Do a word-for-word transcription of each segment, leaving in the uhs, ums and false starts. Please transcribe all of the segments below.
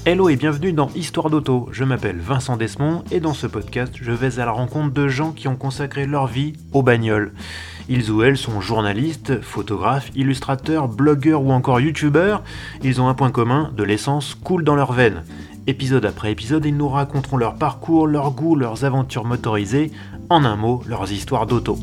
Hello et bienvenue dans Histoire d'auto, je m'appelle Vincent Desmond et dans ce podcast, je vais à la rencontre de gens qui ont consacré leur vie aux bagnoles. Ils ou elles sont journalistes, photographes, illustrateurs, blogueurs ou encore youtubeurs. Ils ont un point commun, de l'essence coule dans leurs veines. Épisode après épisode, ils nous raconteront leur parcours, leurs goûts, leurs aventures motorisées, en un mot, leurs histoires d'auto.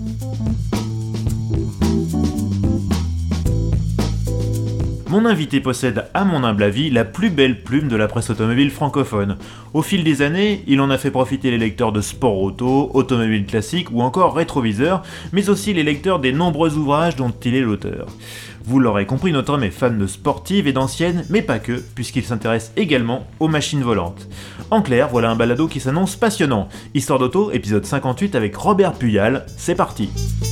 Mon invité possède, à mon humble avis, la plus belle plume de la presse automobile francophone. Au fil des années, il en a fait profiter les lecteurs de sport auto, automobile classique ou encore rétroviseur, mais aussi les lecteurs des nombreux ouvrages dont il est l'auteur. Vous l'aurez compris, notre homme est fan de sportives et d'anciennes, mais pas que, puisqu'il s'intéresse également aux machines volantes. En clair, voilà un balado qui s'annonce passionnant. Histoire d'auto, épisode cinquante-huit avec Robert Puyal, c'est parti.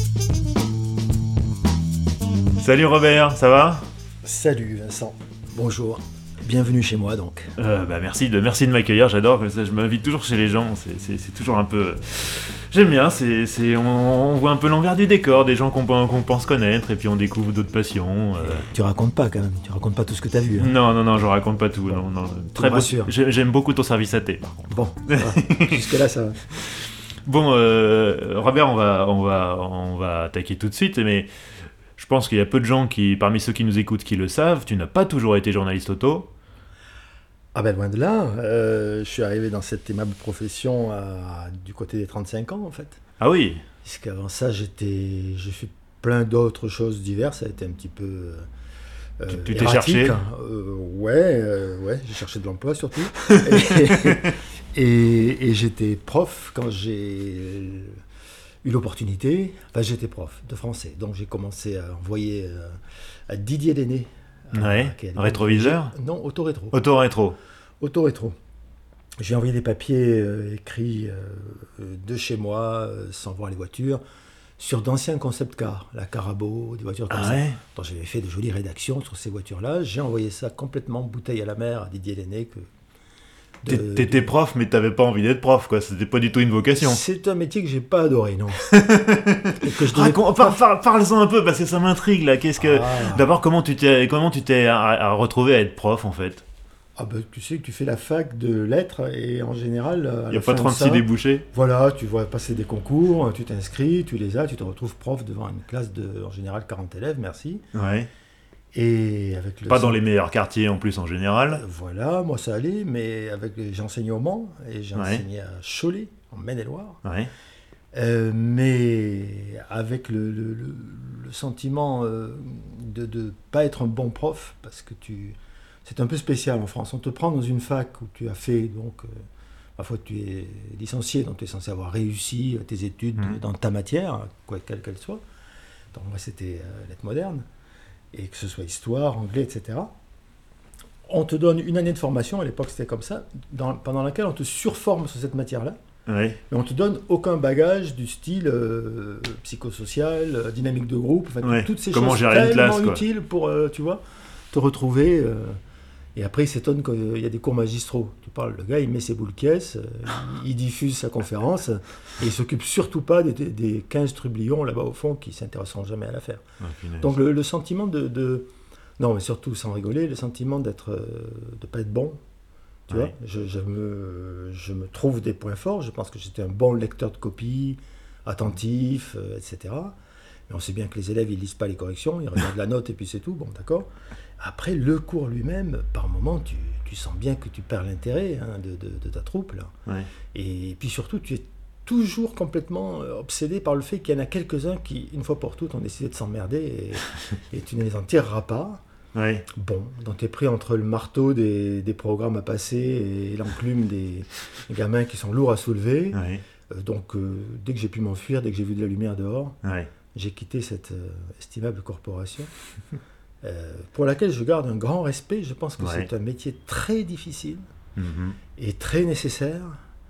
Salut Robert, ça va ? Salut Vincent, bonjour, bienvenue chez moi donc. Euh, bah merci de merci de m'accueillir, j'adore, ça, je m'invite toujours chez les gens, c'est, c'est, c'est toujours un peu... J'aime bien, c'est, c'est, on, on voit un peu l'envers du décor, des gens qu'on, qu'on pense connaître, et puis on découvre d'autres passions. Euh... Tu racontes pas quand même, tu racontes pas tout ce que t'as vu. Hein. Non, non, non, je raconte pas tout, bon, non, non. Très beau, j'aime beaucoup ton service à thé par contre. Bon, jusque là ça va. Bon, euh, Robert, on va, on, va, on va attaquer tout de suite, mais... Je pense qu'il y a peu de gens qui, parmi ceux qui nous écoutent, qui le savent. Tu n'as pas toujours été journaliste auto. Ah ben loin de là. Euh, je suis arrivé dans cette aimable profession à, du côté des trente-cinq ans en fait. Ah oui. Puisqu'avant ça, j'étais, j'ai fait plein d'autres choses diverses. Ça a été un petit peu euh, Tu, tu t'es erratique. cherché euh, Ouais, euh, ouais, j'ai cherché de l'emploi surtout. et, et, et j'étais prof quand j'ai... eu l'opportunité, enfin j'étais prof de français, donc j'ai commencé à envoyer euh, à Didier Lenné. Ouais, à rétroviseur ? Non, auto-rétro. Auto-rétro. Auto-rétro. J'ai envoyé des papiers euh, écrits euh, de chez moi, euh, sans voir les voitures, sur d'anciens concept cars, la Carabo, des voitures comme ah ça. Ouais. Donc j'avais fait de jolies rédactions sur ces voitures-là, j'ai envoyé ça complètement bouteille à la mer à Didier Lenné, que De, T'étais de... prof, mais t'avais pas envie d'être prof, quoi. C'était pas du tout une vocation. C'est un métier que j'ai pas adoré, non. Et que je Raconte, pas... par, par, Parle-en un peu, parce que ça m'intrigue, là. Qu'est-ce que... Ah. D'abord, comment tu t'es, comment tu t'es à, à retrouvé à être prof, en fait ? Ah ben, tu sais que tu fais la fac de lettres, et en général... Il n'y a pas trente-six ça, débouchés ? Voilà, tu vois passer des concours, tu t'inscris, tu les as, tu te retrouves prof devant une classe de, en général, quarante élèves, merci. Ouais. Et avec le pas dans les meilleurs quartiers en plus en général. Voilà, moi ça allait, mais avec j'enseignais au Mans et j'ai ouais. enseigné à Cholet, en Maine-et-Loire. Ouais. Euh, mais avec le, le, le, le sentiment euh, de ne pas être un bon prof, parce que tu, c'est un peu spécial en France. On te prend dans une fac où tu as fait, donc, euh, parfois tu es licencié, donc tu es censé avoir réussi tes études mmh. dans ta matière, quoi, quelle qu'elle soit. Donc moi c'était euh, lettres modernes. Et que ce soit histoire, anglais, et cetera. On te donne une année de formation, à l'époque c'était comme ça, dans, pendant laquelle on te surforme sur cette matière-là, oui. mais on te donne aucun bagage du style euh, psychosocial, euh, dynamique de groupe, enfin, ouais. toutes ces Comment choses tellement classe, quoi. utiles pour, euh, tu vois, te retrouver. Euh, et après, il s'étonne qu'il y a des cours magistraux. Tu parles, le gars, il met ses boules caisses, euh, il, il diffuse sa conférence, et il s'occupe surtout pas des, des quinze trublions là-bas au fond qui s'intéresseront jamais à l'affaire. Ah, donc le, le sentiment de, de... Non, mais surtout, sans rigoler, le sentiment d'être, euh, de pas être bon. Tu ouais. vois, je, je, me, je me trouve des points forts. Je pense que j'étais un bon lecteur de copies, attentif, euh, et cetera. Mais on sait bien que les élèves, ils lisent pas les corrections, ils regardent la note et puis c'est tout. Bon, d'accord. Après, le cours lui-même, par moment, tu, tu sens bien que tu perds l'intérêt hein, de, de, de ta troupe. Là. Ouais. Et puis surtout, tu es toujours complètement obsédé par le fait qu'il y en a quelques-uns qui, une fois pour toutes, ont décidé de s'emmerder et, et tu ne les en tireras pas. Ouais. Bon, donc tu es pris entre le marteau des, des programmes à passer et l'enclume des, des gamins qui sont lourds à soulever. Ouais. Euh, donc, euh, dès que j'ai pu m'enfuir, dès que j'ai vu de la lumière dehors, ouais. j'ai quitté cette euh, estimable corporation. Euh, pour laquelle je garde un grand respect. Je pense que ouais. c'est un métier très difficile mm-hmm. et très nécessaire.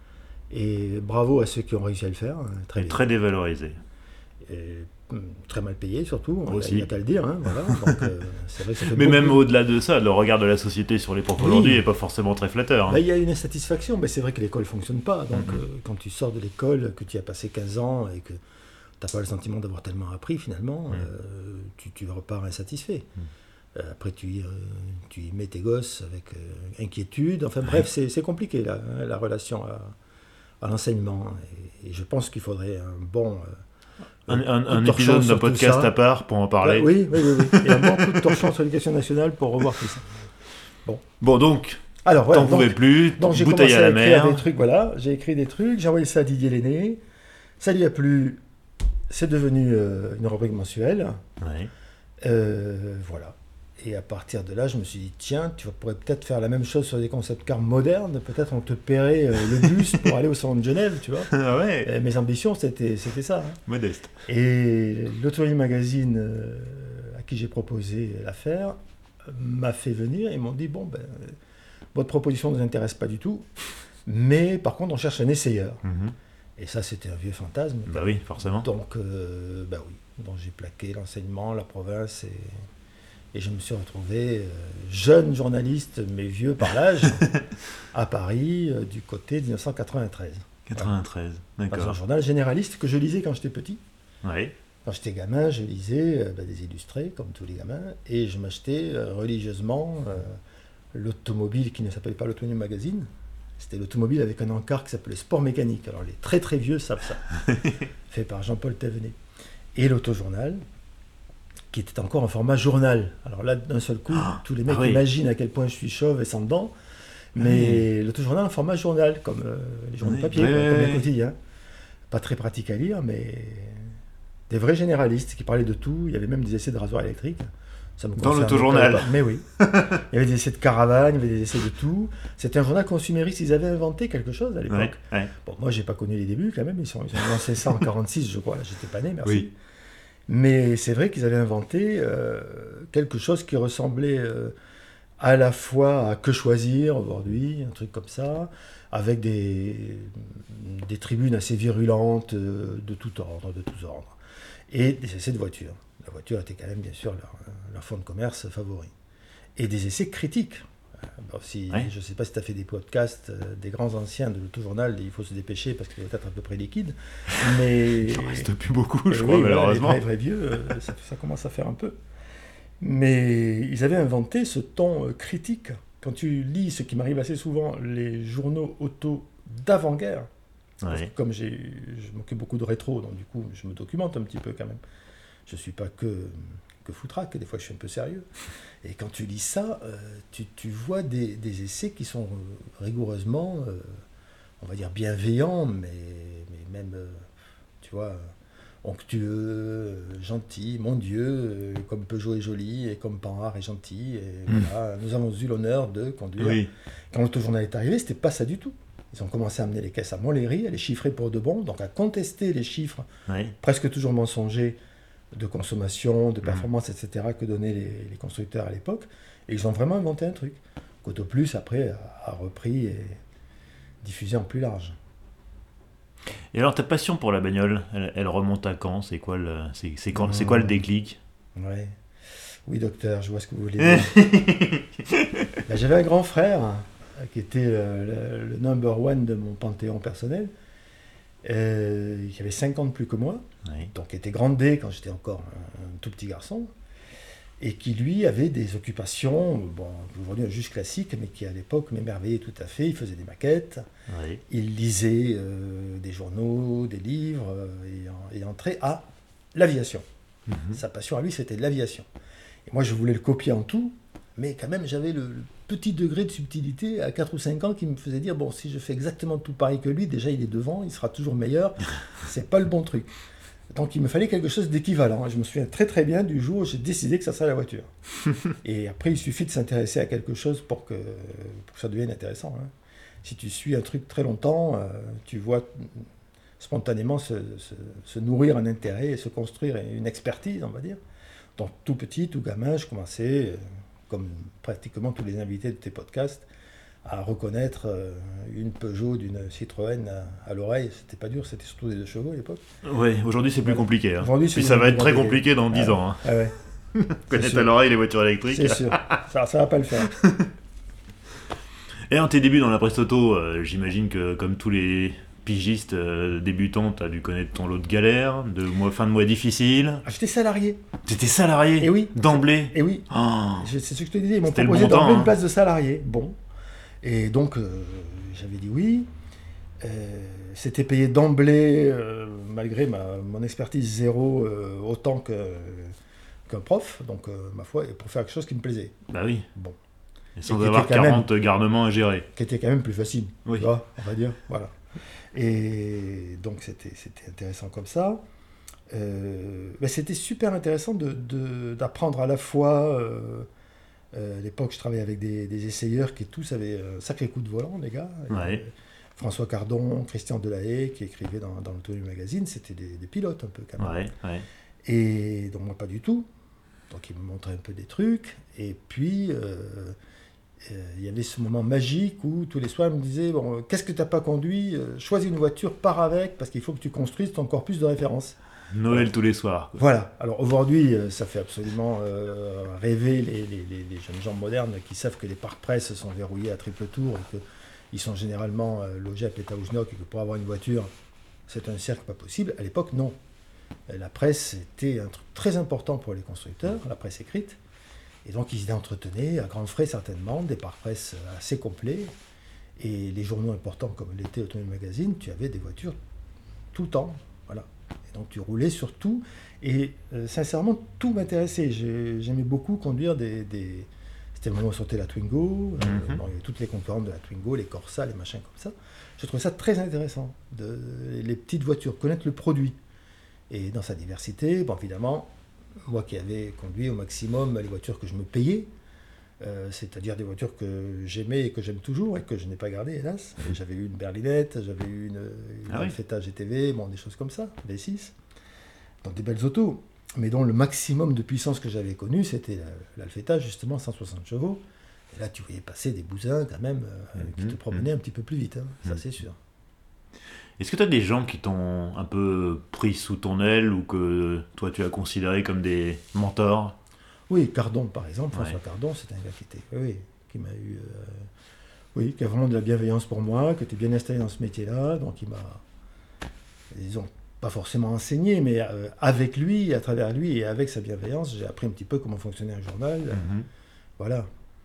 Et bravo à ceux qui ont réussi à le faire. Très, très dévalorisé. Et, très mal payé surtout, aussi. il n'y a qu'à le dire. Hein, voilà. Donc, euh, c'est vrai que ça fait mais beaucoup... même au-delà de ça, le regard de la société sur les profs oui. aujourd'hui n'est pas forcément très flatteur. Hein. Bah, il y a une insatisfaction, mais c'est vrai que l'école ne fonctionne pas. Donc mm-hmm. euh, quand tu sors de l'école, que tu as passé quinze ans et que tu n'as pas le sentiment d'avoir tellement appris finalement, mm. euh, tu, tu repars insatisfait. Mm. Euh, après, tu y, euh, tu y mets tes gosses avec euh, inquiétude. Enfin bref, c'est, c'est compliqué là, hein, la relation à, à l'enseignement. Et, et je pense qu'il faudrait un bon... Euh, un un, un épisode d'un podcast à part pour en parler. Ouais, oui, oui, oui, oui. Et un bon coup de torchon sur l'éducation nationale pour revoir tout ça. Bon, bon donc... Alors, voilà, t'en pouvais plus, donc j'ai bouteille à la mer. Des trucs, voilà, j'ai écrit des trucs, j'ai envoyé ça à Didier Lenné, ça lui a plu, c'est devenu euh, une rubrique mensuelle. Ouais. Euh, voilà. Et à partir de là, je me suis dit, tiens, tu pourrais peut-être faire la même chose sur des concept cars modernes, peut-être on te paierait euh, le bus pour aller au salon de Genève, tu vois. Ah ouais. Et mes ambitions, c'était, c'était ça. Hein. Modeste. Et l'Automobile Magazine, euh, à qui j'ai proposé l'affaire, m'a fait venir et m'ont dit, bon, ben... votre proposition ne nous intéresse pas du tout, mais par contre, on cherche un essayeur. Mm-hmm. Et ça, c'était un vieux fantasme. Bah oui, forcément. Donc, euh, bah oui. Donc, j'ai plaqué l'enseignement, la province, et, et je me suis retrouvé euh, jeune journaliste, mais vieux par l'âge, à Paris, euh, du côté de dix-neuf cent quatre-vingt-treize. quatre-vingt-treize, voilà. D'accord. Dans un journal généraliste que je lisais quand j'étais petit. Oui. Quand j'étais gamin, je lisais euh, bah, des illustrés, comme tous les gamins, et je m'achetais euh, religieusement... Euh, l'automobile qui ne s'appelait pas l'Automobile Magazine, c'était l'automobile avec un encart qui s'appelait Sport Mécanique. Alors les très très vieux savent ça. Fait par Jean-Paul Thévenet. Et l'Autojournal, qui était encore en format journal. Alors là, d'un seul coup, ah, tous les mecs ah oui. imaginent à quel point je suis chauve et sans dents, mais oui. l'Autojournal en format journal, comme euh, les journaux oui. de papier, oui, quoi, oui, comme les quotidiens. Pas très pratique à lire, mais des vrais généralistes qui parlaient de tout. Il y avait même des essais de rasoir électrique. Ça me Dans l'Autojournal. Mais oui. Il y avait des essais de caravane, il y avait des essais de tout. C'était un journal consumériste. Ils avaient inventé quelque chose à l'époque. Ouais, ouais. Bon, moi, j'ai pas connu les débuts quand même. Ils, sont, ils ont lancé ça en quarante-six, je crois. Là, j'étais pas né, merci. Oui. Mais c'est vrai qu'ils avaient inventé euh, quelque chose qui ressemblait euh, à la fois à Que choisir aujourd'hui, un truc comme ça, avec des, des tribunes assez virulentes euh, de tout ordre, de tous ordres, et des essais de voitures. La voiture était quand même, bien sûr, leur, leur fonds de commerce favori. Et des essais critiques. Bon, si, ouais. Je ne sais pas si tu as fait des podcasts euh, des grands anciens de l'Autojournal, il faut se dépêcher parce qu'il doit être à peu près liquide. Mais... Il ne reste plus beaucoup, je crois, oui, malheureusement. Les vrais, vrais vieux, euh, ça, ça commence à faire un peu. Mais ils avaient inventé ce ton euh, critique. Quand tu lis, ce qui m'arrive assez souvent, les journaux auto d'avant-guerre, ouais. Comme j'ai, je m'occupe beaucoup de rétro, donc du coup, je me documente un petit peu quand même. Je ne suis pas que, que foutraque, des fois je suis un peu sérieux. Et quand tu lis ça, euh, tu, tu vois des, des essais qui sont euh, rigoureusement, euh, on va dire, bienveillants, mais, mais même, euh, tu vois, onctueux, euh, gentil, mon Dieu, euh, comme Peugeot est joli et comme Panhard est gentil. Et mmh. voilà, nous avons eu l'honneur de conduire. Oui. Quand l'Autojournal est arrivé, ce n'était pas ça du tout. Ils ont commencé à amener les caisses à Montlhéry, à les chiffrer pour de bon, donc à contester les chiffres, oui. presque toujours mensongers, de consommation, de performance, mmh. et cetera, que donnaient les, les constructeurs à l'époque. Et ils ont vraiment inventé un truc qu'Auto Plus, après, a, a repris et diffusé en plus large. Et alors, ta passion pour la bagnole, elle, elle remonte à quand ? C'est quoi le, c'est, c'est quand, mmh. c'est quoi le déclic ? Ouais. Oui, docteur, je vois ce que vous voulez dire. Ben, j'avais un grand frère qui était le, le, le number one de mon panthéon personnel, euh, qui avait cinq ans de plus que moi, oui. donc qui était grandé quand j'étais encore un, un tout petit garçon, et qui lui avait des occupations, bon, aujourd'hui juste classiques, mais qui à l'époque m'émerveillaient tout à fait. Il faisait des maquettes, oui. il lisait euh, des journaux, des livres, euh, et, et entrait à l'aviation. Mm-hmm. Sa passion à lui, c'était de l'aviation. Et moi, je voulais le copier en tout, mais quand même, j'avais le, le petit degré de subtilité à quatre ou cinq ans qui me faisait dire, bon, si je fais exactement tout pareil que lui, déjà il est devant, il sera toujours meilleur, c'est pas le bon truc. Donc il me fallait quelque chose d'équivalent. Je me souviens très très bien du jour où j'ai décidé que ça serait la voiture. Et après, il suffit de s'intéresser à quelque chose pour que, pour que ça devienne intéressant. Hein. Si tu suis un truc très longtemps, euh, tu vois spontanément se, se, se nourrir un intérêt et se construire une expertise, on va dire. Donc tout petit, tout gamin, je commençais... Euh, comme pratiquement tous les invités de tes podcasts, à reconnaître euh, une Peugeot d'une Citroën à, à l'oreille. C'était pas dur, c'était surtout des deux chevaux à l'époque. Oui, aujourd'hui c'est plus compliqué. Hein. Aujourd'hui, c'est Puis ça va être très compliqué dans dix ah, ans. Hein. Ah ouais. Connaître à l'oreille les voitures électriques. C'est sûr, ça, ça va pas le faire. Et en tes débuts dans la presse auto, euh, j'imagine que comme tous les pigiste euh, débutant, t'as dû connaître ton lot de galères, de mois, fin de mois difficiles. Ah, j'étais salarié. T'étais salarié. Et oui. D'emblée. Et oui. Oh. Je- C'est ce que je te disais. Ils m'ont C'était le proposé bon temps, d'emblée hein. une place de salarié. Bon. Et donc, euh, j'avais dit oui. Euh, c'était payé d'emblée, euh, malgré ma, mon expertise zéro, euh, autant que, qu'un prof. Donc, euh, ma foi, pour faire quelque chose qui me plaisait. Bah oui. Bon. Et sans Et qui avoir était quand quarante garnements à gérer. Qui était quand même plus facile. Oui. Tu vois, on va dire. Voilà. Et donc, c'était, c'était intéressant comme ça. Euh, ben, c'était super intéressant de, de, d'apprendre à la fois. Euh, euh, à l'époque, je travaillais avec des, des essayeurs qui tous avaient un sacré coup de volant, les gars. Ouais. Et, François Cardon, Christian Delahaye, qui écrivait dans, dans l'Automobile Magazine, c'était des, des pilotes un peu quand même. Ouais, ouais. Et donc moi, pas du tout. Donc ils me montraient un peu des trucs. Et puis, euh, euh, il y avait ce moment magique où tous les soirs, ils me disaient, bon, euh, qu'est-ce que tu n'as pas conduit? Euh, Choisis une voiture, pars avec, parce qu'il faut que tu construises ton corpus de référence. Noël tous les soirs. Quoi. Voilà. Alors aujourd'hui, euh, ça fait absolument euh, rêver les, les, les, les jeunes gens modernes qui savent que les parcs-presse sont verrouillés à triple tour et qu'ils sont généralement euh, logés à Pétaouchnok et que pour avoir une voiture, c'est un cercle pas possible. À l'époque, non. La presse était un truc très important pour les constructeurs, la presse écrite. Et donc ils y entretenaient, à grands frais certainement, des parcs-presse assez complets. Et les journaux importants comme l'été Automobile Magazine, tu avais des voitures tout le temps. Voilà. Et donc tu roulais sur tout. Et euh, sincèrement, tout m'intéressait. J'ai, j'aimais beaucoup conduire des, des... C'était le moment où sortait la Twingo. Euh, Mm-hmm. bon, il y avait toutes les concurrentes de la Twingo, les Corsa, les machins comme ça. Je trouvais ça très intéressant. De... Les petites voitures, connaître le produit. Et dans sa diversité, bon, évidemment, moi qui avais conduit au maximum les voitures que je me payais, euh, c'est-à-dire des voitures que j'aimais et que j'aime toujours et que je n'ai pas gardées, hélas. Et j'avais eu une berlinette, j'avais eu une, une Ah oui. Alfetta G T V, bon, des choses comme ça, V six, donc des belles autos, mais dont le maximum de puissance que j'avais connu, c'était la- l'Alfetta, justement, cent soixante chevaux. Et là, tu voyais passer des bousins, quand même, euh, qui te Mhm, promenaient un petit peu plus vite, hein, ça Mhm. c'est sûr. Est-ce que tu as des gens qui t'ont un peu pris sous ton aile ou que toi tu as considéré comme des mentors? Oui, Cardon, par exemple, Ouais. François Cardon, c'est un gars qui était, oui, qui m'a eu, euh, oui, qui a vraiment de la bienveillance pour moi, qui était bien installé dans ce métier-là, donc il m'a, disons, pas forcément enseigné, mais euh, avec lui, à travers lui et avec sa bienveillance, j'ai appris un petit peu comment fonctionnait un journal, Mhm. voilà.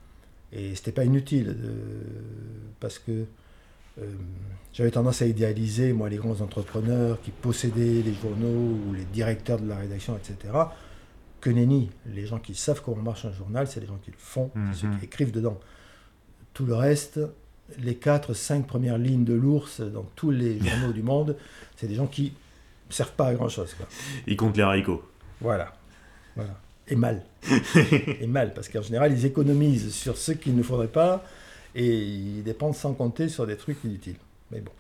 Et c'était pas inutile, de, parce que euh, j'avais tendance à idéaliser, moi, les grands entrepreneurs qui possédaient les journaux ou les directeurs de la rédaction, et cetera. Que nenni. Les gens qui savent comment marche un journal, c'est les gens qui le font, c'est ceux Mhm. qui écrivent dedans. Tout le reste, les quatre, cinq premières lignes de l'ours dans tous les journaux du monde, c'est des gens qui ne servent pas à grand-chose, quoi. Ils comptent les haricots. Voilà. Voilà. Et mal. Et mal, parce qu'en général, ils économisent sur ce qu'il ne faudrait pas et ils dépensent sans compter sur des trucs inutiles. Mais bon.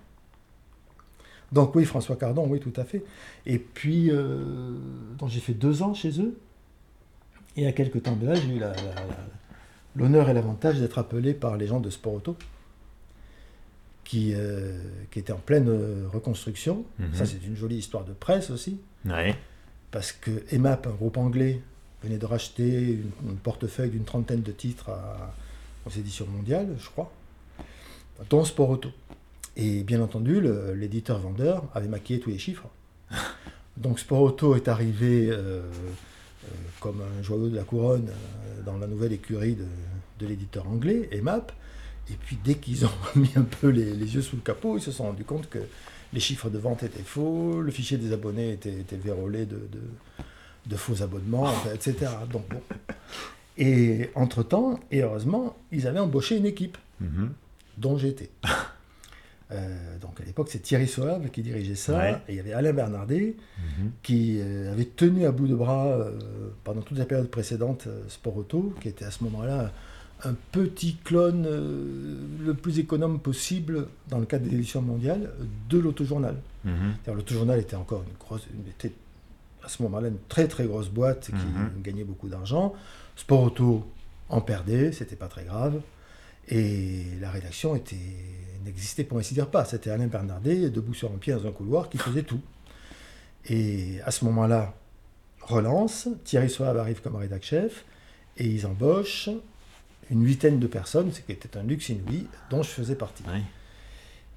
Donc oui, François Cardon, oui, tout à fait. Et puis, euh, donc j'ai fait deux ans chez eux. Et à quelques temps de là, j'ai eu la- la- la- l'honneur et l'avantage d'être appelé par les gens de Sport Auto, qui, euh, qui étaient en pleine euh, reconstruction. Mhm. Ça, c'est une jolie histoire de presse aussi. Ouais. Parce que E M A P, un groupe anglais, venait de racheter une, une portefeuille d'une trentaine de titres à, aux éditions mondiales, je crois, dont Sport Auto. Et bien entendu, le- l'éditeur-vendeur avait maquillé tous les chiffres. Donc Sport Auto est arrivé euh, euh, comme un joyau de la couronne euh, dans la nouvelle écurie de, de l'éditeur anglais, E M A P. Et puis dès qu'ils ont mis un peu les, les yeux sous le capot, ils se sont rendus compte que les chiffres de vente étaient faux, le fichier des abonnés était, était vérolé de, de, de faux abonnements, enfin, et cetera. Donc, bon. Et entre-temps, et heureusement, ils avaient embauché une équipe, Mhm. dont j'étais. Euh, donc à l'époque, c'est Thierry Soave qui dirigeait ça, Ouais. et il y avait Alain Bernardet Mhm. qui euh, avait tenu à bout de bras euh, pendant toute la période précédente euh, Sport Auto, qui était à ce moment-là un petit clone euh, le plus économe possible dans le cadre des éditions mondiales de l'autojournal. Mhm. C'est-à-dire, l'autojournal était encore une grosse, une- était à ce moment-là une très très grosse boîte qui Mhm. gagnait beaucoup d'argent. Sport Auto en perdait, c'était pas très grave. Et la rédaction était, n'existait pour ainsi dire pas. C'était Alain Bernardet, debout sur un pied dans un couloir, qui faisait tout. Et à ce moment-là, relance, Thierry Soave arrive comme rédac chef, et ils embauchent une huitaine de personnes, ce qui était un luxe inouï, dont je faisais partie. Ouais.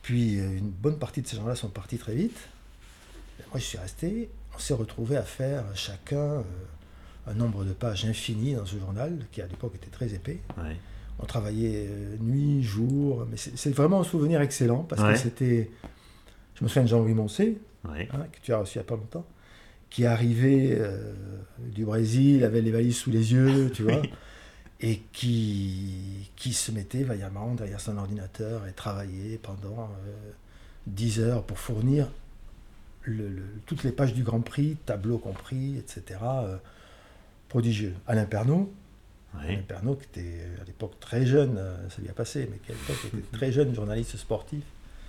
Puis euh, une bonne partie de ces gens-là sont partis très vite. Et moi, je suis resté. On s'est retrouvés à faire chacun euh, un nombre de pages infini dans ce journal, qui à l'époque était très épais. Ouais. On travaillait euh, nuit, jour, mais c'est, c'est vraiment un souvenir excellent, parce Ouais. que c'était... Je me souviens de Jean-Louis Moncé, Ouais. hein, que tu as reçu il n'y a pas longtemps, qui arrivait euh, du Brésil, avait les valises sous les yeux, tu vois, et qui, qui se mettait vaillamment derrière son ordinateur et travaillait pendant euh, dix heures pour fournir le, le, toutes les pages du Grand Prix, tableaux compris, et cetera. Euh, prodigieux. Alain Pernaut, Ouais. Alain Pernaut, qui était à l'époque très jeune, euh, ça lui a passé, mais qui à l'époque était très jeune journaliste sportif,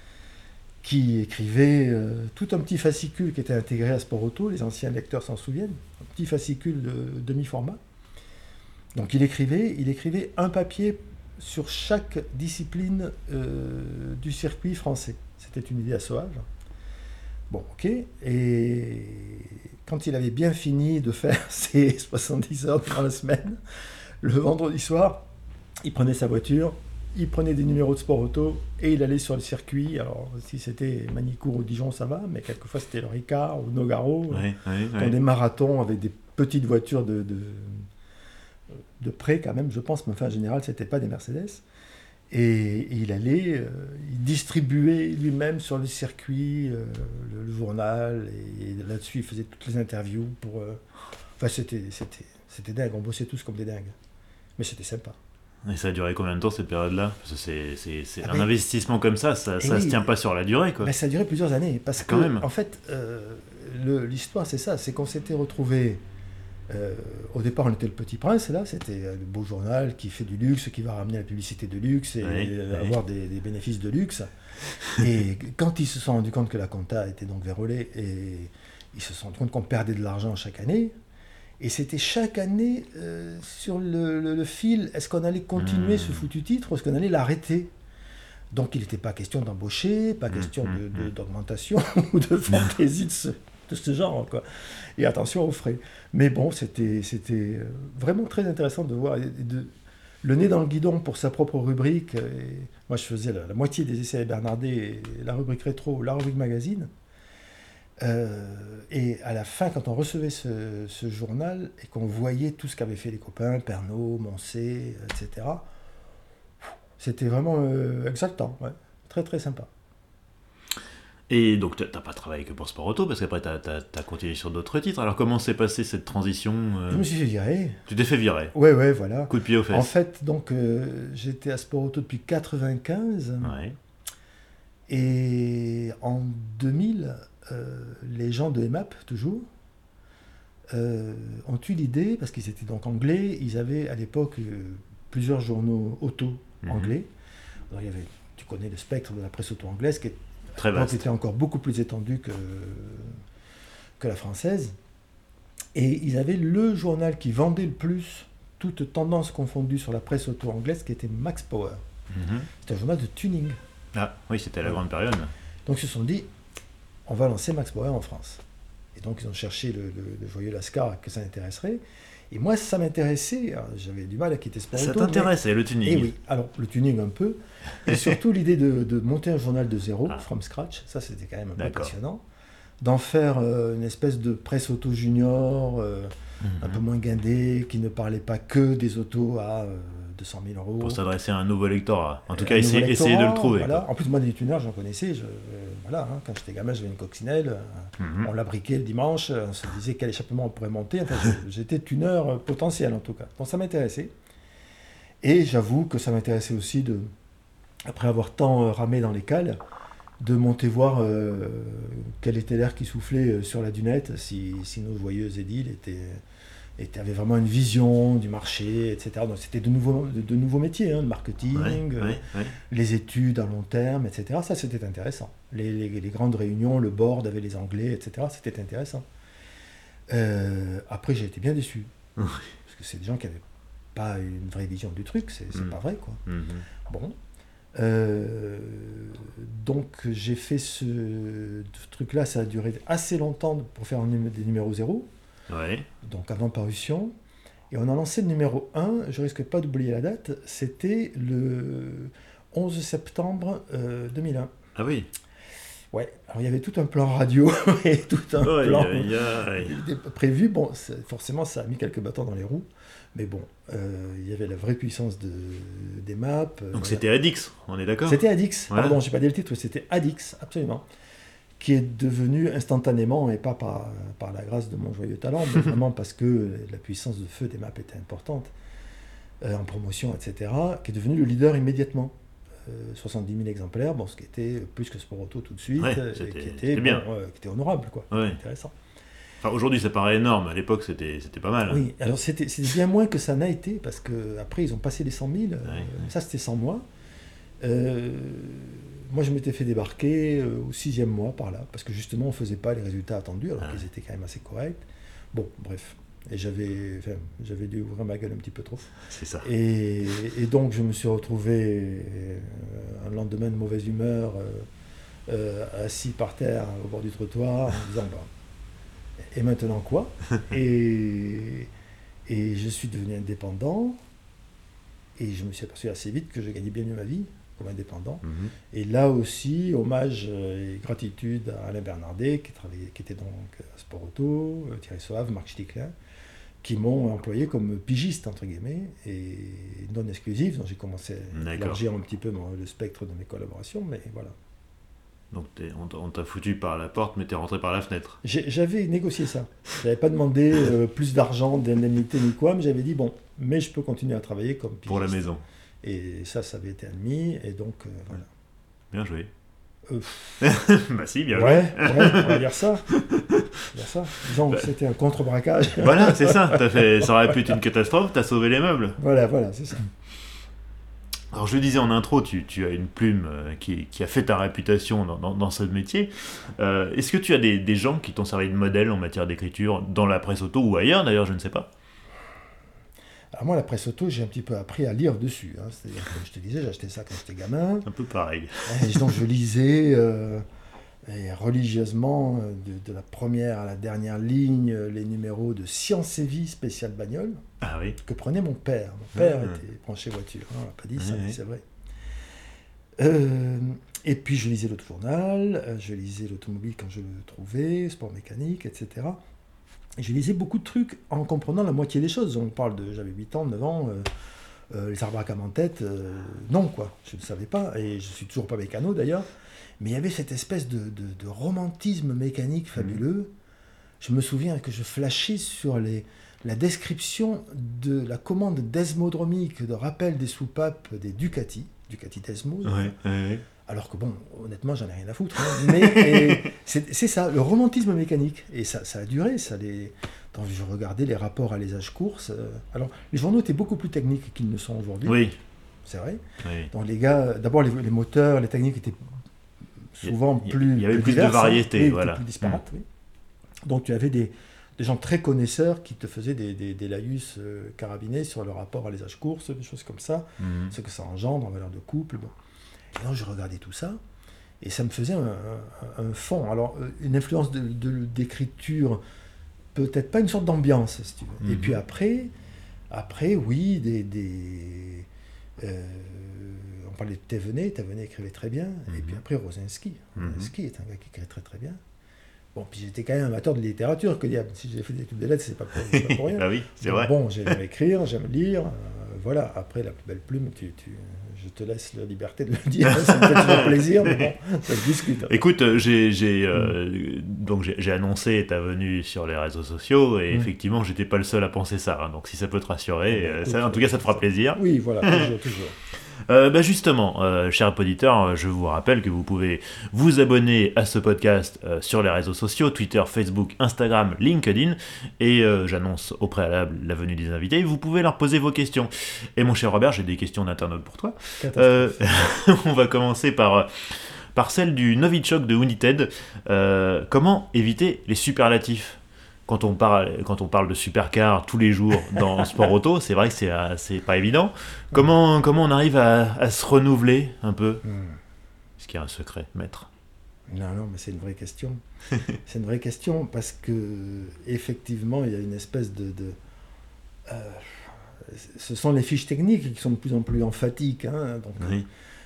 qui écrivait euh, tout un petit fascicule qui était intégré à Sport Auto, les anciens lecteurs s'en souviennent, un petit fascicule de demi-format. Donc il écrivait, il écrivait un papier sur chaque discipline euh, du circuit français. C'était une idée à Soave. Bon, ok. Et quand il avait bien fini de faire ses soixante-dix heures dans la semaine, le vendredi soir, il prenait sa voiture, il prenait des numéros de Sport Auto et il allait sur le circuit. Alors, si c'était Magny-Cours ou Dijon, ça va, mais quelquefois c'était le Ricard ou Nogaro, Ouais. Ouais. dans Ouais. des marathons avec des petites voitures de, de, de près quand même, je pense, mais enfin, en général, c'était pas des Mercedes. Et, et il allait, euh, il distribuait lui-même sur le circuit euh, le, le journal, et, et là-dessus, il faisait toutes les interviews pour... euh, Enfin, c'était, c'était, c'était dingue, on bossait tous comme des dingues. Mais c'était sympa. Et ça a duré combien de temps cette période-là? Parce que c'est, c'est, c'est Ah un ben, investissement comme ça, ça, et ça oui. se tient pas sur la durée, quoi. Ben, ça a duré plusieurs années, parce Ah, que, quand même. en fait, euh, le, l'histoire, c'est ça, c'est qu'on s'était retrouvés... Euh, au départ, on était le Petit Prince, là, c'était le beau journal qui fait du luxe, qui va ramener la publicité de luxe et Ouais, euh, ouais. avoir des, des bénéfices de luxe. Et quand ils se sont rendus compte que la compta était donc vérolée, et ils se sont rendus compte qu'on perdait de l'argent chaque année, et c'était chaque année euh, sur le, le- le fil, est-ce qu'on allait continuer Mmh. ce foutu titre ou est-ce qu'on allait l'arrêter? Donc il n'était pas question d'embaucher, pas Mmh, question mmh, de, de- mmh. d'augmentation ou de fantaisie de ce, de ce genre, quoi. Et attention aux frais. Mais bon, c'était, c'était euh, vraiment très intéressant de voir et de, le nez dans le guidon pour sa propre rubrique. Et moi, je faisais la, la moitié des essais à Bernardet, et la rubrique rétro, la rubrique magazine. Euh, et à la fin, quand on recevait ce, ce journal et qu'on voyait tout ce qu'avaient fait les copains, Pernaut, Moncé, et cetera, c'était vraiment euh, exaltant, ouais. Très très sympa. Et donc, t'as t'as pas travaillé que pour Sport Auto, parce qu'après, t'as, t'as, t'as continué sur d'autres titres. Alors, comment s'est passée cette transition euh, Je me suis fait virer. Tu t'es fait virer. Ouais, ouais, voilà. Coup de pied aux fesses. En fait, donc, euh, j'étais à Sport Auto depuis quatre-vingt-quinze. Ouais. Et en deux mille, euh, les gens de M A P, toujours, euh, ont eu l'idée, parce qu'ils étaient donc anglais, ils avaient à l'époque euh, plusieurs journaux auto Mhm. anglais. Alors, il y avait, tu connais le spectre de la presse auto anglaise, qui est- Très donc, vaste. était encore beaucoup plus étendu que, que la française. Et ils avaient le journal qui vendait le plus, toutes tendances confondues sur la presse auto anglaise, qui était Max Power. Mhm. C'était un journal de tuning. Ah, oui, c'était la Ouais. grande période. Donc ils se sont dit, on va lancer Max Power en France. Et donc ils ont cherché le, le- le joyeux Lascar que ça intéresserait. Et moi, ça m'intéressait. Alors, j'avais du mal à quitter Sport Ça Auto, mais- t'intéressait, le tuning? Eh oui, alors le tuning un peu. Et surtout l'idée de, de monter un journal de zéro, Ah. from scratch. Ça, c'était quand même un peu D'accord. passionnant. D'en faire euh, une espèce de presse auto junior, euh, un peu Mhm. moins guindée, qui ne parlait pas que des autos à euh, deux cent mille euros. Pour s'adresser à un nouveau lectorat. En tout Euh, cas, un essayer, nouveau essayer de le lectorat, trouver. voilà. quoi. En plus, moi, des tuners, j'en connaissais. Je, euh, voilà, hein, quand j'étais gamin, j'avais une coccinelle. euh, Mhm. On la briquait le dimanche. euh, On se disait quel échappement on pourrait monter. Enfin, je- j'étais tuner euh, potentiel, en tout cas. Donc, ça m'intéressait. Et j'avoue que ça m'intéressait aussi, de, après avoir tant euh, ramé dans les cales, de monter voir euh, quel était l'air qui soufflait euh, sur la dunette, si, si nos joyeux édiles étaient, étaient, avaient vraiment une vision du marché, et cetera. Donc c'était de nouveaux, de, de nouveaux métiers, hein, le marketing, Ouais, euh, ouais, ouais. les études à long terme, et cetera. Ça, c'était intéressant. Les, les- les grandes réunions, le board avec les Anglais, et cetera. C'était intéressant. Euh, après, j'ai été bien déçu. Oui. Parce que c'est des gens qui n'avaient pas une vraie vision du truc. C'est c'est Mm. pas vrai, quoi. Mhm. Bon. Euh, donc j'ai fait ce, ce truc-là, ça a duré assez longtemps pour faire un numé- des numéros zéro, Ouais. donc avant parution. Et on a lancé le numéro un, je risque pas d'oublier la date, c'était le onze septembre euh, deux mille un. Ah oui. Ouais, alors il y avait tout un plan radio et tout un Oh, plan aïe, aïe, aïe. prévu. Bon, forcément, ça a mis quelques bâtons dans les roues. Mais bon, euh, il y avait la vraie puissance de, des maps. Donc euh, c'était Adix, on est d'accord? C'était Adix, Voilà. pardon, j'ai pas dit le titre, c'était Adix, absolument. Qui est devenu instantanément, et pas par, par la grâce de mon joyeux talent, mais vraiment parce que la puissance de feu des maps était importante, euh, en promotion, et cetera, qui est devenu le leader immédiatement. Euh, soixante-dix mille exemplaires, bon, ce qui était plus que Sport Auto tout de suite, Ouais, euh, c'était- qui, c'était était, bien. bon, euh, qui était honorable, quoi. Ouais. Intéressant. Enfin, aujourd'hui, ça paraît énorme. À l'époque, c'était c'était pas mal. Oui, alors c'était c'était bien moins que ça n'a été, parce qu'après, ils ont passé les cent mille, euh, Ouais. ça c'était cent mois. Euh, moi, je m'étais fait débarquer euh, au sixième mois par là, parce que justement, on ne faisait pas les résultats attendus, alors Ah qu'ils ouais. étaient quand même assez corrects. Bon, bref. Et j'avais enfin, j'avais dû ouvrir ma gueule un petit peu trop. C'est ça. Et, et donc, je me suis retrouvé euh, un lendemain de mauvaise humeur, euh, euh, assis par terre au bord du trottoir, en disant bah, et maintenant quoi? et, et je suis devenu indépendant, et je me suis aperçu assez vite que je gagnais bien mieux ma vie comme indépendant. Mhm. Et là aussi, hommage et gratitude à Alain Bernardet, qui, travaillait, qui était donc à Sport Auto, euh, Thierry Soave, Marc Sticklin, qui m'ont employé comme pigiste, entre guillemets, et non exclusif. Donc j'ai commencé à D'accord. élargir un petit peu mon- le spectre de mes collaborations, mais voilà. Donc t'es- on t'a- on t'a foutu par la porte, mais t'es rentré par la fenêtre. J'ai- J'avais négocié ça. Je n'avais pas demandé euh, plus d'argent, d'indemnité ni quoi, mais j'avais dit bon, mais je peux continuer à travailler comme pigiste. Pour la maison. Et ça, ça avait été admis, et donc euh, voilà. Bien joué. Euh, Bah si, bien joué. Ouais, ouais, on va dire ça. On va dire ça. Disons que Bah. c'était un contre-braquage. Voilà, c'est ça. T'as fait... Ça aurait pu être une catastrophe, t'as sauvé les meubles. Voilà, voilà, c'est ça. Alors je le disais en intro, tu, tu as une plume euh, qui, qui a fait ta réputation dans, dans, dans ce métier. Euh, Est-ce que tu as des, des gens qui t'ont servi de modèle en matière d'écriture dans la presse auto ou ailleurs d'ailleurs, je ne sais pas. Alors moi, la presse auto, j'ai un petit peu appris à lire dessus. Hein. C'est-à-dire, comme je te disais, j'ai acheté ça quand j'étais gamin. Un peu pareil. Et donc je lisais euh, et religieusement, euh, de, de la première à la dernière ligne, euh, les numéros de Science et Vie spécial bagnole, Ah oui. que prenait mon père. Mon père Mmh. était branché voiture, hein, on l'a pas dit ça, Mmh. mais c'est vrai. Euh, et puis je lisais l'autre journal, euh, je lisais l'automobile quand je le trouvais, sport mécanique, et cetera. Et je lisais beaucoup de trucs en comprenant la moitié des choses. On parle de, j'avais huit ans, neuf ans, euh, euh, les arbres à cam en tête, euh, non quoi, je ne savais pas, et je suis toujours pas mécano d'ailleurs. Mais il y avait cette espèce de, de, de romantisme mécanique fabuleux. Je me souviens que je flashais sur les, la description de la commande desmodromique de rappel des soupapes des Ducati, Ducati Desmo. Ouais, ouais, ouais. Alors que bon, honnêtement, j'en ai rien à foutre. Hein, mais et c'est c'est ça, le romantisme mécanique. Et ça, ça a duré. Ça les... Donc, je regardais les rapports à l'ésage course. euh, Alors, les journaux étaient beaucoup plus techniques qu'ils ne sont aujourd'hui. Oui. C'est vrai. Oui. Donc, les gars, d'abord, les, les moteurs, les techniques étaient souvent Il y- plus. il y avait plus de diverses, hein. variété, Oui, voilà. plus disparates, oui. Donc, tu avais des, des gens très connaisseurs qui te faisaient des, des, des laïus euh, carabinés sur le rapport à l'ésage course, des choses comme ça, Mhm. ce que ça engendre en valeur de couple. Bon. Et donc, je regardais tout ça. Et ça me faisait un, un- un fond. Alors, euh, une influence de- de- d'écriture, peut-être pas une sorte d'ambiance, si tu veux. Et Mhm. puis après, après oui, des... des euh, on parlait de Thévenet, Thévenet écrivait très bien. Et Mhm. puis après, Rosinski. Mhm. Rosinski est un gars qui écrit très très bien. Bon, puis j'étais quand même amateur de littérature, que diable. Si j'ai fait des études de lettres, c'est pas pour, c'est pas pour rien. Bah oui, c'est Donc, vrai. Bon, j'aime écrire, j'aime lire. euh, voilà, après, la plus belle plume, tu, tu, je te laisse la liberté de le dire. Ça me fait toujours plaisir, mais bon, ça se discute. Écoute, euh, j'ai j'ai, euh, donc j'ai j'ai annoncé ta venue sur les réseaux sociaux et Mm. effectivement, j'étais pas le seul à penser ça. hein. donc si ça peut te rassurer, Eh ben, euh, écoute, ça, en tout cas, ça te fera plaisir. Oui, voilà, toujours, toujours. Euh, bah justement, euh, chers auditeurs, je vous rappelle que vous pouvez vous abonner à ce podcast euh, sur les réseaux sociaux, Twitter, Facebook, Instagram, LinkedIn, et euh, j'annonce au préalable la venue des invités, vous pouvez leur poser vos questions. Et mon cher Robert, j'ai des questions d'internautes pour toi. Euh, on va commencer par, par celle du Novichok de United. Euh, comment éviter les superlatifs ? Quand on, parle, quand on parle de supercar tous les jours dans Sport Auto, c'est vrai que c'est, euh, c'est pas évident. Comment, comment on arrive à, à se renouveler un peu ? Hmm. Est-ce qu'il y a un secret, maître ? Non, non, mais c'est une vraie question. C'est une vraie question parce que effectivement, il y a une espèce de... de euh, ce sont les fiches techniques qui sont de plus en plus emphatiques. Hein, donc, Oui.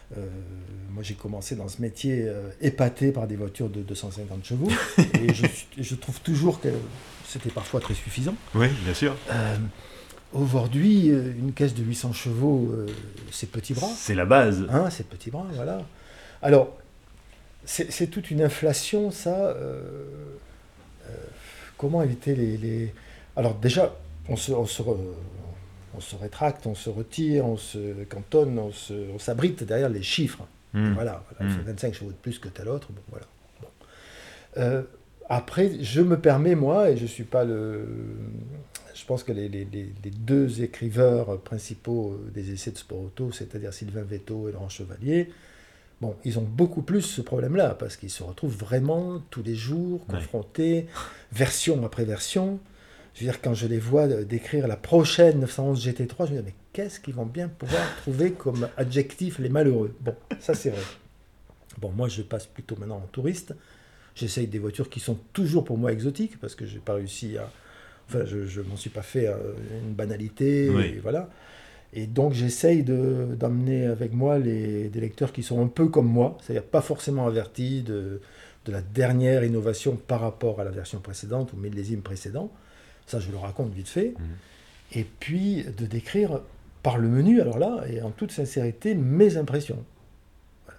Euh, moi, j'ai commencé dans ce métier euh, épaté par des voitures de deux cent cinquante chevaux, et je, je trouve toujours que c'était parfois très suffisant. Oui, bien sûr. Euh, aujourd'hui, une caisse de huit cents chevaux, euh, c'est petits bras. C'est la base. Hein, c'est petits bras, voilà. Alors, c'est, c'est toute une inflation, ça. Euh, euh, comment éviter les, les... Alors déjà, on se, on, se re... on se rétracte, on se retire, on se cantonne, on, se... on s'abrite derrière les chiffres. Mmh. Voilà, voilà mmh. Il faut vingt-cinq chevaux de plus que tel autre. Bon, voilà. Bon. Euh, après, je me permets, moi, et je ne suis pas le... Je pense que les, les, les deux écriveurs principaux des essais de sport auto, c'est-à-dire Sylvain Vetto et Laurent Chevalier, bon, ils ont beaucoup plus ce problème-là, parce qu'ils se retrouvent vraiment tous les jours confrontés, ouais. version après version. Je veux dire, quand je les vois décrire la prochaine neuf cent onze G T trois, je me dis, mais qu'est-ce qu'ils vont bien pouvoir trouver comme adjectif les malheureux? Bon, ça c'est vrai. Bon, moi je passe plutôt maintenant en touriste. J'essaye des voitures qui sont toujours pour moi exotiques, parce que je n'ai pas réussi à... Enfin, je ne m'en suis pas fait une banalité, oui. et voilà. Et donc j'essaye de, d'emmener avec moi les, des lecteurs qui sont un peu comme moi, c'est-à-dire pas forcément avertis de, de la dernière innovation par rapport à la version précédente ou millésime précédent. Ça, je le raconte vite fait. Mmh. Et puis de décrire par le menu, alors là, et en toute sincérité, mes impressions. Voilà.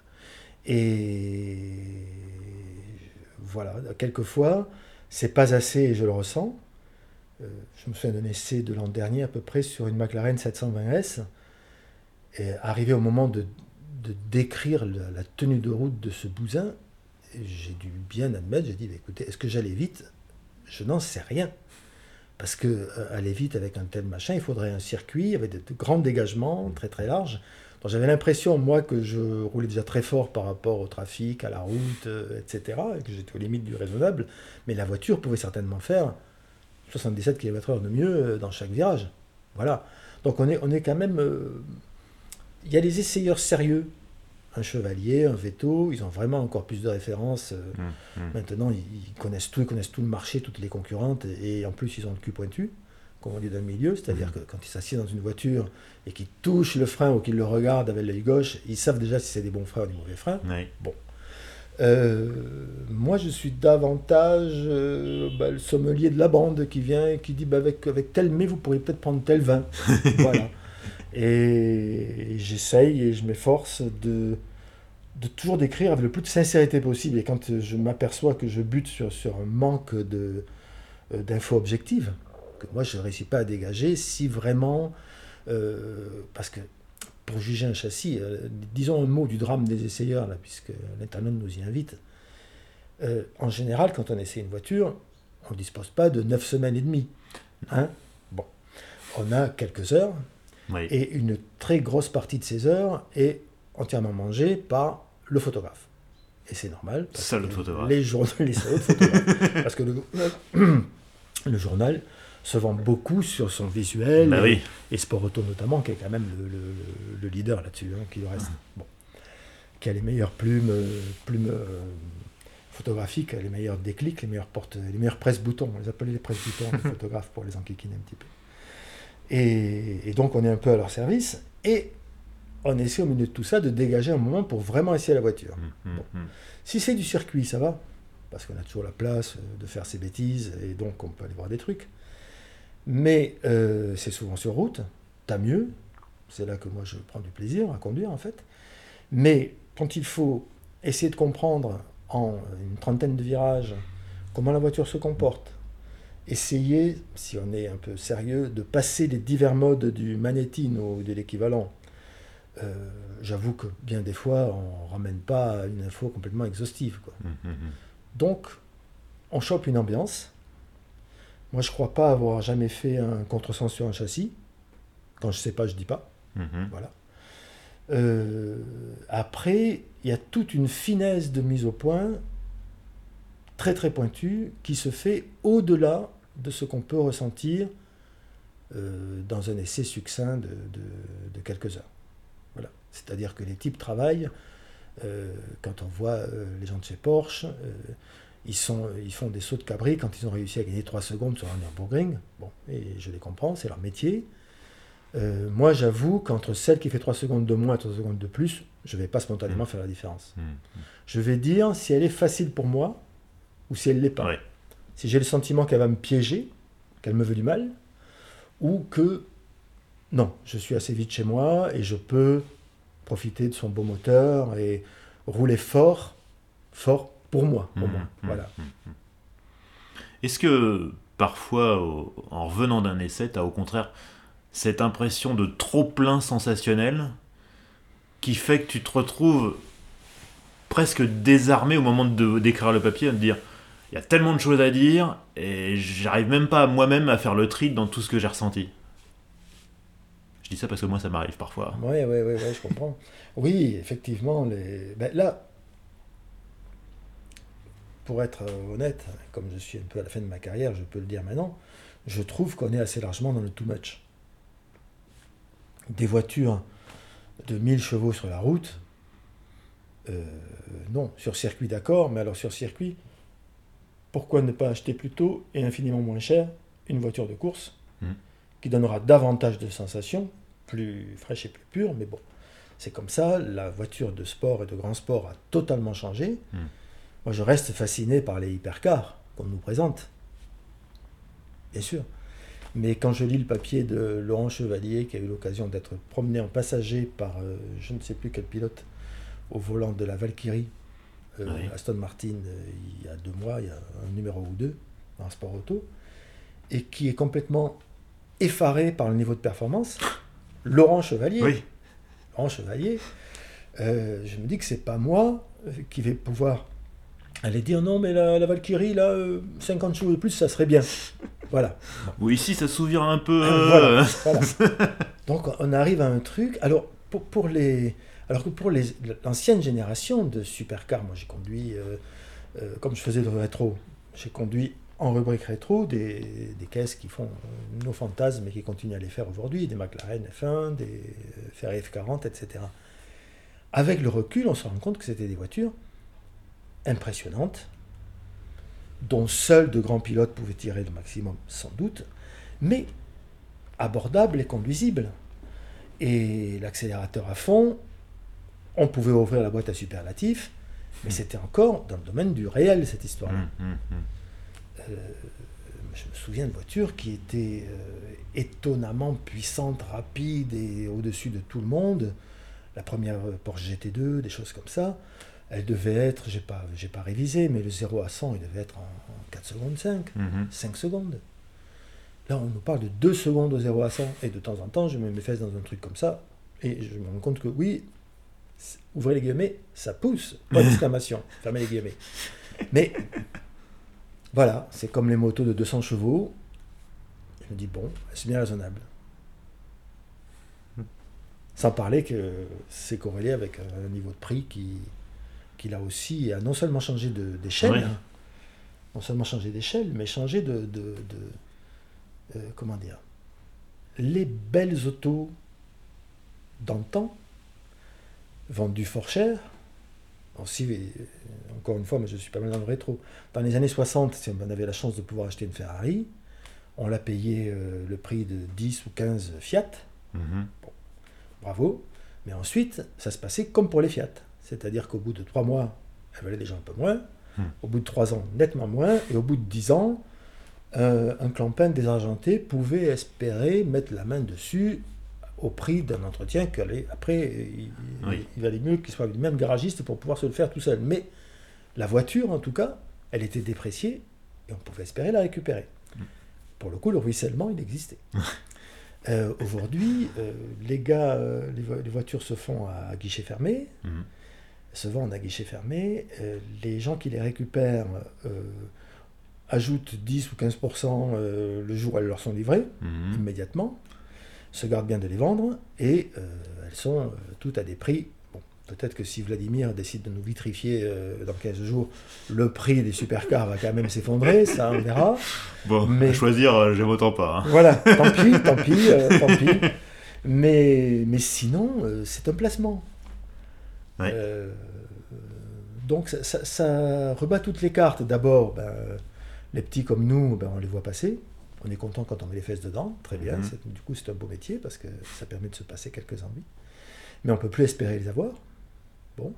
Et voilà, quelquefois, c'est pas assez et je le ressens. Euh, je me souviens d'un essai de l'an dernier à peu près sur une McLaren sept cent vingt S. Et arrivé au moment de, de décrire la, la tenue de route de ce bousin, j'ai dû bien admettre, j'ai dit, bah, écoutez, est-ce que j'allais vite? Je n'en sais rien. Parce que euh, aller vite avec un tel machin, il faudrait un circuit avec de, de grands dégagements, très très larges. Donc j'avais l'impression, moi, que je roulais déjà très fort par rapport au trafic, à la route, euh, et cetera, et que j'étais aux limites du raisonnable. Mais la voiture pouvait certainement faire soixante-dix-sept kilomètres heure de mieux dans chaque virage. Voilà. Donc on est, on est quand même... Euh, il y a des essayeurs sérieux. Un Chevalier, un Vetto, ils ont vraiment encore plus de références. Euh, mmh, mmh. Maintenant, ils, ils connaissent tout, ils connaissent tout le marché, toutes les concurrentes, et, et en plus, ils ont le cul pointu, comme on dit dans le milieu. C'est-à-dire mmh. que quand ils s'assiedent dans une voiture et qu'ils touchent le frein ou qu'ils le regardent avec l'œil gauche, ils savent déjà si c'est des bons freins ou des mauvais freins. Oui. Bon. Euh, moi, je suis davantage euh, bah, le sommelier de la bande qui vient et qui dit bah, avec, avec tel mets, vous pourriez peut-être prendre tel vin. Voilà. Et, et j'essaye et je m'efforce de, de toujours décrire avec le plus de sincérité possible. Et quand je m'aperçois que je bute sur, sur un manque de, euh, d'infos objectives, que moi je ne réussis pas à dégager, si vraiment... Euh, parce que pour juger un châssis, euh, disons un mot du drame des essayeurs, là, puisque l'internaute nous y invite. Euh, en général, quand on essaie une voiture, on ne dispose pas de neuf semaines et demie. Hein bon. On a quelques heures, oui. Et une très grosse partie de ces heures est entièrement mangée par le photographe. Et c'est normal. Parce Seul que le photographe. Les journalistes, les photographes. Parce que le, le journal se vend beaucoup sur son visuel, bah et, oui. et Sport Auto notamment, qui est quand même le, le, le leader là-dessus, hein, qui reste, bon, qui a les meilleures plumes, plumes euh, photographiques, les meilleurs déclics, les meilleures portes, les meilleurs presse-boutons. On les appelait les presse-boutons, les photographes, pour les enquiquiner un petit peu. Et, et donc on est un peu à leur service, et on essaie au milieu de tout ça de dégager un moment pour vraiment essayer la voiture. Mmh, bon. mmh. Si c'est du circuit, ça va, parce qu'on a toujours la place de faire ses bêtises, et donc on peut aller voir des trucs. Mais euh, c'est souvent sur route, t'as mieux, c'est là que moi je prends du plaisir à conduire en fait. Mais quand il faut essayer de comprendre en une trentaine de virages comment la voiture se comporte, essayer, si on est un peu sérieux, de passer les divers modes du magnétine ou de l'équivalent, euh, j'avoue que bien des fois on ne ramène pas une info complètement exhaustive, quoi. Mmh, mmh. Donc on chope une ambiance. Moi, je ne crois pas avoir jamais fait un contresens sur un châssis. Quand je ne sais pas, je ne dis pas. Mmh. Voilà. Euh, après, il y a toute une finesse de mise au point, très très pointue, qui se fait au-delà de ce qu'on peut ressentir euh, dans un essai succinct de, de, de quelques heures. Voilà. C'est-à-dire que les types travaillent, euh, quand on voit euh, les gens de chez Porsche, euh, Ils, sont, ils font des sauts de cabri quand ils ont réussi à gagner trois secondes sur un Nürburgring. Bon, et je les comprends, c'est leur métier. Euh, moi, j'avoue qu'entre celle qui fait trois secondes de moins et trois secondes de plus, je ne vais pas spontanément Mmh. faire la différence. Mmh. Je vais dire si elle est facile pour moi ou si elle ne l'est pas. Ouais. Si j'ai le sentiment qu'elle va me piéger, qu'elle me veut du mal, ou que non, je suis assez vite chez moi et je peux profiter de son beau moteur et rouler fort, fort pour moi, au Mmh. moins. Mmh. Voilà. Mmh. Est-ce que parfois, au- en revenant d'un essai, tu as au contraire cette impression de trop-plein sensationnel qui fait que tu te retrouves presque désarmé au moment de d'écrire le papier, à te dire il y a tellement de choses à dire et j'arrive même pas moi-même à faire le tri dans tout ce que j'ai ressenti. Je dis ça parce que moi ça m'arrive parfois. Oui, oui, oui, ouais, je comprends. Oui, effectivement, les... ben là, pour être euh, honnête, comme je suis un peu à la fin de ma carrière, je peux le dire maintenant, je trouve qu'on est assez largement dans le too much. Des voitures de mille chevaux sur la route, euh, non, sur circuit d'accord, mais alors sur circuit, pourquoi ne pas acheter plus tôt et infiniment moins cher une voiture de course Mm. qui donnera davantage de sensations, plus fraîches et plus pures, mais bon, c'est comme ça, la voiture de sport et de grand sport a totalement changé. Mm. Moi, je reste fasciné par les hypercars qu'on nous présente, bien sûr. Mais quand je lis le papier de Laurent Chevalier, qui a eu l'occasion d'être promené en passager par euh, je ne sais plus quel pilote au volant de la Valkyrie, euh, Oui. Aston Martin, euh, il y a deux mois, il y a un numéro ou deux dans Sport Auto, et qui est complètement effaré par le niveau de performance, Laurent Chevalier, Oui. Laurent Chevalier, euh, je me dis que c'est pas moi euh, qui vais pouvoir aller dire non, mais la, la Valkyrie, là, euh, cinquante chevaux de plus, ça serait bien. Voilà. Oui, ici ça s'ouvre un peu. Euh, voilà, voilà. Donc on arrive à un truc. Alors pour, pour les, alors que pour les, l'ancienne génération de supercars, moi j'ai conduit, euh, euh, comme je faisais de rétro, j'ai conduit en rubrique rétro des, des caisses qui font euh, nos fantasmes et qui continuent à les faire aujourd'hui, des McLaren F un, des Ferrari F quarante, et cetera. Avec le recul, on se rend compte que c'était des voitures impressionnantes, dont seuls de grands pilotes pouvaient tirer le maximum, sans doute, mais abordables et conduisibles. Et l'accélérateur à fond, on pouvait ouvrir la boîte à superlatifs, mais c'était encore dans le domaine du réel, cette histoire-là. Mm, mm, mm. Euh, je me souviens de voitures qui étaient euh, étonnamment puissantes, rapides et au-dessus de tout le monde. La première Porsche G T deux, des choses comme ça. Elle devait être, j'ai pas, j'ai pas révisé, mais le zéro à cent, il devait être en, en quatre secondes cinq, Mhm. cinq secondes. Là, on nous parle de deux secondes au zéro à cent, et de temps en temps, je mets mes fesses dans un truc comme ça, et je me rends compte que oui, ouvrez les guillemets, ça pousse, pas d'exclamation, fermez les guillemets. Mais voilà, c'est comme les motos de deux cents chevaux. Je me dis, bon, c'est bien raisonnable. Sans parler que c'est corrélé avec un niveau de prix qui, qui là aussi a non seulement changé de, d'échelle, Oui. hein, non seulement changé d'échelle, mais changé de, de, de euh, comment dire, les belles autos d'antan, vendues fort cher. Aussi, euh, encore une fois, mais je suis pas mal dans le rétro. Dans les années soixante, si on avait la chance de pouvoir acheter une Ferrari, on l'a payé euh, le prix de dix ou quinze Fiat. Mhm. Bravo. Mais ensuite, ça se passait comme pour les Fiat. C'est-à-dire qu'au bout de trois mois, elle valait déjà un peu moins. Hmm. Au bout de trois ans, nettement moins. Et au bout de dix ans, euh, un clampin désargenté pouvait espérer mettre la main dessus au prix d'un entretien qu'après, il, Oui. il valait mieux qu'il soit avec le même garagiste pour pouvoir se le faire tout seul. Mais la voiture, en tout cas, elle était dépréciée et on pouvait espérer la récupérer. Hmm. Pour le coup, le ruissellement, il existait. Euh, aujourd'hui, euh, les gars, euh, les, vo- les voitures se font à, à guichet fermé, Mhm. se vendent à guichet fermé. Euh, les gens qui les récupèrent euh, ajoutent dix ou quinze pour cent euh, le jour où elles leur sont livrées, Mhm. immédiatement, se gardent bien de les vendre, et euh, elles sont euh, toutes à des prix. Bon, peut-être que si Vladimir décide de nous vitrifier euh, dans quinze jours, le prix des supercars va quand même s'effondrer, ça on verra. Bon, Mais- à choisir, euh, j'aime autant pas. hein. Voilà, tant pis, tant pis, euh, tant pis. Mais, mais sinon, euh, c'est un placement. Ouais. Euh, donc ça, ça- ça rebat toutes les cartes. D'abord, ben, les petits comme nous, ben, on les voit passer. On est content quand on met les fesses dedans, très bien. Mhm. C'est- du coup, c'est un beau métier parce que ça permet de se passer quelques envies. Mais on ne peut plus espérer les avoir. Bon.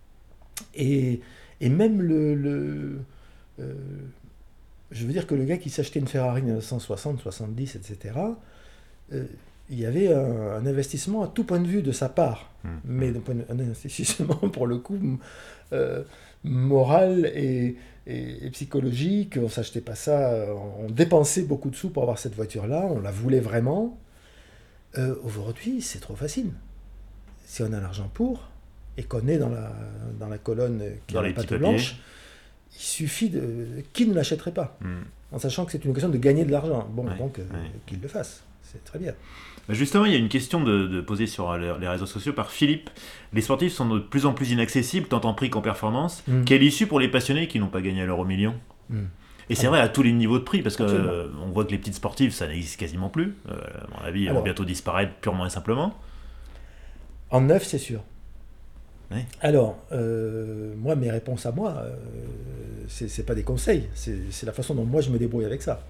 Et, et même le... le euh, je veux dire que le gars qui s'achetait une Ferrari dix-neuf cent soixante, soixante-dix, et cetera, euh, il y avait un, un investissement à tout point de vue de sa part. Mhm. Mais d'un point de- un investissement, pour le coup, euh, moral et, et, et psychologique. On ne s'achetait pas ça. On dépensait beaucoup de sous pour avoir cette voiture-là. On la voulait vraiment. Euh, aujourd'hui, c'est trop facile. Si on a l'argent pour, et qu'on est dans la, dans la colonne qui Dans a la les petits patte papiers. blanche, il suffit de... Qui ne l'achèterait pas? Mhm. En sachant que c'est une question de gagner de l'argent. Bon, Ouais, donc, euh, ouais. qu'il le fasse. C'est très bien. Bah, justement, il y a une question de, de posée sur les, les réseaux sociaux par Philippe. Les sportifs sont de plus en plus inaccessibles, tant en prix qu'en performance. Mm. Quelle issue pour les passionnés qui n'ont pas gagné l'euro million? Mm. Et c'est Ah. vrai à tous les niveaux de prix, parce qu'on Absolument. voit que les petites sportives, ça n'existe quasiment plus. Euh, à mon avis, elles vont Alors. bientôt disparaître purement et simplement. En neuf, c'est sûr. Ouais. Alors, euh, moi, mes réponses à moi, euh, c'est c'est pas des conseils, c'est c'est la façon dont moi je me débrouille avec ça.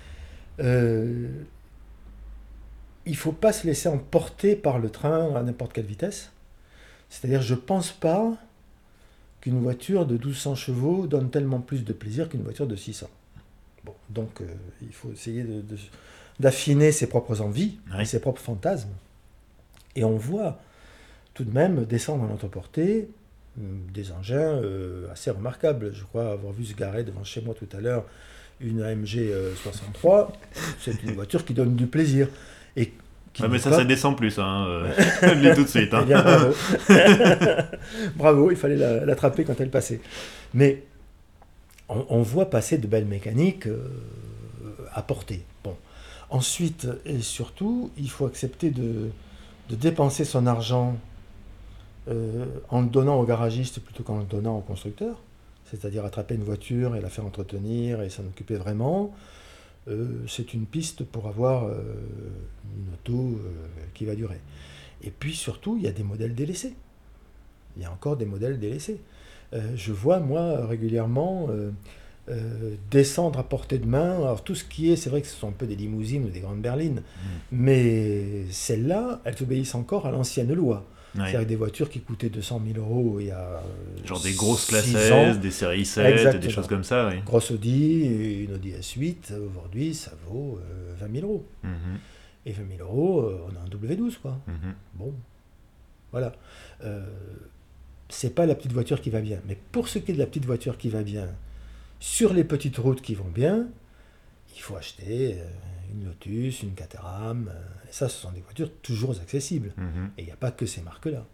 Euh, il faut pas se laisser emporter par le train à n'importe quelle vitesse. C'est-à-dire, je pense pas qu'une voiture de douze cents chevaux donne tellement plus de plaisir qu'une voiture de six cents. Bon, donc, euh, il faut essayer de- de- d'affiner ses propres envies, Ouais. ses propres fantasmes. Et on voit tout de même descendre en autoportée hum, des engins euh, assez remarquables. Je crois avoir vu se garer devant chez moi tout à l'heure une A M G euh, soixante-trois. C'est une voiture qui donne du plaisir. Et qui Ouais, mais n'est ça, pas- ça descend plus. Hein. euh, Je le dis tout de suite. Eh Hein. bien, bravo. Bravo, il fallait la- l'attraper quand elle passait. Mais on, on voit passer de belles mécaniques euh, à portée. Bon. Ensuite, et surtout, il faut accepter de, de dépenser son argent euh, en le donnant au garagiste plutôt qu'en le donnant au constructeur. C'est-à-dire attraper une voiture et la faire entretenir et s'en occuper vraiment. Euh, c'est une piste pour avoir euh, une auto euh, qui va durer. Et puis surtout, il y a des modèles délaissés. Il y a encore des modèles délaissés. Euh, je vois, moi, régulièrement euh, euh, descendre à portée de main. Alors, tout ce qui est, c'est vrai que ce sont un peu des limousines ou des grandes berlines, mais celles-là, elles obéissent encore à l'ancienne loi. Ouais. C'est-à-dire des voitures qui coûtaient deux cent mille euros il y a. euh, Genre des grosses classes six S, ans. des séries sept, Exactement. des choses comme ça. Oui. Grosse Audi, une Audi S huit, aujourd'hui, ça vaut euh, vingt mille euros. Mhm, Et vingt mille euros, euh, on a un W douze, quoi. mhm. Bon, voilà. Euh, c'est pas la petite voiture qui va bien. Mais pour ce qui est de la petite voiture qui va bien, sur les petites routes qui vont bien, il faut acheter euh, une Lotus, une Caterham. euh, et ça, ce sont des voitures toujours accessibles. Mhm. Et il n'y a pas que ces marques-là.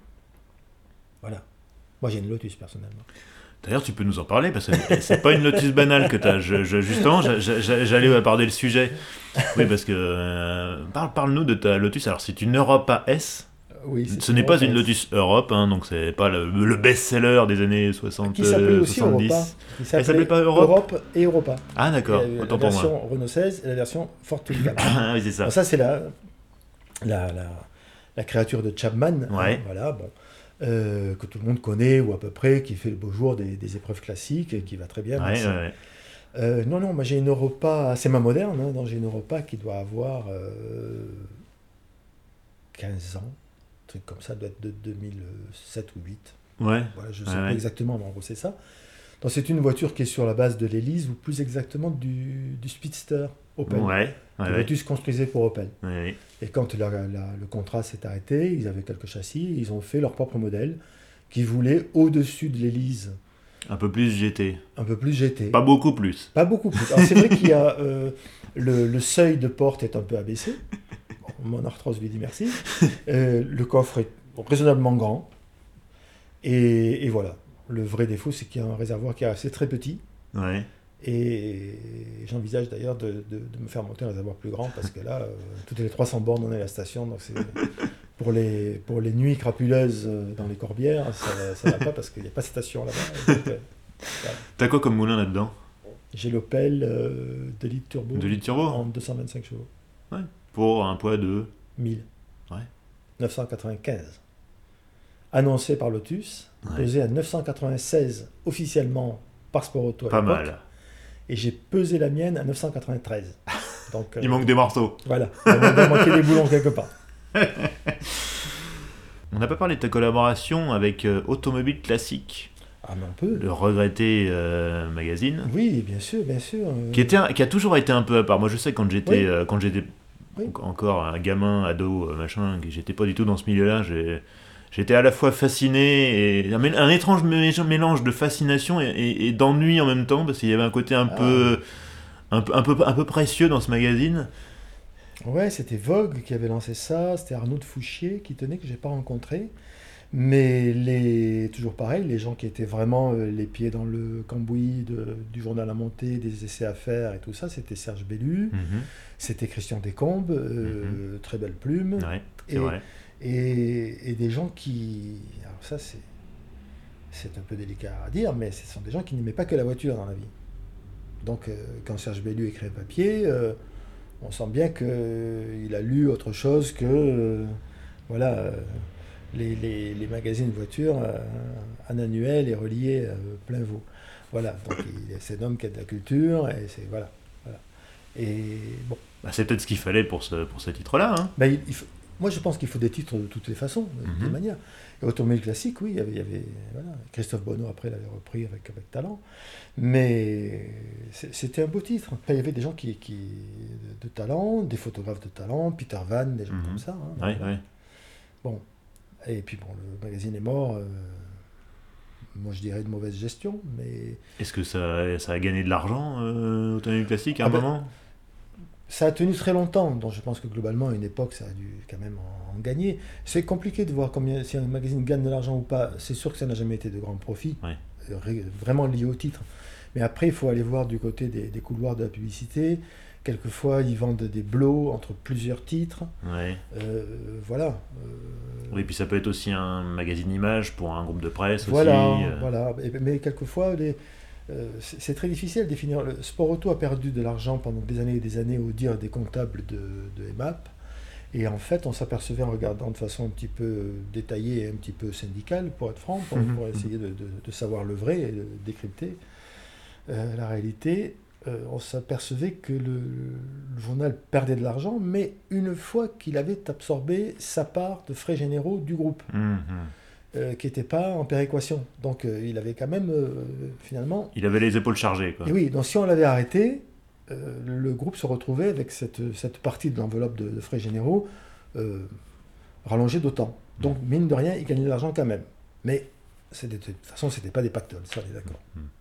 Voilà. Moi, j'ai une Lotus, personnellement. D'ailleurs, tu peux nous en parler, parce que c'est pas une Lotus banale que tu as. Je, je- justement, j'a- j'a- j'allais aborder le sujet. Oui, parce que. euh, parle, parle-nous de ta Lotus. Alors, c'est une Europa S. Oui, c'est Ce n'est pas une Europa. Lotus Europe, hein, donc c'est pas le, le best-seller des années soixante, Qui s'appelait aussi soixante-dix. Europa. Qui Elle s'appelait pas Europe Europe et Europa. Ah, d'accord, Il y a eu autant la pour moi. version Renault seize et la version Ford Twingo. Ah, oui, c'est ça. Alors ça, c'est la, la, la, la créature de Chapman, Ouais. hein, voilà, bon, euh, que tout le monde connaît, ou à peu près, qui fait le beau jour des, des épreuves classiques, et qui va très bien. Ouais, merci. ouais, ouais. Euh, non, non, moi j'ai une Europa, c'est ma moderne, hein, donc j'ai une Europa qui doit avoir euh, quinze ans, un truc comme ça, doit être de deux mille sept ou huit. Ouais. Voilà, je ne sais Ouais, pas ouais. exactement, mais en gros c'est ça. Donc c'est une voiture qui est sur la base de l'Elise, ou plus exactement du, du Speedster Opel. Ouais, Que ouais, ouais. Lotus construisait pour Opel. Ouais, ouais. Et quand la- la- le contrat s'est arrêté, ils avaient quelques châssis, ils ont fait leur propre modèle, qui voulait au-dessus de l'Elise, Un peu plus G T. un peu plus G T. Pas beaucoup plus. Pas beaucoup plus. Alors c'est vrai qu'il y a euh, le, le seuil de porte est un peu abaissé. Bon, mon arthrose lui dit merci. Euh, le coffre est raisonnablement grand. Et, et voilà. Le vrai défaut, c'est qu'il y a un réservoir qui est assez très petit. Ouais. Et j'envisage d'ailleurs de, de- de me faire monter un réservoir plus grand parce que là, euh, toutes les trois cents bornes, on est à la station. Donc c'est pour les, pour les nuits crapuleuses euh, dans les Corbières, ça ne va pas parce qu'il n'y a pas de station là-bas. Donc, euh, T'as quoi comme moulin là-dedans? j'ai l'Opel euh, deux litres turbo deux litres turbo en deux cent vingt-cinq chevaux. Pour un poids de... mille. Ouais. neuf cent quatre-vingt-quinze. Annoncé par Lotus, Ouais. pesé à neuf cent quatre-vingt-seize officiellement par Sport Auto à Pas l'époque, mal. et j'ai pesé la mienne à neuf cent quatre-vingt-treize. Donc, euh, Il manque des morceaux. Voilà, il va manquer des boulons quelque part. On n'a pas parlé de ta collaboration avec euh, Automobile Classique, Ah, mais on peut. le regretté euh, magazine, Oui, bien sûr, bien sûr. euh, qui, était un- qui a toujours été un peu à part. Moi, je sais, quand j'étais Oui. euh, quand j'étais Oui. en- encore un gamin, ado, euh, machin, que j'étais pas du tout dans ce milieu-là, j'ai- j'étais à la fois fasciné et un, mé- un étrange mé- mélange de fascination et, et- et d'ennui en même temps, parce qu'il y avait un côté un Ah. peu, un, peu, un, peu, un peu précieux dans ce magazine. Ouais, c'était Vogue qui avait lancé ça, c'était Arnaud de Fouchier qui tenait, que j'ai pas rencontré. Mais les, toujours pareil, les gens qui étaient vraiment euh, les pieds dans le cambouis de- du journal à monter, des essais à faire et tout ça, c'était Serge Bellu, Mhm. c'était Christian Descombes, euh, très belle plume, Ouais, c'est et, vrai. et, et des gens qui... Alors ça, c'est, c'est un peu délicat à dire, mais ce sont des gens qui n'aimaient pas que la voiture dans la vie. Donc euh, quand Serge Bellu écrit un papier, euh, on sent bien qu'il a lu autre chose que... euh, voilà... euh, les, les, les magazines voitures euh, en annuel et reliés euh, plein veau. Voilà, donc il, c'est un homme qui a de la culture, et c'est... Voilà. voilà. Et bon, Bah, c'est peut-être ce qu'il fallait pour ce, pour ce titre-là. Hein. ben, il, il faut- moi je pense qu'il faut des titres de toutes les façons, de toutes les Mhm. manières. Et Automobile Classique, oui, il y avait, il y avait voilà, Christophe Bonneau après l'avait repris avec, avec talent, mais c'est- c'était un beau titre. Enfin, il y avait des gens qui, qui de, de talent, des photographes de talent, Peter Van, des gens Mhm. comme ça. hein, Ouais, voilà. ouais. Bon, et puis bon, le magazine est mort. euh, moi, je dirais de mauvaise gestion, mais Est-ce que ça, ça a gagné de l'argent, euh, Automobile Classique, à un Ah ben, moment? ça a tenu très longtemps. Donc, je pense que globalement, à une époque, ça a dû quand même en, en gagner. C'est compliqué de voir combien, si un magazine gagne de l'argent ou pas. C'est sûr que ça n'a jamais été de grands profits, Ouais. euh, ré- vraiment liés au titre. Mais après, il faut aller voir du côté des, des couloirs de la publicité. Quelquefois, ils vendent des blots entre plusieurs titres. Ouais. Euh, voilà. Euh, Oui, puis ça peut être aussi un magazine image pour un groupe de presse Voilà, aussi. euh. voilà. Et- mais quelquefois, les, euh, c'est c'est très difficile à définir. Le Sport Auto a perdu de l'argent pendant des années et des années au dire des comptables de, de E M A P. Et en fait, on s'apercevait en regardant de façon un petit peu détaillée et un petit peu syndicale, pour être franc, pour, Mhm. pour essayer de, de- de savoir le vrai et de décrypter euh, la réalité, euh, on s'apercevait que le, le journal perdait de l'argent, mais une fois qu'il avait absorbé sa part de frais généraux du groupe. Mhm. euh, qui n'était pas en péréquation. Donc euh, il avait quand même, euh, finalement... Il avait les épaules chargées, quoi. Et oui, donc si on l'avait arrêté, euh, le groupe se retrouvait avec cette, cette partie de l'enveloppe de, de frais généraux euh, rallongée d'autant. Donc mine de rien, il gagnait de l'argent quand même. Mais c'est des- de toute façon, ce n'était pas des pactoles, ça on est d'accord.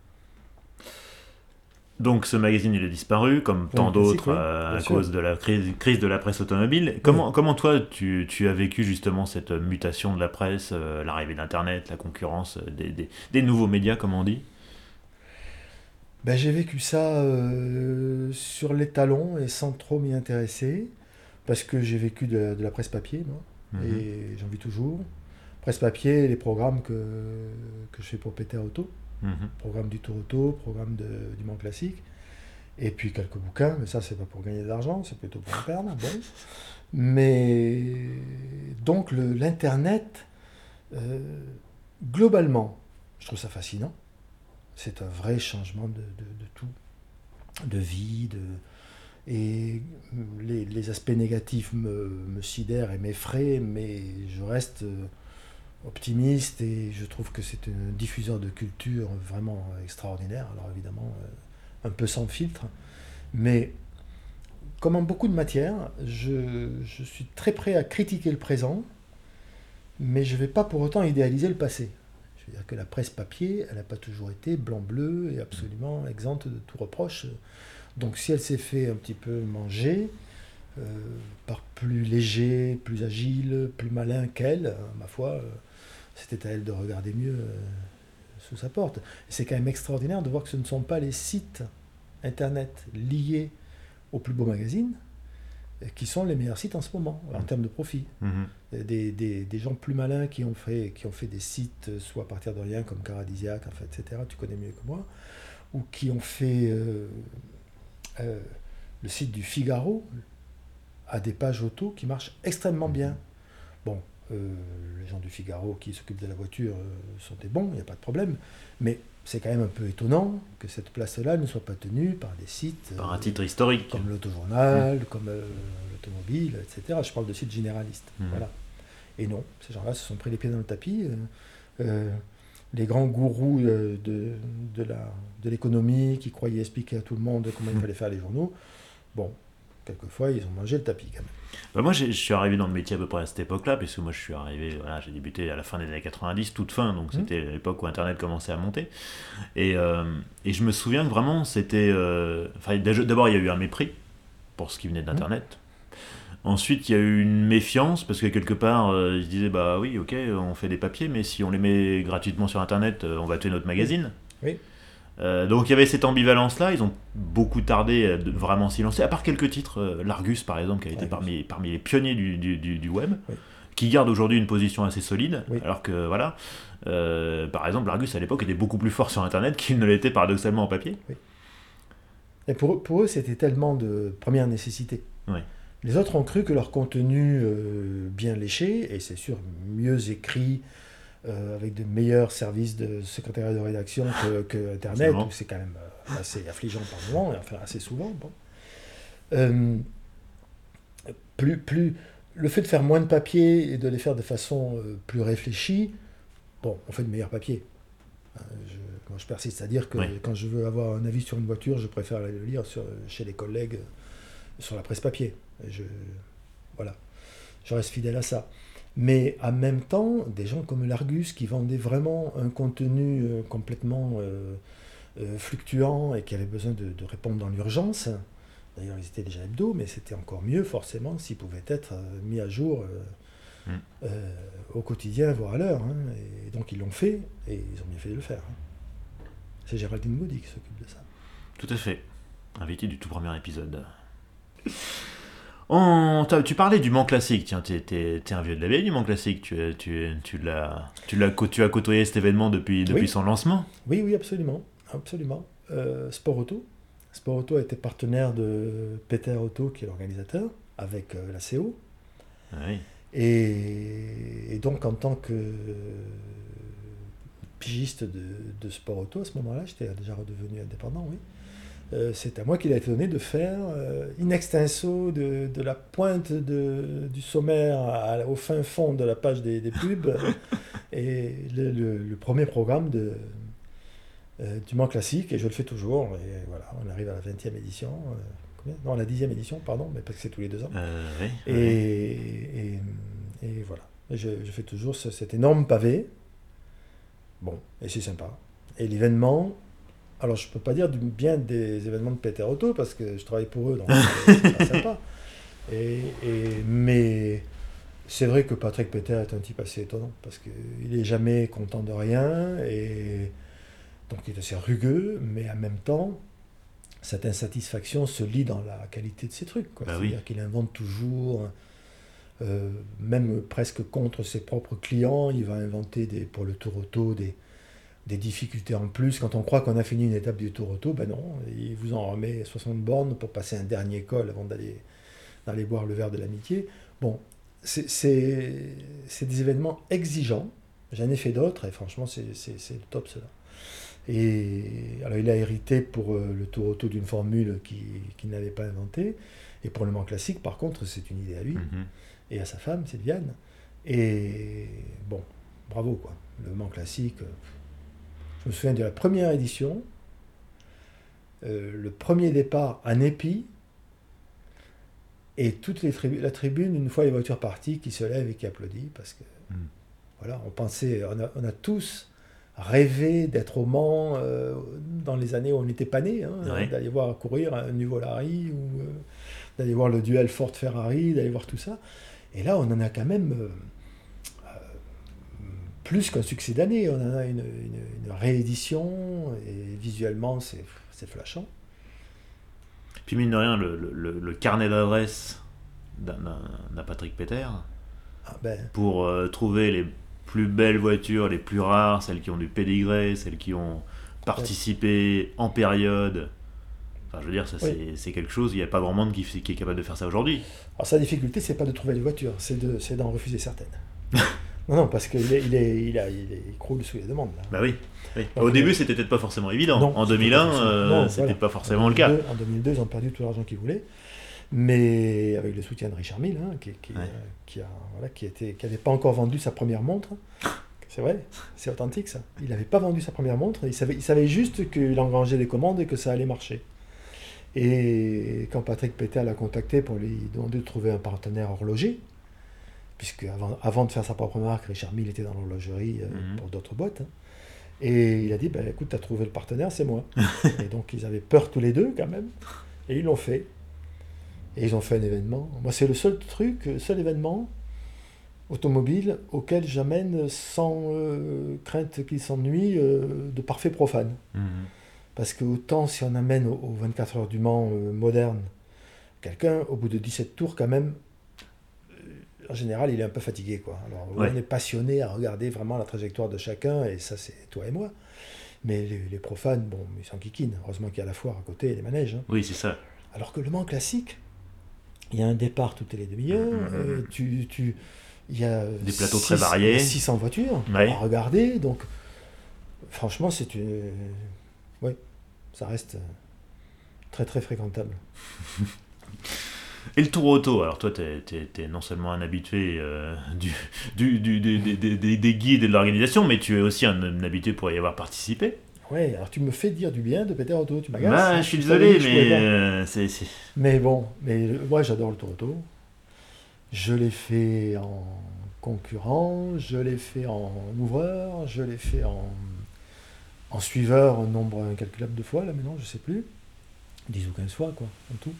Donc ce magazine, il a disparu, comme tant Ouais, classique, d'autres, oui, euh, à bien sûr. cause de la crise, crise de la presse automobile. Comment, comment toi, tu, tu as vécu justement cette mutation de la presse, euh, l'arrivée d'Internet, la concurrence euh, des, des, des nouveaux médias, comme on dit? Ben, j'ai vécu ça euh, sur les talons et sans trop m'y intéresser, parce que j'ai vécu de, de la presse papier, moi, Mhm. et j'en vis toujours. Presse papier, les programmes que, que je fais pour Péter Auto, Mhm. programme du Tour Auto, programme de, du Mans Classique, et puis quelques bouquins, mais ça c'est pas pour gagner de l'argent, c'est plutôt pour en perdre. Bon. Mais donc le- l'Internet, euh, globalement, je trouve ça fascinant. C'est un vrai changement de, de- de tout, de vie, de... et les, les aspects négatifs me, me sidèrent et m'effraient, mais je reste euh, optimiste et je trouve que c'est un diffuseur de culture vraiment extraordinaire. Alors évidemment, euh, un peu sans filtre, mais comme en beaucoup de matières, je, je suis très prêt à critiquer le présent, mais je ne vais pas pour autant idéaliser le passé. Je veux dire que la presse papier, elle n'a pas toujours été blanc-bleu et absolument exempte de tout reproche. Donc si elle s'est fait un petit peu manger euh, par plus léger, plus agile, plus malin qu'elle, euh, ma foi, euh, c'était à elle de regarder mieux euh, sous sa porte. Et c'est quand même extraordinaire de voir que ce ne sont pas les sites internet liés aux plus beaux magazines euh, qui sont les meilleurs sites en ce moment, en termes de profit. Mhm. Des, des, des gens plus malins qui ont fait, qui ont fait des sites, euh, soit à partir de rien, comme Caradisiac, en fait, et cetera, tu connais mieux que moi, ou qui ont fait euh, euh, le site du Figaro, a des pages auto qui marchent extrêmement bien. Bon, euh, les gens du Figaro qui s'occupent de la voiture euh, sont des bons, il n'y a pas de problème. Mais c'est quand même un peu étonnant que cette place-là ne soit pas tenue par des sites... Par euh, un titre historique. Comme l'autojournal, mmh. comme euh, l'automobile, et cetera. Je parle de sites généralistes. Mmh. Voilà. Et non, ces gens-là se sont pris les pieds dans le tapis. Euh, euh, les grands gourous de, de, de, la, de l'économie qui croyaient expliquer à tout le monde comment mmh. il fallait faire les journaux, bon, quelquefois, ils ont mangé le tapis quand même. Bah moi, je suis arrivé dans le métier à peu près à cette époque-là, puisque moi, je suis arrivé, voilà, j'ai débuté à la fin des années quatre-vingt-dix, toute fin, donc mmh. c'était l'époque où Internet commençait à monter. Et, euh, et je me souviens que vraiment, c'était... Euh, d'abord, il y a eu un mépris pour ce qui venait d'Internet. Mmh. Ensuite, il y a eu une méfiance, parce que quelque part, euh, ils se disaient, bah oui, ok, on fait des papiers, mais si on les met gratuitement sur Internet, on va tuer notre magazine. Oui. Euh, donc il y avait cette ambivalence-là, ils ont beaucoup tardé à vraiment s'y lancer, à part quelques titres, euh, l'Argus par exemple, qui a été parmi, parmi les pionniers du, du, du, du web, oui. qui garde aujourd'hui une position assez solide, oui. alors que voilà, euh, par exemple l'Argus à l'époque était beaucoup plus fort sur Internet qu'il ne l'était paradoxalement en papier. Oui. Et pour, pour eux c'était tellement de première nécessité. Oui. Les autres ont cru que leur contenu euh, bien léché, et c'est sûr mieux écrit, Euh, avec de meilleurs services de secrétariat de rédaction que, que Internet, où c'est quand même euh, assez affligeant par moment, et enfin assez souvent. Bon. Euh, plus, plus, le fait de faire moins de papier et de les faire de façon euh, plus réfléchie, bon, on fait de meilleurs papiers. Euh, je, moi, je persiste à dire que oui. quand je veux avoir un avis sur une voiture, je préfère aller le lire sur, chez les collègues sur la presse papier. Et je, voilà, je reste fidèle à ça. Mais en même temps, des gens comme l'Argus qui vendaient vraiment un contenu euh, complètement euh, euh, fluctuant et qui avaient besoin de, de répondre dans l'urgence. D'ailleurs, ils étaient déjà hebdo, mais c'était encore mieux forcément s'ils pouvaient être euh, mis à jour euh, mm. euh, au quotidien, voire à l'heure. Hein. Et donc ils l'ont fait, et ils ont bien fait de le faire. Hein. C'est Géraldine Gaudy qui s'occupe de ça. Tout à fait. Invité du tout premier épisode. On, tu parlais du Mans Classique, tiens, tu es un vieux de la vieille du Mans Classique, tu, tu, tu, l'as, tu, l'as, tu as côtoyé cet événement depuis, depuis oui. son lancement. Oui, oui, absolument. absolument. Euh, Sport Auto. Sport Auto a été partenaire de Peter Auto, qui est l'organisateur, avec euh, la C O. Oui. Et, et donc, en tant que pigiste de, de Sport Auto, à ce moment-là, j'étais déjà redevenu indépendant, oui. Euh, c'est à moi qu'il a été donné de faire euh, in extenso de, de la pointe de, du sommaire à, au fin fond de la page des, des pubs et le, le, le premier programme de, euh, du Mans Classique, et je le fais toujours. Et voilà, on arrive à la vingtième édition, euh, combien non, à la dixième édition, pardon, mais parce que c'est tous les deux ans. Euh, oui, et, oui. Et, et voilà, et je, je fais toujours ce, cet énorme pavé. Bon, et c'est sympa. Et l'événement. Alors, je ne peux pas dire du bien des événements de Peter Auto, parce que je travaille pour eux, donc c'est pas sympa. Et, et, mais c'est vrai que Patrick Peter est un type assez étonnant, parce qu'il n'est jamais content de rien, et donc il est assez rugueux, mais en même temps, cette insatisfaction se lit dans la qualité de ses trucs. Quoi. Bah C'est-à-dire oui. qu'il invente toujours, euh, même presque contre ses propres clients, il va inventer des, pour le Tour Auto des... des difficultés en plus. Quand on croit qu'on a fini une étape du Tour Auto, ben non, il vous en remet soixante bornes pour passer un dernier col avant d'aller, d'aller boire le verre de l'amitié. Bon, c'est, c'est, c'est des événements exigeants. J'en ai fait d'autres, et franchement, c'est, c'est, c'est le top, cela. Et alors, il a hérité pour euh, le Tour Auto d'une formule qu'il qui n'avait pas inventée, et pour le Mans Classique, par contre, c'est une idée à lui, mm-hmm. et à sa femme, Sylviane. Et bon, bravo, quoi. Le Mans Classique... Euh, je me souviens de la première édition, euh, le premier départ en épi, et toute les tribu- la tribune, une fois les voitures parties, qui se lève et qui applaudit, parce que, mm. voilà, on pensait, on a, on a tous rêvé d'être au Mans euh, dans les années où on n'était pas né, hein, ouais. d'aller voir courir un Nuvolari, ou euh, d'aller voir le duel Ford-Ferrari, d'aller voir tout ça. Et là, on en a quand même... Euh, plus qu'un succès d'année, on en a une, une, une réédition, et visuellement, c'est, c'est flashant. Puis mine de rien, le, le, le carnet d'adresse d'un, d'un Patrick Peter, ah ben. pour euh, trouver les plus belles voitures, les plus rares, celles qui ont du pédigré, celles qui ont participé ouais. en période... Enfin, je veux dire, ça, oui. c'est, c'est quelque chose, il n'y a pas grand monde qui, qui est capable de faire ça aujourd'hui. Alors sa difficulté, c'est pas de trouver les voitures, c'est, de, c'est d'en refuser certaines. Non, non, parce qu'il est, il est, il a, il est, il croule sous les demandes. Là. Bah oui. oui. Donc, Au début, euh, c'était peut-être pas forcément évident. Non, en c'était deux mille un, pas forcément- euh, non, c'était voilà. pas forcément En le cas. deux mille deux, En deux mille deux, ils ont perdu tout l'argent qu'ils voulaient, mais avec le soutien de Richard Mille, hein, qui, qui, Ouais. euh, qui a, voilà, qui était, qui n'avait pas encore vendu sa première montre. C'est vrai, c'est authentique ça. Il n'avait pas vendu sa première montre. Il savait, il savait juste qu'il engrangeait des commandes et que ça allait marcher. Et quand Patrick Pétain l'a contacté pour lui demander de trouver un partenaire horloger, puisque avant, avant de faire sa propre marque, Richard Mille était dans l'horlogerie euh, Mhm. pour d'autres boîtes. hein. Et il a dit, ben, écoute, tu as trouvé le partenaire, c'est moi. Et donc ils avaient peur tous les deux quand même. Et ils l'ont fait. Et ils ont fait un événement. Moi, c'est le seul truc, le seul événement automobile auquel j'amène sans euh, crainte qu'il s'ennuie euh, de parfait profane. Mhm. Parce que autant si on amène au, au vingt-quatre heures du Mans euh, moderne, quelqu'un, au bout de dix-sept tours, quand même, euh, en général, il est un peu fatigué. Quoi. Alors, Ouais. on est passionné à regarder vraiment la trajectoire de chacun, et ça, c'est toi et moi. Mais les, les profanes, bon, ils s'en kikinent. Heureusement qu'il y a la foire à côté et les manèges. hein. Oui, c'est ça. Alors que le Mans classique, il y a un départ toutes les demi-heures, Mhm. euh, tu, tu, il y a Des plateaux six- très variés. six cents voitures Ouais. à regarder, donc franchement, c'est une... Oui, ça reste euh, très très fréquentable. Et le tour auto, alors toi, t'es, t'es- t'es non seulement un habitué euh, du, du, du- des- des- des- des- des guides et de l'organisation, mais tu es aussi un, un habitué pour y avoir participé. Ouais, alors tu me fais dire du bien de Peter Otto, tu m'agaces. Bah, hein, je suis tu désolé, savais que je pouvais mais pas. euh, c'est, c'est- Mais bon, mais euh, moi j'adore le tour auto. Je l'ai fait en concurrent, je l'ai fait en ouvreur, je l'ai fait en, en suiveur un nombre incalculable de fois, là maintenant, je sais plus. dix ou quinze fois, quoi, en tout.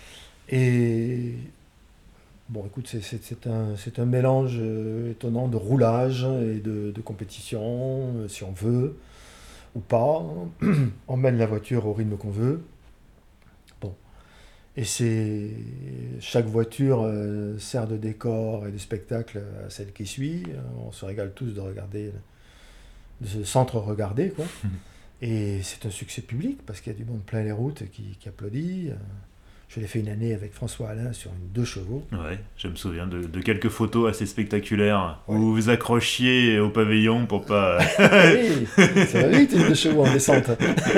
Et bon, écoute, c'est, c'est, c'est un, c'est un mélange euh, étonnant de roulage et de, de compétition, euh, si on veut, ou pas. On mène la voiture au rythme qu'on veut. Bon. Et c'est chaque voiture euh, sert de décor et de spectacle à celle qui suit. On se régale tous de regarder, de se s'entre-regarder, quoi. Et c'est un succès public parce qu'il y a du monde plein les routes qui, qui applaudit. Je l'ai fait une année avec François Alain sur une deux chevaux. Ouais, je me souviens de, de quelques photos assez spectaculaires Ouais. où vous vous accrochiez au pavillon pour pas. Oui, ça va vite une deux chevaux en descente.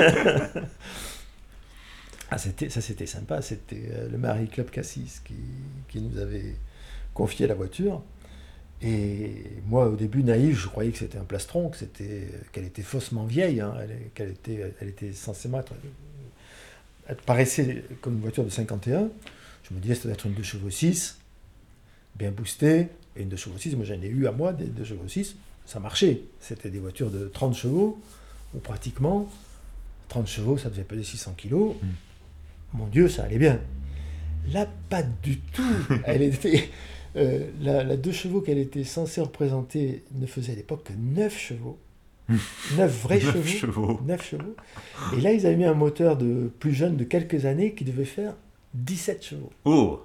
Ah, c'était, ça c'était sympa. C'était euh, le Mari Club Cassis qui, qui nous avait confié la voiture. Et moi, au début, naïf, je croyais que c'était un plastron, que c'était, qu'elle était faussement vieille, hein, elle, qu'elle était, elle était censément être, elle paraissait comme une voiture de cinquante et un. Je me disais, ça doit être une deux chevaux six, bien boostée, et une deux chevaux six, moi j'en ai eu à moi, des deux chevaux six, ça marchait. C'était des voitures de trente chevaux, ou pratiquement, trente chevaux, ça devait peser six cents kilos. Mm. Mon Dieu, ça allait bien. Là, pas du tout. Elle était... Euh, la, la deux chevaux qu'elle était censée représenter ne faisait à l'époque que neuf chevaux. neuf vrais Neuf chevaux. chevaux. neuf chevaux. Et là, ils avaient mis un moteur de plus jeune de quelques années qui devait faire dix-sept chevaux. Oh,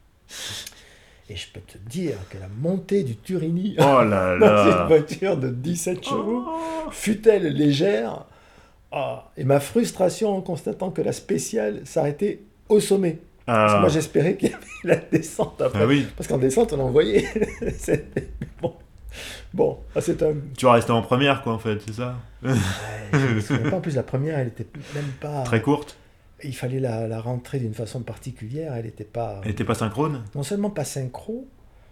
Et je peux te dire que la montée du Turini oh là dans une là. voiture de dix-sept chevaux, Oh. fut-elle légère? Ah, et ma frustration en constatant que la spéciale s'arrêtait au sommet. Parce que Ah. moi, j'espérais qu'il y avait la descente après. Ah oui, Parce qu'en descente, on en voyait. C'était- bon, bon ah, c'est un... tu vas rester en première, quoi, en fait, c'est ça. Ouais, je me souviens pas. En plus, la première, elle était même pas... Très courte. Il fallait la, la rentrer d'une façon particulière. Elle n'était pas... Elle était pas synchrone. Non seulement pas synchro,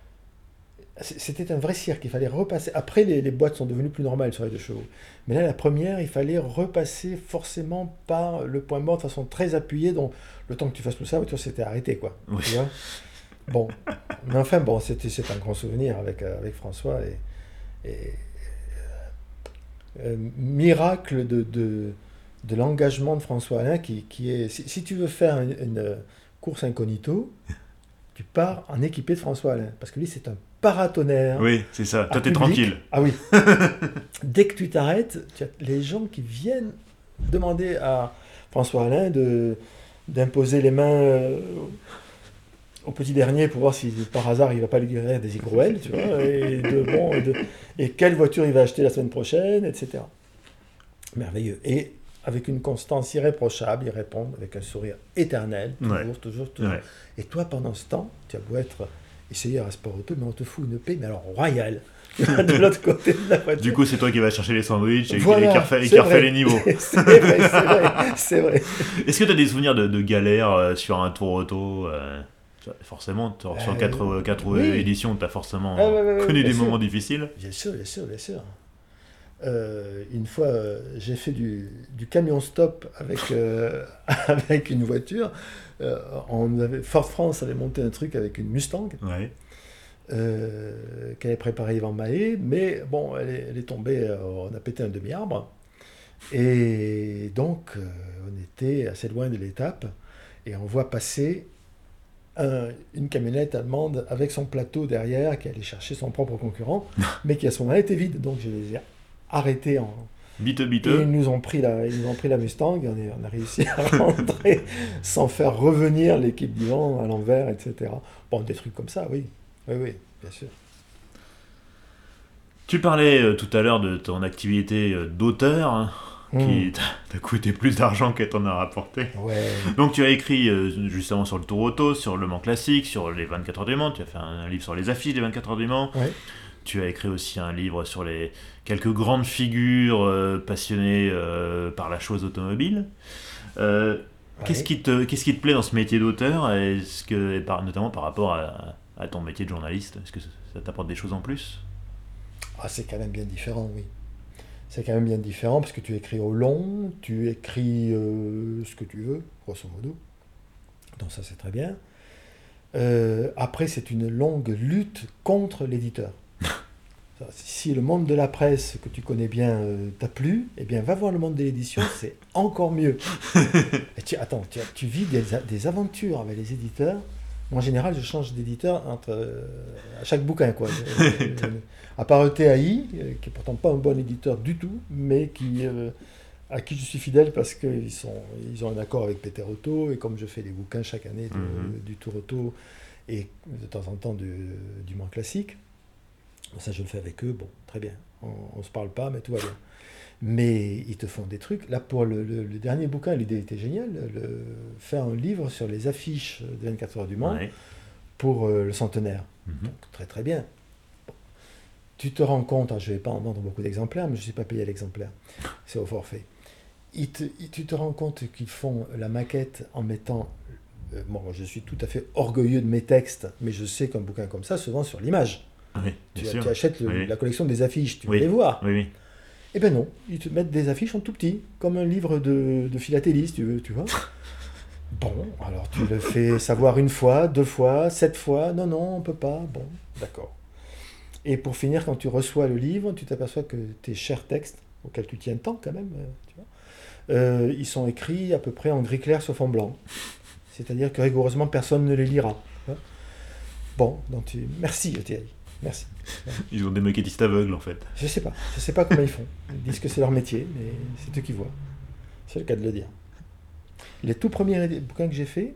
c- c'était un vrai cirque. Il fallait repasser... Après, les, les boîtes sont devenues plus normales sur les deux chevaux. Mais là, la première, il fallait repasser forcément par le point mort de façon très appuyée. Donc, le temps que tu fasses tout ça, la voiture s'était arrêtée, quoi. Oui. Tu vois. Bon, mais enfin, bon, c'était, c'est un grand souvenir avec, euh, avec François. Et, et, euh, miracle de, de, de l'engagement de François Alain qui, qui est... Si, si tu veux faire une, une course incognito, tu pars en équipé de François Alain. Parce que lui, c'est un paratonnerre. Oui, c'est ça. Toi, à t'es public. tranquille. Ah oui. Dès que tu t'arrêtes, tu as les gens qui viennent demander à François Alain de, d'imposer les mains euh, au petit dernier pour voir si par hasard il ne va pas lui guérir des hygroëls, tu vois, et, de, bon, et, de, et quelle voiture il va acheter la semaine prochaine, et cetera. Merveilleux. Et avec une constance irréprochable, ils répondent avec un sourire éternel, toujours, Ouais. toujours, toujours. Ouais. Et toi, pendant ce temps, tu as beau être essayer à Sport Auto, mais on te fout une paix, mais alors royale, de l'autre côté de la voiture. Du coup, c'est toi qui vas chercher les sandwichs et Voilà, qui refait, c'est qui refait vrai. les niveaux. C'est vrai, c'est vrai, c'est vrai. Est-ce que tu as des souvenirs de, de galères euh, sur un tour auto euh, Forcément, sur Euh, quatre, quatre oui. éditions, tu as forcément Ah, ouais, ouais, ouais, connu bien des sûr. moments difficiles. Bien sûr, bien sûr, bien sûr. Euh, une fois, euh, j'ai fait du, du camion stop avec, euh, avec une voiture. Euh, on avait, Ford France avait monté un truc avec une Mustang Ouais. euh, qu'elle avait préparée Yvan Mahé, mais bon, elle est, elle est tombée, euh, on a pété un demi-arbre. Et donc, euh, on était assez loin de l'étape, et on voit passer un- une camionnette allemande avec son plateau derrière qui allait chercher son propre concurrent, mais qui à ce moment-là était vide. Donc je les ai arrêtés en... Biteux, Et ils biteux. nous ont pris la, ils nous ont pris la Mustang, et on, est- on a réussi à rentrer sans faire revenir l'équipe d'Yvan à l'envers, et cetera. Bon, des trucs comme ça, oui. Oui, oui, bien sûr. Tu parlais euh, tout à l'heure de ton activité euh, d'auteur, hein, qui Hmm. t'a t'a coûté plus d'argent qu'elle t'en a rapporté. Ouais. Donc tu as écrit euh, justement sur le Tour Auto, sur le Mans Classique, sur les vingt-quatre heures du Mans, tu as fait un, un livre sur les affiches des vingt-quatre heures du Mans, Ouais. tu as écrit aussi un livre sur les quelques grandes figures euh, passionnées euh, par la chose automobile. Euh, qu'est-ce, Ouais. qui te, qu'est-ce qui te plaît dans ce métier d'auteur, est-ce que, et par, notamment par rapport à, à ton métier de journaliste? Est-ce que ça, ça t'apporte des choses en plus? Ah, c'est quand même bien différent, oui. C'est quand même bien différent parce que tu écris au long, tu écris euh, ce que tu veux, grosso modo. Donc ça, c'est très bien. Euh, après, c'est une longue lutte contre l'éditeur. Ça, Si le monde de la presse que tu connais bien euh, t'a plu, eh bien va voir le monde de l'édition, c'est encore mieux. Et tu, attends, tu, tu vis des, a- des aventures avec les éditeurs. Moi, en général, je change d'éditeur entre, euh, à chaque bouquin, quoi. Je- je- à part E T A I, euh, qui est pourtant pas un bon éditeur du tout, mais qui, euh, à qui je suis fidèle parce qu'ils sont, ils ont un accord avec Peter Otto, et comme je fais des bouquins chaque année de- Mhm. du Tour Auto et de temps en temps du, du Mans Classique, ça je le fais avec eux, bon, très bien. On, on se parle pas, mais tout va bien. Mais ils te font des trucs. Là, pour le, le- le dernier bouquin, l'idée était géniale, le- faire un livre sur les affiches de vingt-quatre heures du Mans Ouais. pour euh, le centenaire. Mhm. Donc, très très bien. Tu te rends compte, hein, je ne vais pas en vendre beaucoup d'exemplaires, mais je ne suis pas payé à l'exemplaire, c'est au forfait. Ils te- ils- tu te rends compte qu'ils font la maquette en mettant... euh, bon, je suis tout à fait orgueilleux de mes textes, mais je sais qu'un bouquin comme ça se vend sur l'image. Oui, Tu, bien sûr. tu achètes le- Oui. la collection des affiches, tu veux Oui. les voir. Oui, oui. Eh ben non, ils te mettent des affiches en tout petit, comme un livre de, de philatélie, si tu veux, tu vois. Bon, alors tu le fais savoir une fois, deux fois, sept fois. Non, non, on peut pas. Bon, d'accord. Et pour finir, quand tu reçois le livre, tu t'aperçois que tes chers textes, auxquels tu tiens tant quand même, euh, tu vois, euh, ils sont écrits à peu près en gris clair sur fond blanc. C'est-à-dire que rigoureusement, personne ne les lira. tu vois. Bon, donc tu... merci, Thierry. Merci. Ils ont des maquettistes aveugles en fait. Je sais pas. Je sais pas comment ils font. Ils disent que c'est leur métier, mais c'est eux qui voient. C'est le cas de le dire. Les tout premiers édi- bouquins que j'ai faits,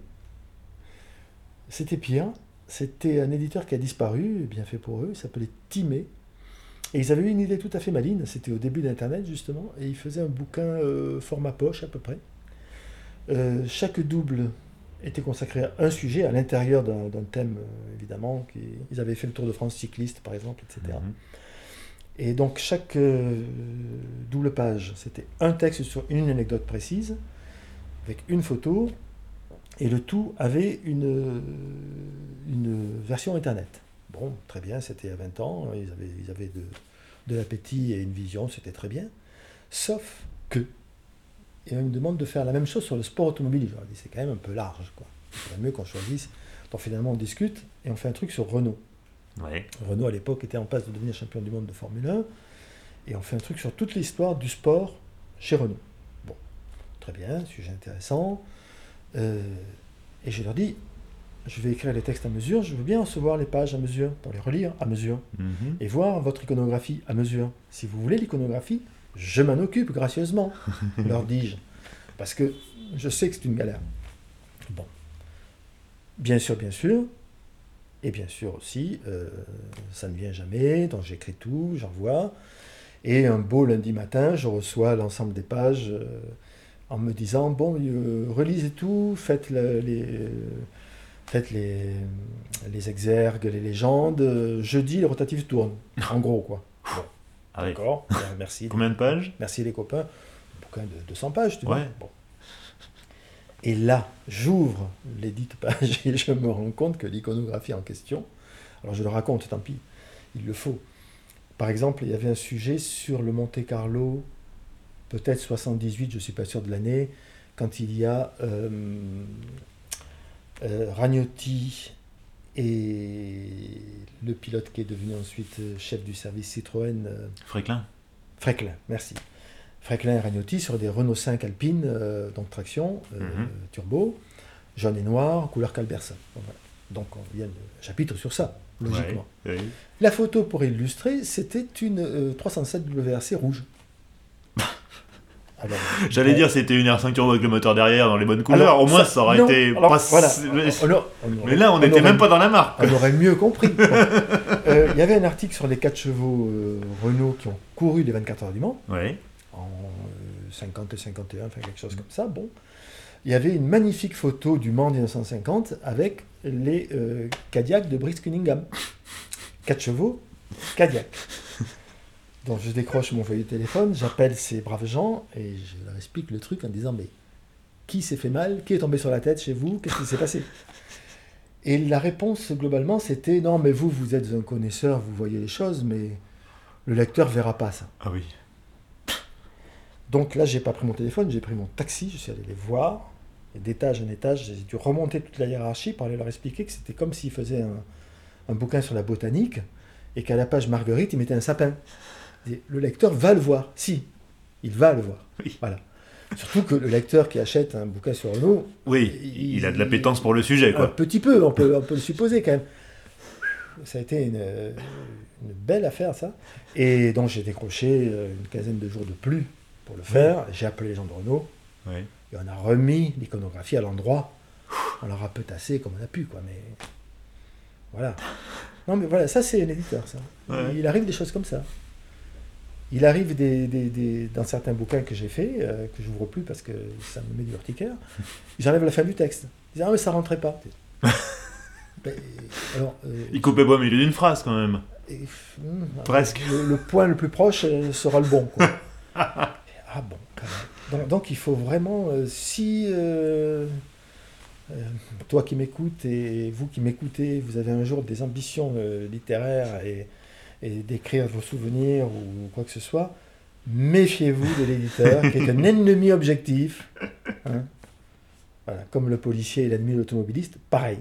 c'était pire. C'était un éditeur qui a disparu, bien fait pour eux, il s'appelait Timé. Et ils avaient eu une idée tout à fait maligne, c'était au début d'Internet justement, et ils faisaient un bouquin euh, format poche à peu près. Euh, chaque double était consacré à un sujet, à l'intérieur d'un d'un thème euh, évidemment. Qui, ils avaient fait le Tour de France cycliste par exemple, et cetera. Mhm. Et donc chaque euh, double page, c'était un texte sur une anecdote précise, avec une photo, et le tout avait une, une version internet. Bon, très bien, c'était il y a vingt ans, ils avaient, ils avaient de, de l'appétit et une vision, c'était très bien. Sauf que, et on me demande de faire la même chose sur le sport automobile. Je leur dis, c'est quand même un peu large, quoi. Il faudrait mieux qu'on choisisse. Donc finalement, on discute et on fait un truc sur Renault. Ouais. Renault, à l'époque, était en passe de devenir champion du monde de Formule un. Et on fait un truc sur toute l'histoire du sport chez Renault. Bon, très bien, sujet intéressant. Euh, et je leur dis, je vais écrire les textes à mesure, je veux bien recevoir les pages à mesure, pour les relire à mesure, Mhm. et voir votre iconographie à mesure. Si vous voulez l'iconographie, je m'en occupe gracieusement, leur dis-je. Parce que je sais que c'est une galère. Bon. Bien sûr, bien sûr. Et bien sûr aussi, euh, ça ne vient jamais, donc j'écris tout, j'envoie. Et un beau lundi matin, je reçois l'ensemble des pages euh, en me disant, bon, euh, relisez tout, faites, le- les, euh, peut-être les, les exergues, les légendes. Jeudi, le rotatif tourne, en gros, quoi. Bon, Ah oui. d'accord, bien, merci. Combien de pages? Merci les copains. Un bouquin de deux cents pages, tu vois. Ouais. Bon. Et là, j'ouvre les dites pages et je me rends compte que l'iconographie en question, alors je le raconte, tant pis, il le faut. Par exemple, il y avait un sujet sur le Monte Carlo, peut-être soixante-dix-huit, je ne suis pas sûr de l'année, quand il y a euh, euh, Ragnotti et le pilote qui est devenu ensuite chef du service Citroën. Euh, Fréclin. Fréclin, merci. Fréclin et Ragnotti sur des Renault cinq Alpine, euh, donc traction, euh, Mhm. turbo, jaune et noir, couleur Calbersa. Bon, voilà. Donc il y a un chapitre sur ça, logiquement. Ouais, oui. La photo pour illustrer, c'était une euh, trois cent sept W R C rouge. Alors, J'allais bon, dire c'était une R cinq Turbo avec le moteur derrière dans les bonnes couleurs, alors, au moins ça, aurait non, été alors, pas... voilà. Mais, On- on- on- mais là on on n'était aurait- même pas dans la marque. On aurait mieux compris. Bon. Euh, Il y avait un article sur les quatre chevaux euh, Renault qui ont couru les vingt-quatre heures du Mans, Ouais. en euh, cinquante cinquante et un, enfin quelque chose comme ça. Bon. Il y avait une magnifique photo du Mans mille neuf cent cinquante avec les euh, Cadillac de Brice Cunningham. quatre chevaux, Cadillac. Donc je décroche mon feuille de téléphone, j'appelle ces braves gens et je leur explique le truc en disant mais qui s'est fait mal? Qui est tombé sur la tête chez vous? Qu'est-ce qui s'est passé? Et la réponse globalement c'était non mais vous vous êtes un connaisseur, vous voyez les choses mais le lecteur verra pas ça. Ah oui. Donc là j'ai pas pris mon téléphone, j'ai pris mon taxi, je suis allé les voir et d'étage en étage j'ai dû remonter toute la hiérarchie pour aller leur expliquer que c'était comme s'ils faisaient un, un bouquin sur la botanique et qu'à la page Marguerite ils mettaient un sapin. Et le lecteur va le voir, si, il va le voir. Oui. Voilà. Surtout que le lecteur qui achète un bouquin sur Renault, Oui, il- il a de l'appétence pour le sujet, un quoi. petit peu, on peut, on peut le supposer quand même. Ça a été une, une belle affaire, ça. Et donc j'ai décroché une quinzaine de jours de plus pour le faire. J'ai appelé les gens de Renault Ouais. et on a remis l'iconographie à l'endroit. On leur a petassé comme on a pu, quoi. Mais voilà. Non, mais voilà, ça c'est un éditeur, ça. Ouais. Il arrive des choses comme ça. Il arrive des, des, des- dans certains bouquins que j'ai faits, euh, que j'ouvre plus parce que ça me met du urticaire, j'enlève la fin du texte. Ils disent ah mais ça rentrait pas. Ben, alors, euh, Il coupait pas au milieu d'une phrase, quand même. et, hum, Presque. Le, le point le plus proche euh, sera le bon. Quoi. ah bon, quand même. Donc, donc il faut vraiment, euh, si euh, euh, toi qui m'écoutes et vous qui m'écoutez, vous avez un jour des ambitions euh, littéraires et, et d'écrire vos souvenirs ou quoi que ce soit, méfiez-vous de l'éditeur qui est un ennemi objectif. Hein. Voilà, comme le policier est l'ennemi de l'automobiliste, pareil.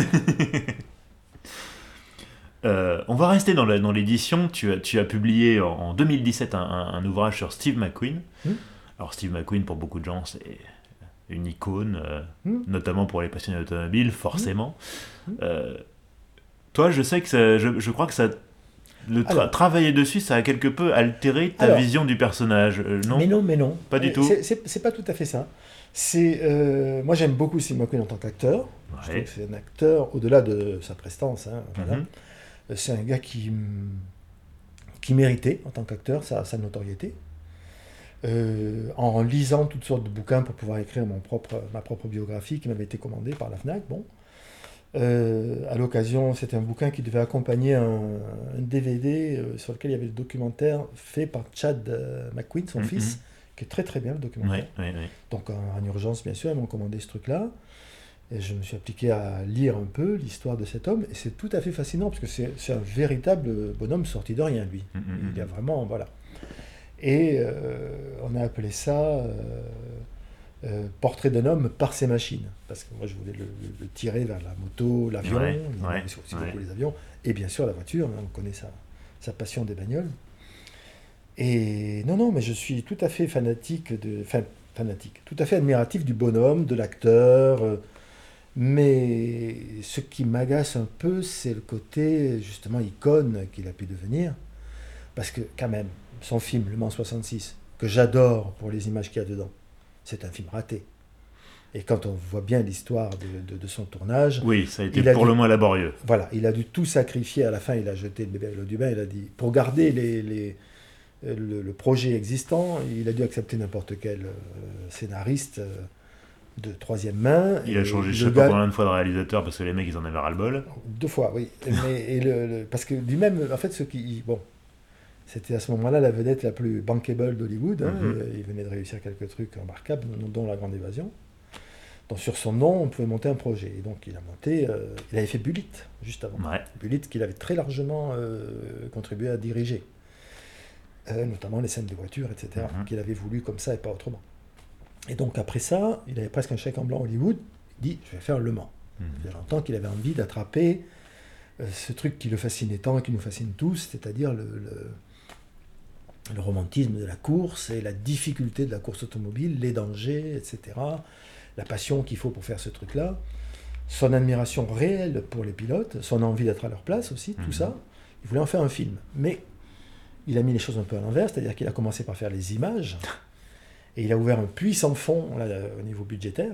Euh, on va rester dans, la- dans l'édition. Tu as, tu as publié en, en deux mille dix-sept un, un- un ouvrage sur Steve McQueen. Hmm. Alors Steve McQueen, pour beaucoup de gens, c'est une icône, euh, Hmm. notamment pour les passionnés d'automobile, forcément. Hmm. Euh, toi, je sais que ça, je, je crois que ça, le tra- Alors. travailler dessus, ça a quelque peu altéré ta Alors. vision du personnage, euh, non? Mais non, mais non. Pas du Euh, tout. C'est, c'est, c'est pas tout à fait ça. C'est, euh, moi, j'aime beaucoup Steve McQueen en tant qu'acteur. Je Ouais. trouve que c'est un acteur, au-delà de sa prestance, hein, voilà. Mhm. Euh, c'est un gars qui, hum, qui méritait, en tant qu'acteur, sa, sa notoriété. Euh, en lisant toutes sortes de bouquins pour pouvoir écrire mon propre, ma propre biographie qui m'avait été commandée par la FNAC. Bon. Euh, à l'occasion, c'était un bouquin qui devait accompagner un, un D V D euh, sur lequel il y avait le documentaire fait par Chad euh, McQueen, son Mhm. fils, qui est très très bien le documentaire. Ouais, ouais, ouais. Donc en, en urgence, bien sûr, ils m'ont commandé ce truc-là. Et je me suis appliqué à lire un peu l'histoire de cet homme. Et c'est tout à fait fascinant, parce que c'est, c'est un véritable bonhomme sorti de rien, lui. Mhm, mhm. Il y a vraiment, voilà. Et euh, on a appelé ça euh, euh, Portrait d'un homme par ses machines. Parce que moi, je voulais le, le- le tirer vers la moto, l'avion, Ouais, il ouais, aimait aussi ouais. beaucoup les avions, et bien sûr la voiture, hein, on connaît sa, sa passion des bagnoles. Et non, non, mais je suis tout à fait fanatique de... Enfin, fanatique, tout à fait admiratif du bonhomme, de l'acteur. euh, mais ce qui m'agace un peu, c'est le côté, justement, icône qu'il a pu devenir. Parce que, quand même, son film, Le Mans soixante-six, que j'adore pour les images qu'il y a dedans, c'est un film raté. Et quand on voit bien l'histoire de, de- de son tournage, Oui, ça a été Il a pour dit- le moins laborieux. voilà, il a dû tout sacrifier. À la fin, il a jeté le bébé avec l'eau du bain. Il a dit, pour garder les, les- le, le projet existant, il a dû accepter n'importe quel euh, scénariste, euh, de troisième main. Il a changé je sais pas combien de fois de réalisateur parce que les mecs ils en avaient ras-le-bol. Deux fois, oui. Mais, et le, le, parce que lui-même, en fait, ce qui. Bon, c'était à ce moment-là la vedette la plus bankable d'Hollywood. Hein, mm-hmm. Il venait de réussir quelques trucs remarquables, dont La Grande Évasion. Donc sur son nom, on pouvait monter un projet. Et donc il a monté. Euh, il avait fait Bullitt juste avant. Ouais. Bullitt qu'il avait très largement euh, contribué à diriger. Euh, notamment les scènes de voiture, et cetera. Mm-hmm. Qu'il avait voulu comme ça et pas autrement. Et donc après ça, il avait presque un chèque en blanc Hollywood, il dit je vais faire Le Mans. Mmh. Il y a longtemps qu'il avait envie d'attraper euh, ce truc qui le fascinait tant et qui nous fascine tous, c'est-à-dire le, le, le romantisme de la course et la difficulté de la course automobile, les dangers, et cetera. La passion qu'il faut pour faire ce truc-là, son admiration réelle pour les pilotes, son envie d'être à leur place aussi, mmh. tout ça. Il voulait en faire un film. Mais il a mis les choses un peu à l'envers, c'est-à-dire qu'il a commencé par faire les images. Et il a ouvert un puits sans fond là, au niveau budgétaire.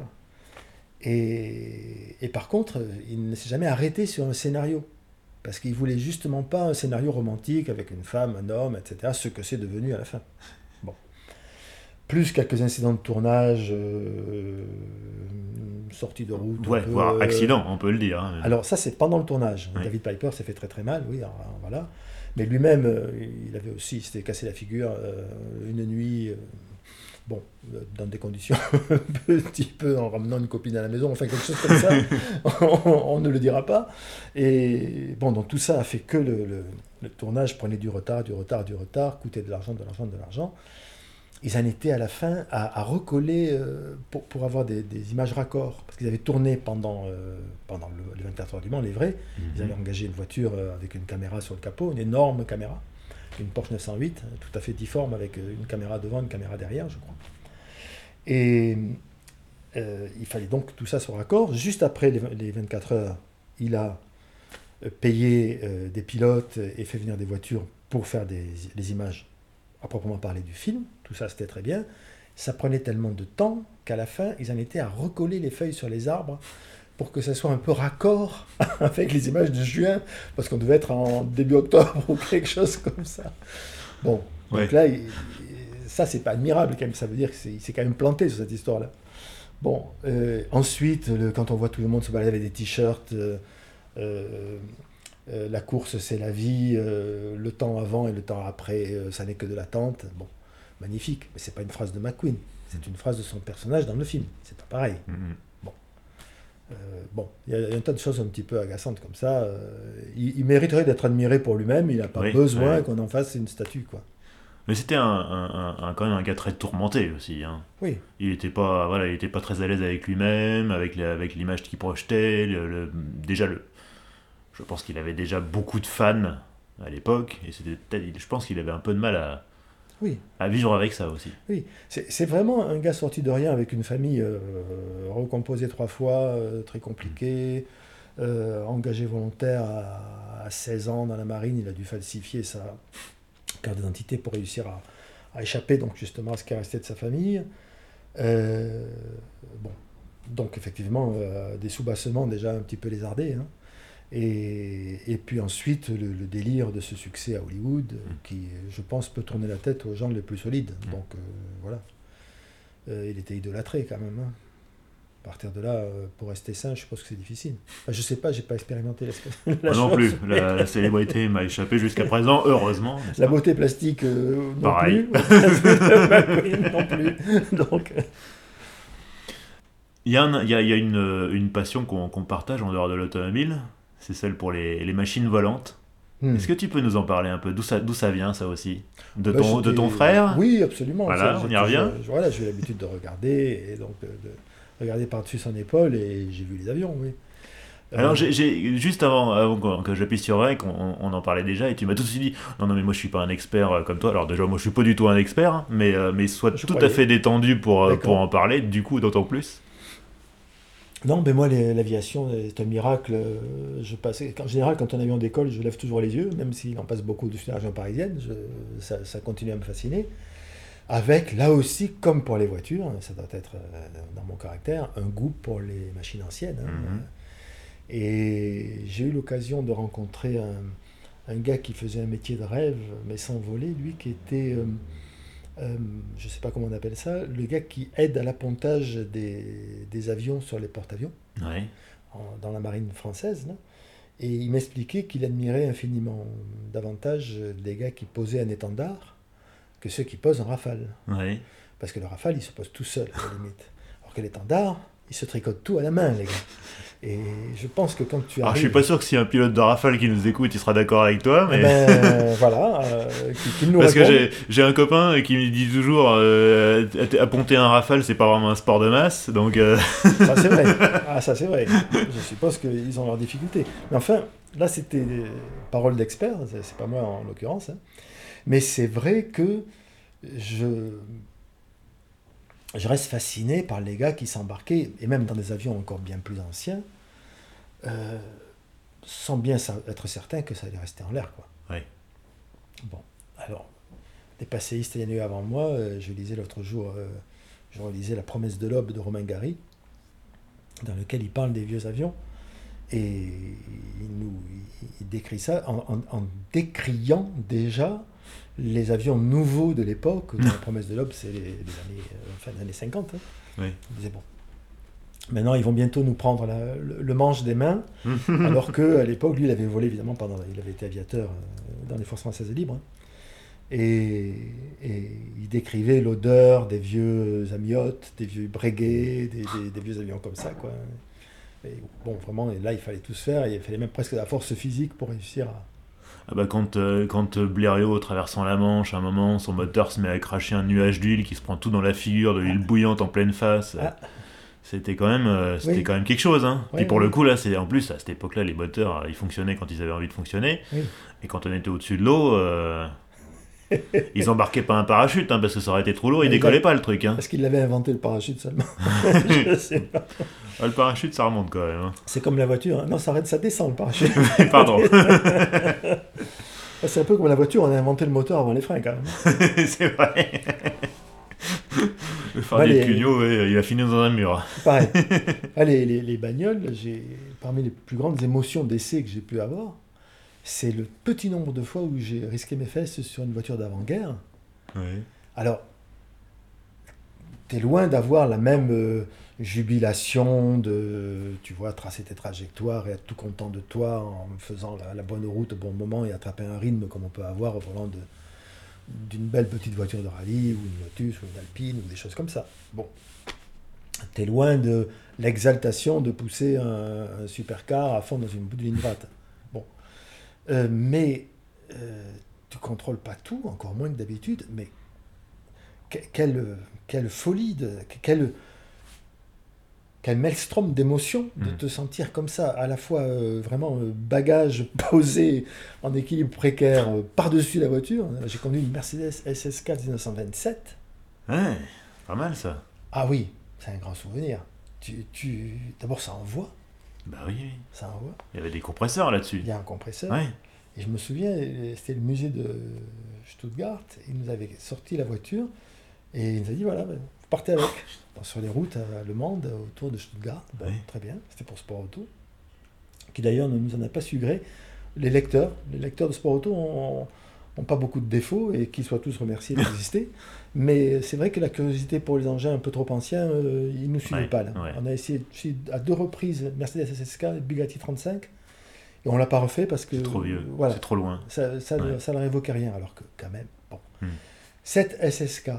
Et, et par contre, il ne s'est jamais arrêté sur un scénario. Parce qu'il ne voulait justement pas un scénario romantique avec une femme, un homme, et cetera. Ce que c'est devenu à la fin. Bon. Plus quelques incidents de tournage, euh, sortie de route. Ouais, peu, voire accident, on peut le dire. Hein. Alors ça, c'est pendant le tournage. Oui. David Piper s'est fait très très mal, oui, alors, voilà. Mais lui-même, euh, il avait aussi, il s'était cassé la figure euh, une nuit... Euh, Bon, dans des conditions un petit peu en ramenant une copine à la maison, enfin quelque chose comme ça, on, on ne le dira pas. Et bon, donc tout ça a fait que le, le, le tournage prenait du retard, du retard, du retard, coûtait de l'argent, de l'argent, de l'argent. Ils en étaient à la fin à, à recoller euh, pour, pour avoir des, des images raccords. Parce qu'ils avaient tourné pendant, euh, pendant le, les vingt-quatre heures du Mans, les vrais. Mm-hmm. Ils avaient engagé une voiture avec une caméra sur le capot, une énorme caméra. Une Porsche neuf cent huit, tout à fait difforme, avec une caméra devant, une caméra derrière, je crois. Et euh, il fallait donc que tout ça soit raccord. Juste après les, les vingt-quatre heures, il a payé euh, des pilotes et fait venir des voitures pour faire des, des images à proprement parler du film. Tout ça, c'était très bien. Ça prenait tellement de temps qu'à la fin, ils en étaient à recoller les feuilles sur les arbres pour que ça soit un peu raccord avec les images de juin, parce qu'on devait être en début octobre ou quelque chose comme ça. Bon, ouais. Donc là, il, ça, c'est pas admirable quand même, ça veut dire qu'il s'est quand même planté sur cette histoire-là. Bon, euh, ensuite, le, quand on voit tout le monde se balader avec des t-shirts, euh, euh, euh, la course, c'est la vie, euh, le temps avant et le temps après, euh, ça n'est que de l'attente. Bon, magnifique, mais c'est pas une phrase de McQueen, c'est une phrase de son personnage dans le film, c'est pas pareil. Mm-hmm. Euh, bon, il y, y a un tas de choses un petit peu agaçantes comme ça. Euh, il, il mériterait d'être admiré pour lui-même. Il n'a pas oui, besoin oui. qu'on en fasse une statue, quoi. Mais c'était un, un, un, quand même un gars très tourmenté aussi. Hein. Oui. Il n'était pas, voilà, il était pas très à l'aise avec lui-même, avec, la, avec l'image qu'il projetait. Le, le, déjà, le, je pense qu'il avait déjà beaucoup de fans à l'époque, et c'était, je pense qu'il avait un peu de mal à. Oui. À vivre avec ça aussi. Oui, c'est, c'est vraiment un gars sorti de rien avec une famille euh, recomposée trois fois, euh, très compliquée, euh, engagé volontaire à, à seize ans dans la marine. Il a dû falsifier sa carte d'identité pour réussir à, à échapper donc justement à ce qui est resté de sa famille. Euh, bon, donc effectivement, euh, des soubassements déjà un petit peu lézardés. Hein. Et, et puis ensuite, le, le délire de ce succès à Hollywood, mmh. qui, je pense, peut tourner la tête aux gens les plus solides. Mmh. Donc, euh, voilà. Euh, il était idolâtré, quand même. Hein. À partir de là, euh, pour rester sain, je suppose que c'est difficile. Enfin, je sais pas, j'ai pas expérimenté la, la Moi non plus. La, la célébrité m'a échappé jusqu'à présent, heureusement. La beauté plastique, euh, non Pareil. plus. non plus. Donc... Il y a, un, il y a, il y a une, une passion qu'on, qu'on partage en dehors de l'automobile. C'est celle pour les, les machines volantes. Hmm. Est-ce que tu peux nous en parler un peu ? D'où ça, d'où ça vient, ça aussi ? De bah, ton, de ton frère ? Oui, absolument. Voilà, ça, on y revient. Je, voilà, j'ai eu l'habitude de regarder, et donc de, de regarder par-dessus son épaule, et j'ai vu les avions, oui. Alors, euh... j'ai, j'ai, juste avant, avant que j'appuie sur Rec, on, on en parlait déjà, et tu m'as tout de suite dit « Non, non, mais moi, je suis pas un expert comme toi. » Alors déjà, moi, je suis pas du tout un expert, mais, euh, mais sois je tout croyais. à fait détendu pour, pour en parler, du coup, d'autant plus. Non, mais moi, les, l'aviation est un miracle. Je passe, en général, quand un avion décolle, je lève toujours les yeux, même s'il en passe beaucoup dessus la région parisienne. Je, ça, ça continue à me fasciner. Avec, là aussi, comme pour les voitures, ça doit être dans mon caractère, un goût pour les machines anciennes. Hein. Mm-hmm. Et j'ai eu l'occasion de rencontrer un, un gars qui faisait un métier de rêve, mais sans voler, lui, qui était euh, euh, je ne sais pas comment on appelle ça, le gars qui aide à l'appontage des, des avions sur les porte-avions, Ouais. en- dans la marine française, là. Et il m'expliquait qu'il admirait infiniment davantage les gars qui posaient un étendard que ceux qui posent en rafale. Ouais. Parce que le rafale, il se pose tout seul, à la limite. Alors que l'étendard, il se tricote tout à la main, les gars. Et je pense que quand tu Alors, arrives... je suis pas sûr que s'il y a un pilote de Rafale qui nous écoute, il sera d'accord avec toi, Eh mais... ben, voilà, euh, qu'il qu'il nous Parce que réponde. j'ai, j'ai un copain qui me dit toujours euh, apponter un Rafale, c'est pas vraiment un sport de masse, donc... euh, Ça, c'est vrai. Ah, ça, c'est vrai. Je suppose qu'ils ont leurs difficultés. Mais enfin, là, c'était des paroles d'experts, c'est c'est pas moi en l'occurrence, hein. Mais c'est vrai que je, je reste fasciné par les gars qui s'embarquaient, et même dans des avions encore bien plus anciens, euh, sans bien sa- être certain que ça allait rester en l'air, quoi. Ouais. Bon, alors, des passéistes, il y en a eu avant moi. euh, Je lisais l'autre jour, euh, je relisais La promesse de l'aube de Romain Gary, dans lequel il parle des vieux avions. Et il, nous, il, il décrit ça en, en- en décriant déjà les avions nouveaux de l'époque. Dans La promesse de l'aube, c'est les, les années, euh, fin des années cinquante, hein. Oui. Il disait, bon, maintenant ils vont bientôt nous prendre la- le, le manche des mains, alors qu'à l'époque, lui, il avait volé évidemment pendant, il avait été aviateur euh, dans les forces françaises libres, hein. Et, et il décrivait l'odeur des vieux amiotes, des vieux Breguet, des, des- des vieux avions comme ça, quoi. Et bon, vraiment, et là, il fallait tout se faire, et il fallait même presque de la force physique pour réussir à... Ah bah quand, euh, quand euh, Blériot, traversant la Manche, à un moment, son moteur se met à cracher un nuage d'huile qui se prend tout dans la figure, de l'huile bouillante en pleine face. Ah. C'était quand même, euh, c'était Oui. quand même quelque chose, hein. Ouais, Puis pour ouais. le coup, là, c'est en plus, à cette époque-là, les moteurs, euh, ils fonctionnaient quand ils avaient envie de fonctionner. Oui. Et quand on était au-dessus de l'eau, euh, ils embarquaient pas un parachute, hein, parce que ça aurait été trop lourd, ils Mais il décollaient a- pas le truc, hein. Est-ce qu'il avait inventé le parachute seulement? Je sais pas. Ah, le parachute, ça remonte quand même, hein. C'est comme la voiture, hein. Non, ça arrête, ça descend le parachute. Pardon. C'est un peu comme la voiture, on a inventé le moteur avant les freins quand même. C'est vrai. Le Ouais, fardier de les- Cugnot, ouais, il a fini dans un mur. Pareil. Ah, les, les, les bagnoles, j'ai, parmi les plus grandes émotions d'essai que j'ai pu avoir, c'est le petit nombre de fois où j'ai risqué mes fesses sur une voiture d'avant-guerre. Ouais. Alors, t'es loin d'avoir la même euh, jubilation de, tu vois, tracer tes trajectoires et être tout content de toi en faisant la, la bonne route au bon moment et attraper un rythme comme on peut avoir au volant de, d'une belle petite voiture de rallye ou une Lotus ou une Alpine ou des choses comme ça. Bon, t'es loin de l'exaltation de pousser un, un supercar à fond dans une bout de ligne droite. Bon, Euh, mais euh, tu contrôles pas tout, encore moins que d'habitude, mais que- quelle, quelle folie, de, quelle, quel maelstrom d'émotions de Mm. te sentir comme ça, à la fois euh, vraiment euh, bagage posé en équilibre précaire euh, par-dessus la voiture. J'ai conduit une Mercedes S S K dix-neuf cent vingt-sept. Ouais, pas mal ça. Ah oui, c'est un grand souvenir. Tu, tu... D'abord, ça envoie, Bah oui, oui. ça envoie. Il y avait des compresseurs là-dessus. Il y a un compresseur. Ouais. Et je me souviens, c'était le musée de Stuttgart. Il nous avait sorti la voiture et il nous a dit voilà, vous partez avec. Bon, sur les routes allemandes autour de Stuttgart. Bon, Ouais. très bien, c'était pour Sport Auto. Qui d'ailleurs ne nous en a pas su gré. Les lecteurs, les lecteurs de Sport Auto ont, ont pas beaucoup de défauts et qu'ils soient tous remerciés d'exister. Mais c'est vrai que la curiosité pour les engins un peu trop anciens, euh, ils nous suivaient Ouais, pas là. ouais. On a essayé essayé à deux reprises Mercedes S S K et Bugatti trente-cinq. Et on l'a pas refait parce que C'est trop vieux. voilà, C'est trop loin. ça, ça, ne- Ouais. ça ne révoquait rien, alors que quand même, bon. Hmm. Cette S S K,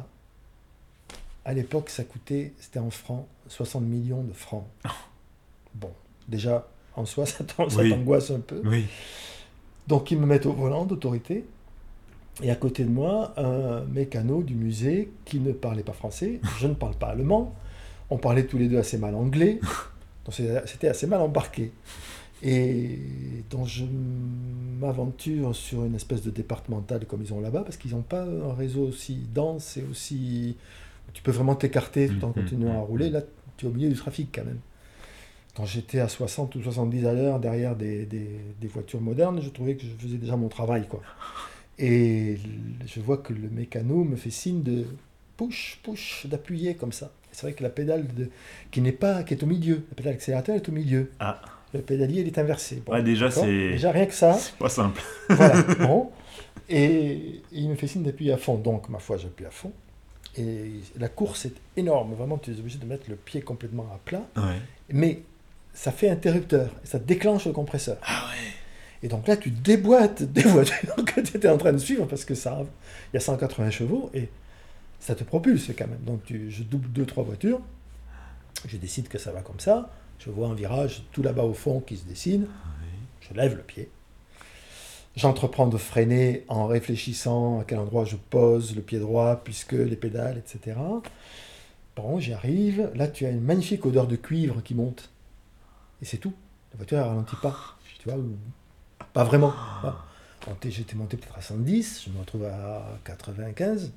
à l'époque, ça coûtait, c'était en francs, soixante millions de francs. Bon, déjà, en soi, ça t'an- ça Oui. t'angoisse un peu. Oui. Donc, ils me mettent au volant d'autorité. Et à côté de moi, un mécano du musée qui ne parlait pas français. Je ne parle pas allemand. On parlait tous les deux assez mal anglais. Donc, c'est- c'était assez mal embarqué. Et donc je m'aventure sur une espèce de départemental comme ils ont là-bas, parce qu'ils n'ont pas un réseau aussi dense et aussi... Tu peux vraiment t'écarter tout en Mhm, continuant à mhm, rouler. Là, tu es au milieu du trafic quand même. Quand j'étais à soixante ou soixante-dix à l'heure derrière des, des, des voitures modernes, je trouvais que je faisais déjà mon travail, quoi. Et je vois que le mécano me fait signe de push, push, d'appuyer comme ça. C'est vrai que la pédale de, qui n'est pas, qui est au milieu, la pédale accélérateur est au milieu. Ah, Le pédalier, il est inversé. Bon, ouais, déjà, d'accord. c'est Déjà, rien que ça, c'est pas simple. voilà. Bon. Et, et il me fait signe d'appuyer à fond. Donc, ma foi, j'appuie à fond. Et la course est énorme. Vraiment, tu es obligé de mettre le pied complètement à plat. Ouais. Mais ça fait interrupteur. Et ça déclenche le compresseur. Ah ouais. Et donc là, tu déboîtes des voitures que tu étais en train de suivre parce que ça, il y a cent quatre-vingts chevaux et ça te propulse quand même. Donc tu, je double deux, trois voitures. Je décide que ça va comme ça. Je vois un virage tout là-bas au fond qui se dessine. Ouais. Je lève le pied. J'entreprends de freiner en réfléchissant à quel endroit je pose le pied droit, puisque les pédales, et cetera. Bon, j'y arrive. Là, tu as une magnifique odeur de cuivre qui monte. Et c'est tout. La voiture, elle ralentit pas. Tu vois, ou... pas vraiment. Voilà. J'étais monté peut-être à cent dix, je me retrouve à quatre-vingt-quinze.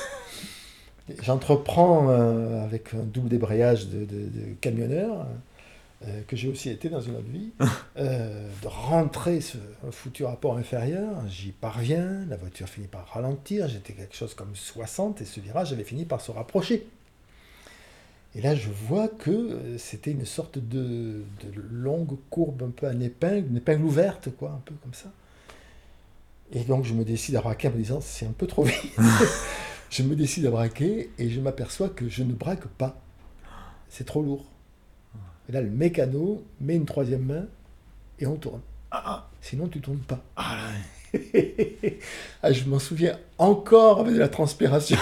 J'entreprends euh, avec un double débrayage de, de, de camionneur, euh, que j'ai aussi été dans une autre vie, euh, de rentrer ce foutu rapport inférieur. J'y parviens, la voiture finit par ralentir, j'étais quelque chose comme soixante et ce virage avait fini par se rapprocher. Et là, je vois que c'était une sorte de, de longue courbe un peu en épingle, une épingle ouverte, quoi, un peu comme ça. Et donc, je me décide à braquer en me disant, c'est un peu trop vite. Je me décide à braquer et je m'aperçois que je ne braque pas. C'est trop lourd. Et là, le mécano met une troisième main et on tourne. Sinon, tu ne tournes pas. Ah, Ah, je m'en souviens encore avec de la transpiration.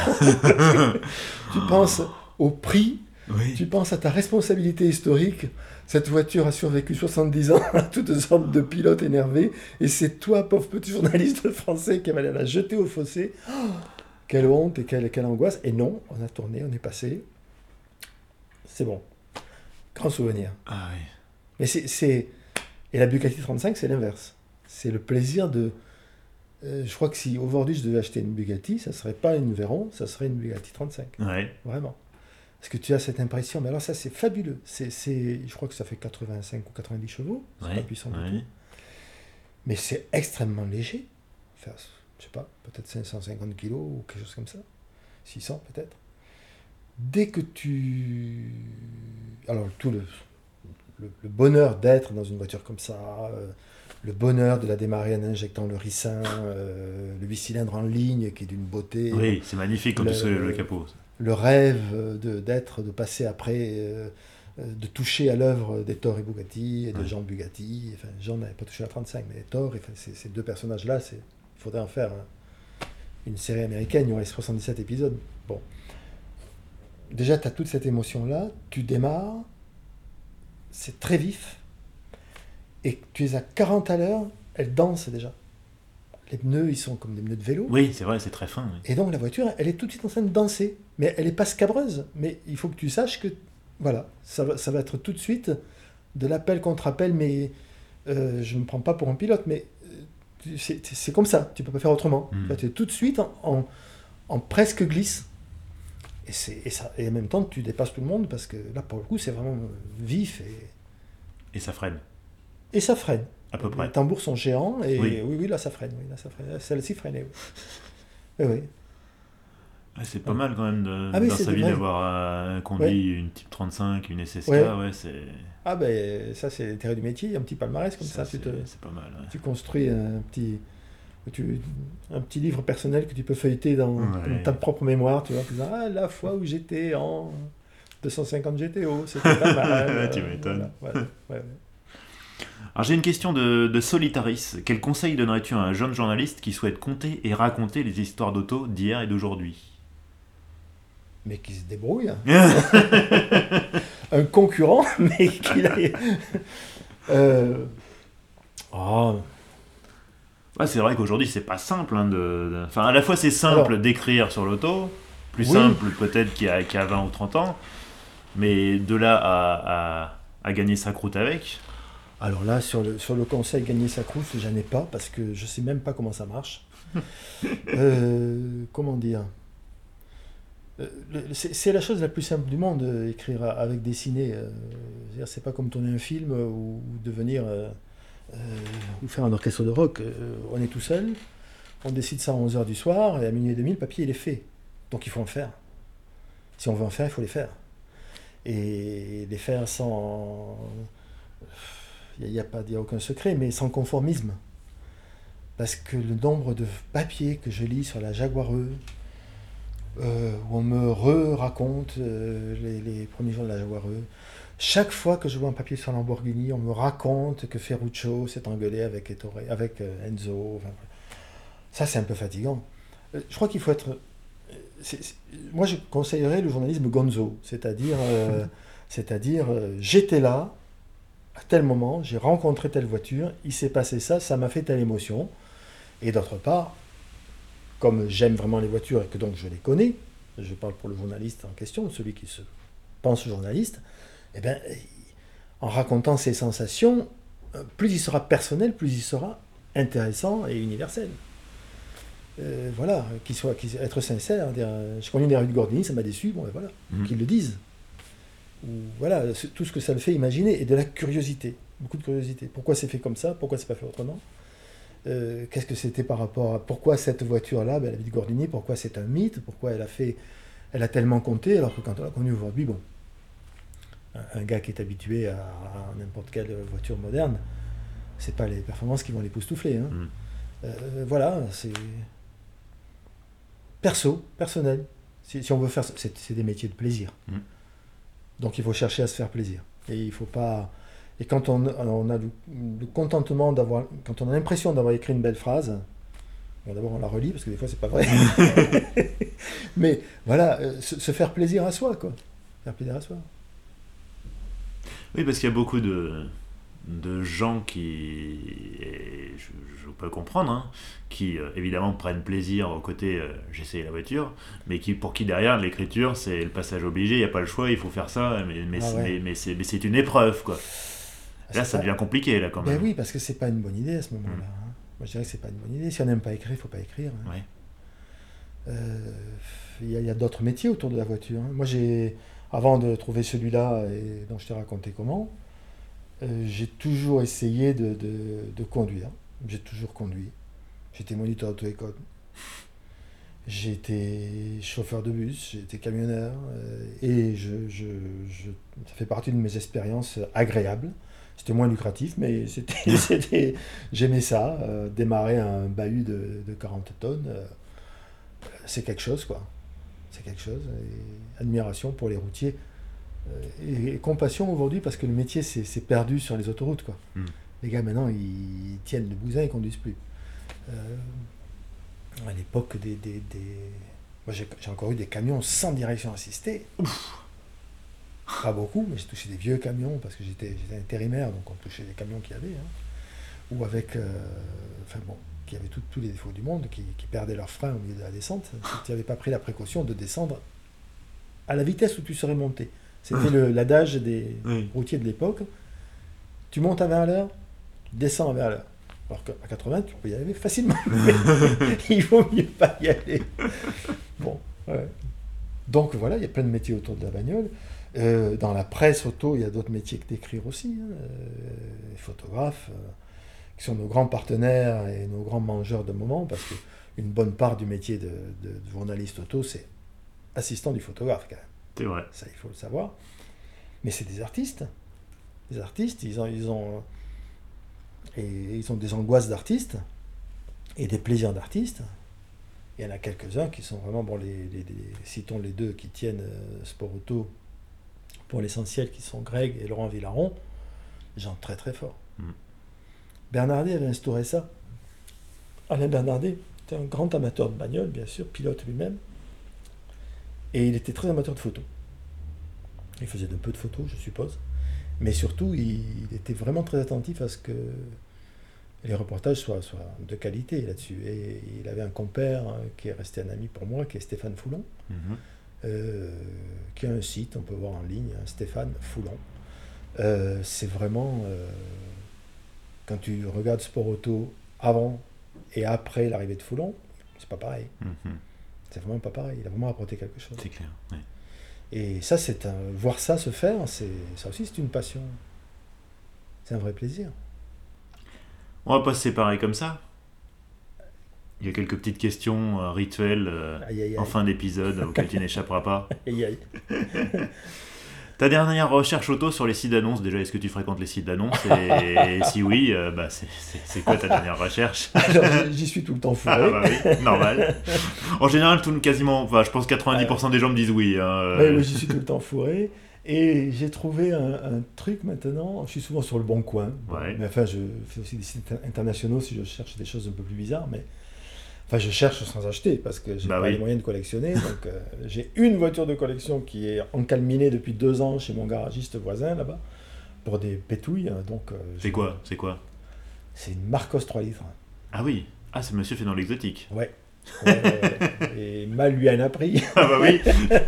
Tu penses au prix, oui. Tu penses à ta responsabilité historique. Cette voiture a survécu soixante-dix ans à toutes sortes de pilotes énervés. Et c'est toi, pauvre petit journaliste français, qui va aller la jeter au fossé. Oh, quelle honte et quelle, quelle angoisse. Et non, on a tourné, on est passé. C'est bon. Grand souvenir. Ah oui. Mais c'est, c'est... Et la Bugatti trente-cinq, c'est l'inverse. C'est le plaisir de... Euh, je crois que si aujourd'hui je devais acheter une Bugatti, ça ne serait pas une Veyron, ça serait une Bugatti trente-cinq. Ouais. Vraiment. Parce que tu as cette impression. Mais alors ça, c'est fabuleux. C'est, c'est... Je crois que ça fait quatre-vingt-cinq ou quatre-vingt-dix chevaux. C'est Ouais. pas puissant Ouais. du tout. Mais c'est extrêmement léger. Enfin, je sais pas, peut-être cinq cent cinquante kilos ou quelque chose comme ça. six cents peut-être. Dès que tu... Alors, tout le, le, le bonheur d'être dans une voiture comme ça, euh, le bonheur de la démarrer en injectant le ricin, euh, le huit cylindres en ligne qui est d'une beauté. Oui, c'est magnifique quand le, tu soulèves le capot. Le rêve de, d'être, de passer après, euh, de toucher à l'œuvre des Thor et Bugatti, et de Ouais. Jean Bugatti. Enfin, Jean n'avait pas touché à trente-cinq, mais Thor, enfin, ces, ces deux personnages-là, c'est, il faudrait en faire hein, une série américaine, il y aurait soixante-dix-sept épisodes. Bon. Déjà, tu as toute cette émotion-là, tu démarres, c'est très vif, et tu es à quarante à l'heure, elle danse déjà. Les pneus, ils sont comme des pneus de vélo. Oui, c'est vrai, c'est très fin. Oui. Et donc la voiture, elle est tout de suite en train de danser. Mais elle n'est pas scabreuse. Mais il faut que tu saches que, voilà, ça va, ça va être tout de suite de l'appel contre appel, mais euh, je ne me prends pas pour un pilote, mais euh, c'est, c'est comme ça, tu ne peux pas faire autrement. Mm. Tu es tout de suite en, en, en presque glisse. Et, c'est, et, ça, et en même temps, tu dépasses tout le monde, parce que là, pour le coup, c'est vraiment vif. Et, Et ça freine, et ça freine. à peu près. Les tambours sont géants, et Oui. oui, oui, là, ça freine. Oui, là, ça freine. Celle-ci freinait, oui. Oui, oui. Ouais, c'est pas mal quand même de, Ah oui, dans c'est sa vie vrai. d'avoir euh, conduit une Type trente-cinq, une S S K. Ouais. Ouais, c'est, Ah ben ça c'est l'intérêt du métier, un petit palmarès comme ça, ça, tu, c'est, te, c'est pas mal. Ouais. tu construis un petit, tu, un petit livre personnel que tu peux feuilleter dans, Ouais. dans ta propre mémoire, tu vois, en disant, ah la fois où j'étais en deux cent cinquante G T O, c'était pas mal. Tu euh, m'étonnes. voilà, voilà, ouais, ouais. Alors j'ai une question de, de Solitaris. Quel conseil donnerais-tu à un jeune journaliste qui souhaite compter et raconter les histoires d'auto d'hier et d'aujourd'hui? Mais qui se débrouille. Un concurrent, mais qui a... euh... oh. Ouais, c'est vrai qu'aujourd'hui c'est pas simple. Hein, de, de... Enfin, à la fois c'est simple Alors, d'écrire sur l'auto, plus oui. simple peut-être qu'il y a, qu'il y a vingt ou trente ans, mais de là à, à, à gagner sa croûte avec. Alors là, sur le, sur le conseil gagner sa croûte, j'en ai pas, parce que je sais même pas comment ça marche. euh, comment dire euh, le- c'est, c'est la chose la plus simple du monde, euh, écrire a- avec dessiner. Euh, c'est-à-dire, c'est pas comme tourner un film euh, ou, ou devenir euh, euh, ou faire un orchestre de rock. Euh, on est tout seul, on décide ça à onze heures du soir, et à minuit et demi, le papier il est fait. Donc il faut en faire. Si on veut en faire, il faut les faire. Et les faire sans... Il n'y a, y a pas- y a aucun secret, mais sans conformisme. Parce que le nombre de papiers que je lis sur la Jaguar E, euh, où on me re-raconte euh, les, les premiers jours de la Jaguar E, chaque fois que je vois un papier sur Lamborghini, on me raconte que Ferruccio s'est engueulé avec, Ettore, avec euh, Enzo. Enfin, ça, c'est un peu fatigant. Euh, je crois qu'il faut être... C'est, c'est, moi, je conseillerais le journalisme gonzo, c'est-à-dire, euh, c'est-à-dire euh, j'étais là, à tel moment, j'ai rencontré telle voiture, il s'est passé ça, ça m'a fait telle émotion. Et d'autre part, comme j'aime vraiment les voitures et que donc je les connais, je parle pour le journaliste en question, celui qui se pense journaliste, eh bien, en racontant ses sensations, plus il sera personnel, plus il sera intéressant et universel. Euh, voilà, qu'il soit, qu'il, être sincère, dire, je conduis des rues de Gordini, ça m'a déçu, bon ben voilà, mmh. Qu'ils le disent. Ou, voilà, tout ce que ça me fait imaginer, et de la curiosité, beaucoup de curiosité. Pourquoi c'est fait comme ça? Pourquoi c'est pas fait autrement? euh, Qu'est-ce que c'était par rapport à... Pourquoi cette voiture-là, ben, la vie de Gordini, pourquoi c'est un mythe? Pourquoi elle a fait... Elle a tellement compté, alors que quand on l'a connue aujourd'hui, bon, un, un gars qui est habitué à, à n'importe quelle voiture moderne, c'est pas les performances qui vont l'époustoufler. Hein. Mmh. Euh, voilà, c'est... Perso, personnel. Si, si on veut faire, c'est, c'est des métiers de plaisir. Mmh. Donc il faut chercher à se faire plaisir. Et il faut pas. Et quand on, on a le, le contentement d'avoir, quand on a l'impression d'avoir écrit une belle phrase, bon d'abord on la relit parce que des fois c'est pas vrai. Mais voilà, se, se faire plaisir à soi, quoi. Faire plaisir à soi. Oui, parce qu'il y a beaucoup de de gens qui, et je, je peux comprendre, hein, qui euh, évidemment prennent plaisir au côté euh, j'essaye la voiture, mais qui, pour qui derrière l'écriture c'est le passage obligé, il n'y a pas le choix, il faut faire ça, mais, mais, ah ouais. mais, mais, c'est, mais c'est une épreuve, quoi. Là ça pas... devient compliqué là quand même. Ben oui, parce que c'est pas une bonne idée à ce moment-là. Mmh. Hein. Moi je dirais que c'est pas une bonne idée. Si on n'aime pas écrire, il faut pas écrire. Hein. Ouais. Euh, y a, y a d'autres métiers autour de la voiture. Hein. Moi j'ai, avant de trouver celui-là et dont je t'ai raconté comment, Euh, j'ai toujours essayé de, de, de conduire. J'ai toujours conduit. J'étais moniteur auto-école. J'ai été chauffeur de bus, j'ai été camionneur. Euh, et je, je, je, ça fait partie de mes expériences agréables. C'était moins lucratif, mais c'était, c'était, j'aimais ça. Euh, démarrer un bahut de, de quarante tonnes, euh, c'est quelque chose, quoi. C'est quelque chose. Et admiration pour les routiers. Et, et compassion aujourd'hui parce que le métier s'est, s'est perdu sur les autoroutes, quoi. Mm. Les gars maintenant ils tiennent le bousin, ils conduisent plus. Euh, à l'époque des, des, des... moi j'ai, j'ai encore eu des camions sans direction assistée. Ouf. Pas beaucoup, mais j'ai touché des vieux camions parce que j'étais, j'étais intérimaire, donc on touchait les camions qu'il y avait, hein. Ou avec, euh, enfin bon, qui avaient tout, tous les défauts du monde, qui, qui perdaient leurs freins au milieu de la descente. Si tu n'avais pas pris la précaution de descendre à la vitesse où tu serais monté. C'était le, l'adage des oui. routiers de l'époque. Tu montes à vingt à l'heure, tu descends à vingt à l'heure. Alors qu'à quatre-vingts, tu peux y aller facilement. Il vaut mieux pas y aller. Bon, ouais. Donc voilà, il y a plein de métiers autour de la bagnole. Euh, dans la presse auto, il y a d'autres métiers que d'écrire aussi. Hein. Euh, les photographes, euh, qui sont nos grands partenaires et nos grands mangeurs de moments, parce qu'une bonne part du métier de, de, de journaliste auto, c'est assistant du photographe, quand même. C'est vrai. Ça, il faut le savoir. Mais c'est des artistes. Les artistes, ils ont, ils ont, et ils ont des angoisses d'artistes et des plaisirs d'artistes. Il y en a quelques-uns qui sont vraiment, bon, les, les, les, citons les deux qui tiennent euh, Sport Auto pour l'essentiel, qui sont Greg et Laurent Villaron, des gens très très forts. Mm. Bernardet avait instauré ça. Alain Bernardet était un grand amateur de bagnole, bien sûr, pilote lui-même. Et il était très amateur de photos. Il faisait de peu de photos, je suppose. Mais surtout, il, il était vraiment très attentif à ce que les reportages soient, soient de qualité là-dessus. Et il avait un compère qui est resté un ami pour moi, qui est Stéphane Foulon, mm-hmm. euh, qui a un site, on peut voir en ligne, hein, Stéphane Foulon. Euh, c'est vraiment... Euh, quand tu regardes Sport Auto avant et après l'arrivée de Foulon, c'est pas pareil. Mm-hmm. C'est vraiment pas pareil, il a vraiment apporté quelque chose. C'est clair, oui. Et ça, c'est un... voir ça se faire, c'est... ça aussi, c'est une passion. C'est un vrai plaisir. On va pas se séparer comme ça. Il y a quelques petites questions euh, rituelles euh, aïe, aïe, aïe. En fin d'épisode auxquelles tu n'échapperas pas. Aïe, aïe. Ta dernière recherche auto sur les sites d'annonces, déjà, est-ce que tu fréquentes les sites d'annonces? Et si oui, euh, bah, c'est, c'est, c'est quoi ta dernière recherche? Alors, j'y suis tout le temps fourré. Ah bah oui, normal. En général, tout, quasiment, enfin, je pense que quatre-vingt-dix pour cent des gens me disent oui. Hein. Oui, oui, j'y suis tout le temps fourré. Et j'ai trouvé un, un truc maintenant, je suis souvent sur le bon coin. Ouais. Mais enfin, je fais aussi des sites internationaux si je cherche des choses un peu plus bizarres. Mais enfin, je cherche sans acheter parce que j'ai Bah pas oui. les moyens de collectionner. Donc, euh, j'ai une voiture de collection qui est encalminée depuis deux ans chez mon garagiste voisin là-bas pour des pétouilles. Donc, euh, C'est je- quoi? C'est quoi? C'est une Marcos trois litres. Ah oui. Ah, c'est monsieur fait dans l'exotique. Ouais. Ouais, ouais, ouais. Et mal lui en a pris. Ah bah oui.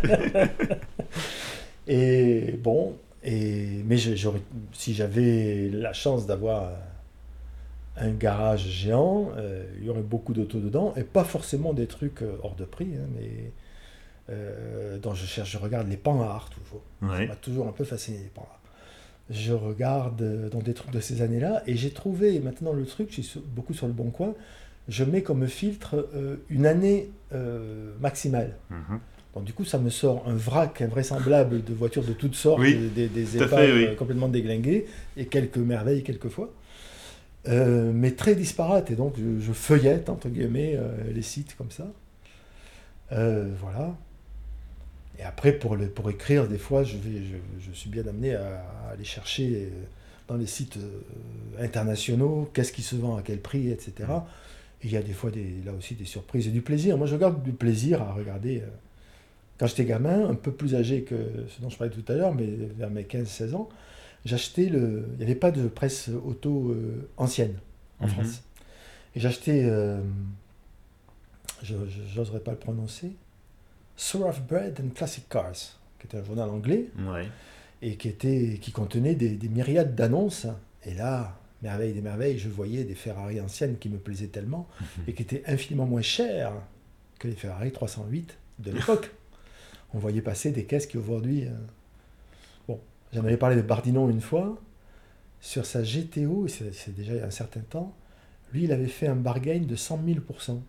Et bon, et, mais je- j'aurais, si j'avais la chance d'avoir un garage géant, euh, il y aurait beaucoup d'autos dedans, et pas forcément des trucs euh, hors de prix, hein, mais euh, dont je cherche, je regarde les Panhard toujours. Ça Ouais. m'a toujours un peu fasciné les Panhard. Je regarde euh, dans des trucs de ces années-là, et j'ai trouvé maintenant le truc, je suis sur- beaucoup sur le bon coin, je mets comme filtre euh, une année euh, maximale. Mhm. Donc du coup, ça me sort un vrac invraisemblable de voitures de toutes sortes, Oui, des, des tout à épaves fait, oui. euh, complètement déglinguées, et quelques merveilles quelquefois, Euh, mais très disparates. Et donc, je, je feuillette, entre guillemets, euh, les sites comme ça. Euh, voilà. Et après, pour, le, pour écrire, des fois, je, vais, je, je suis bien amené à, à aller chercher euh, dans les sites euh, internationaux, qu'est-ce qui se vend, à quel prix, et cetera. Et il y a des fois, des, là aussi, des surprises et du plaisir. Moi, je garde du plaisir à regarder... euh, quand j'étais gamin, un peu plus âgé que ce dont je parlais tout à l'heure, mais vers mes quinze seize ans, j'achetais le... Il n'y avait pas de presse auto euh, ancienne en Mhm. France. Et j'achetais, euh, je n'oserais pas le prononcer, Thoroughbred and Classic Cars, qui était un journal anglais, Ouais. et qui, était, qui contenait des, des myriades d'annonces. Et là, merveille des merveilles, je voyais des Ferrari anciennes qui me plaisaient tellement, et qui étaient infiniment moins chères que les Ferrari trois cent huit de l'époque. On voyait passer des caisses qui aujourd'hui... euh, Bon, j'en avais parlé de Bardinon une fois, sur sa G T O, c'est c'est déjà il y a un certain temps, lui il avait fait un bargain de cent mille pour cent.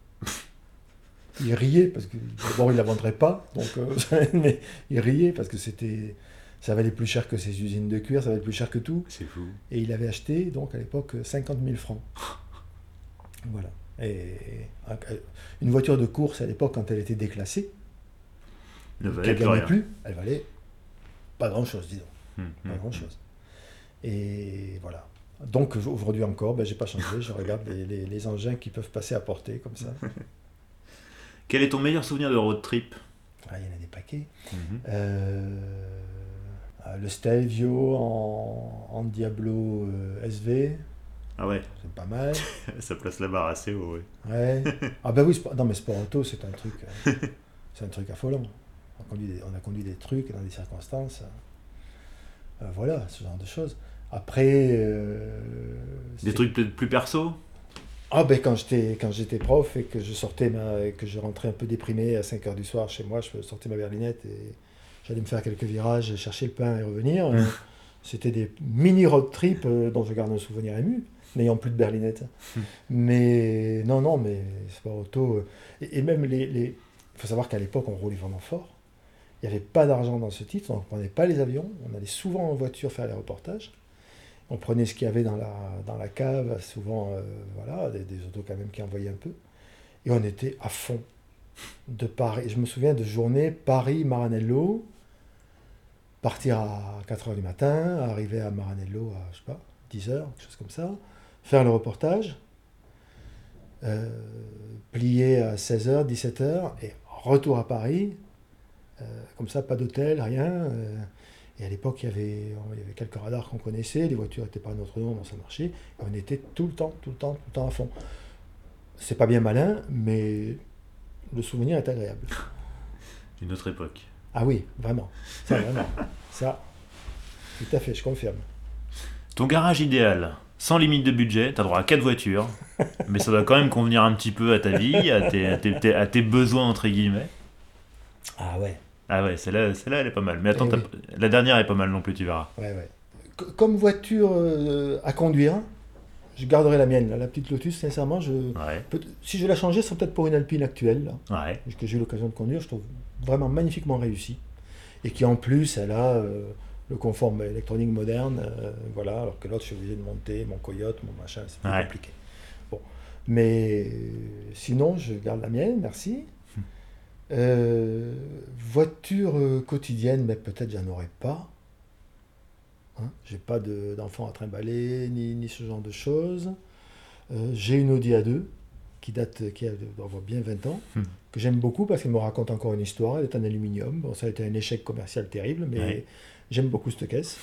Il riait parce que d'abord il ne la vendrait pas, donc, euh, mais il riait parce que c'était, ça valait plus cher que ses usines de cuir, ça valait plus cher que tout, C'est fou. et il avait acheté donc à l'époque cinquante mille francs. Voilà. Et euh, une voiture de course à l'époque quand elle était déclassée, Ne valait qu'elle plus gagnait rien. plus, elle valait pas grand chose, disons. Hum, Pas hum, grand hum. chose. Et voilà. Donc aujourd'hui encore, ben, j'ai pas changé, je regarde les, les- les engins qui peuvent passer à portée comme ça. Quel est ton meilleur souvenir de road trip? Ah, il y en a des paquets. Mhm. Euh, ah, le Stelvio en, en Diablo euh, S V, Ah ouais, c'est pas mal. ça place la barre assez haut, ouais. Ouais. Ah ben oui, Sport- non mais Sport Auto, c'est un truc, euh, c'est un truc affolant. On, conduit des- on a conduit des trucs dans des circonstances. euh, euh, voilà, ce genre de choses. Après, euh, Des c'est- trucs peut-être plus perso? Ah ben quand j'étais quand j'étais prof et que je sortais ma, et que je rentrais un peu déprimé à cinq heures du soir chez moi, je sortais ma berlinette et j'allais me faire quelques virages, chercher le pain et revenir. Euh, C'était des mini road trips euh, dont je garde un souvenir ému, n'ayant plus de berlinette. Mais non, non, mais sport auto. euh, et, et même les. les- Il faut savoir qu'à l'époque, on roulait vraiment fort. Il n'y avait pas d'argent dans ce titre, donc on ne prenait pas les avions. On allait souvent en voiture faire les reportages. On prenait ce qu'il y avait dans la, dans la cave, souvent, euh, voilà, des, des autos quand même qui envoyaient un peu. Et on était à fond de Paris. Je me souviens de journées Paris-Maranello, partir à quatre heures du matin, arriver à Maranello à, je sais pas, dix heures, quelque chose comme ça, faire le reportage, euh, plier à seize heures, dix-sept heures, et retour à Paris, euh, comme ça, pas d'hôtel, rien. euh, et à l'époque, il y avait, il y avait quelques radars qu'on connaissait, les voitures n'étaient pas à notre nom, donc ça marchait, et on était tout le temps, tout le temps, tout le temps à fond. C'est pas bien malin, mais le souvenir est agréable. Une autre époque. Ah oui, vraiment. Ça, vraiment. Ça, tout à fait, je confirme. Ton garage idéal, sans limite de budget, t'as droit à quatre voitures, mais ça doit quand même convenir un petit peu à ta vie, à tes, à tes- tes- à tes besoins entre guillemets. Ah ouais, Ah ouais, celle-là, celle-là elle est pas mal. Mais attends, Eh t'as- oui. la dernière est pas mal non plus, tu verras. ouais, ouais. C- Comme voiture euh, à conduire, je garderai la mienne, là, la petite Lotus, sincèrement. Je... Ouais, peut- Si je la changeais, ce serait peut-être pour une Alpine actuelle, là, ouais. que j'ai eu l'occasion de conduire. Je trouve vraiment magnifiquement réussie. Et qui en plus, elle a euh, le confort électronique moderne, euh, voilà, alors que l'autre, je suis obligé de monter mon Coyote, mon machin, c'est plus Ouais. compliqué. Bon, mais euh, sinon, je garde la mienne, merci. Euh, voiture euh, quotidienne, mais peut-être j'en aurais pas. Hein, j'ai pas de- d'enfant à trimballer, ni, ni ce genre de choses. Euh, j'ai une Audi A deux qui date, qui a, doit avoir bien vingt ans, Hmm. que j'aime beaucoup parce qu'elle me raconte encore une histoire. Elle est en aluminium. Bon, ça a été un échec commercial terrible, mais Ouais. j'aime beaucoup cette caisse.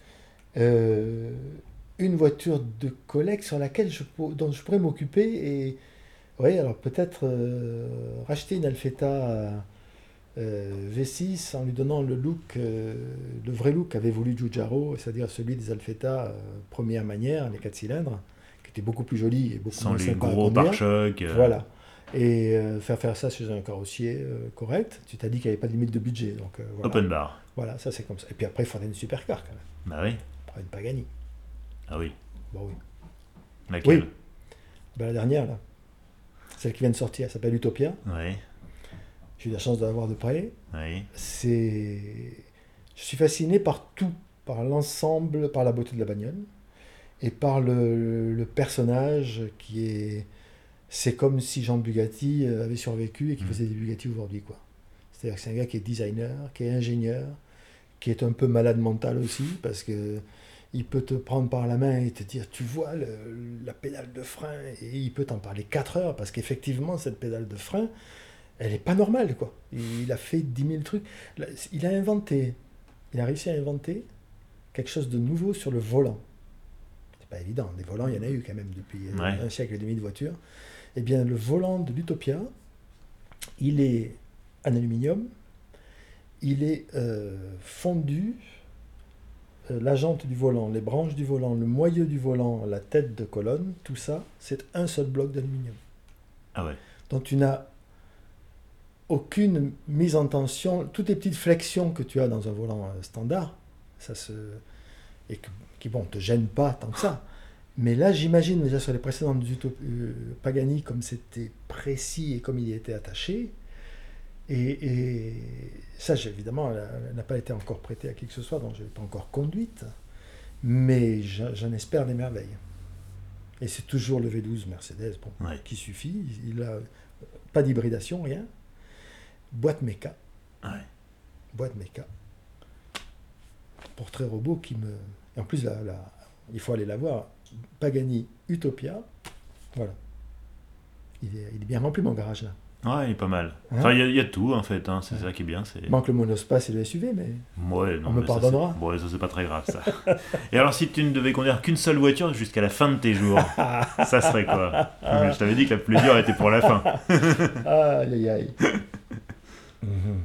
Euh, une voiture de collègue sur laquelle je, pour- dont je pourrais m'occuper et oui, alors peut-être euh, racheter une Alfetta euh, V six en lui donnant le look, euh, le vrai look qu'avait voulu Giugiaro, c'est-à-dire celui des Alfetta euh, première manière, les quatre cylindres, qui était beaucoup plus joli et beaucoup Sans moins les sympa à gros conduire. pare-chocs. euh, Voilà. Et euh, faire faire ça chez un carrossier euh, correct. Tu t'as dit qu'il n'y avait pas de limite de budget, donc euh, voilà. Open bar. Voilà, ça c'est comme ça. Et puis après, il faudrait une supercar quand même. Bah oui. Il faudrait une Pagani. Ah oui. Bon oui. Laquelle? Oui. Ben, la dernière là, celle qui vient de sortir, elle s'appelle Utopia. Oui. J'ai eu la chance de la voir de près. Oui. C'est, je suis fasciné par tout, par l'ensemble, par la beauté de la bagnole et par le, le personnage qui est, c'est comme si Jean Bugatti euh, avait survécu et qui Mm. faisait des Bugatti aujourd'hui quoi. C'est-à-dire que c'est un gars qui est designer, qui est ingénieur, qui est un peu malade mental aussi parce que il peut te prendre par la main et te dire tu vois le- la pédale de frein et il peut t'en parler quatre heures parce qu'effectivement cette pédale de frein elle est pas normale, quoi. Il a fait dix mille trucs. Là, Il a inventé, il a réussi à inventer quelque chose de nouveau sur le volant. C'est pas évident, des volants, il y en a eu quand même depuis euh, Ouais. un siècle et demi de voiture. Eh bien, le volant de l'Utopia, il est en aluminium, il est euh, fondu, euh, la jante du volant, les branches du volant, le moyeu du volant, la tête de colonne, tout ça, c'est un seul bloc d'aluminium. Ah ouais. Donc tu n'as aucune mise en tension, toutes les petites flexions que tu as dans un volant euh, standard, ça se et que- qui bon te gênent pas tant que ça. Mais là, j'imagine déjà sur les précédentes Utop- euh, Pagani comme c'était précis et comme il y était attaché. Et, et ça, j'ai- évidemment, elle a- elle n'a pas été encore prêtée à qui que ce soit, donc je ne l'ai pas encore conduite. Mais j'en j'en espère des merveilles. Et c'est toujours le V douze Mercedes, bon, Ouais. qui suffit. Il a pas d'hybridation, rien. Boîte méca. Ouais. Boîte méca. Portrait robot qui me. Et en plus, la, la- il faut aller la voir. Pagani Utopia. Voilà. Il est, il est bien rempli, mon garage, là. Ouais, il est pas mal. Hein Enfin, il y, a- il y a tout en fait, hein. c'est Ouais. ça qui est bien. C'est... Il manque le monospace et le S U V, mais. Ouais, non, On me mais ça, pardonnera. c'est... Ouais, ça c'est pas très grave ça. Et alors, si tu ne devais conduire qu'une seule voiture jusqu'à la fin de tes jours, ça serait quoi? Je t'avais dit que la plus dure était pour la fin. Aïe, aïe, aïe. Mhm.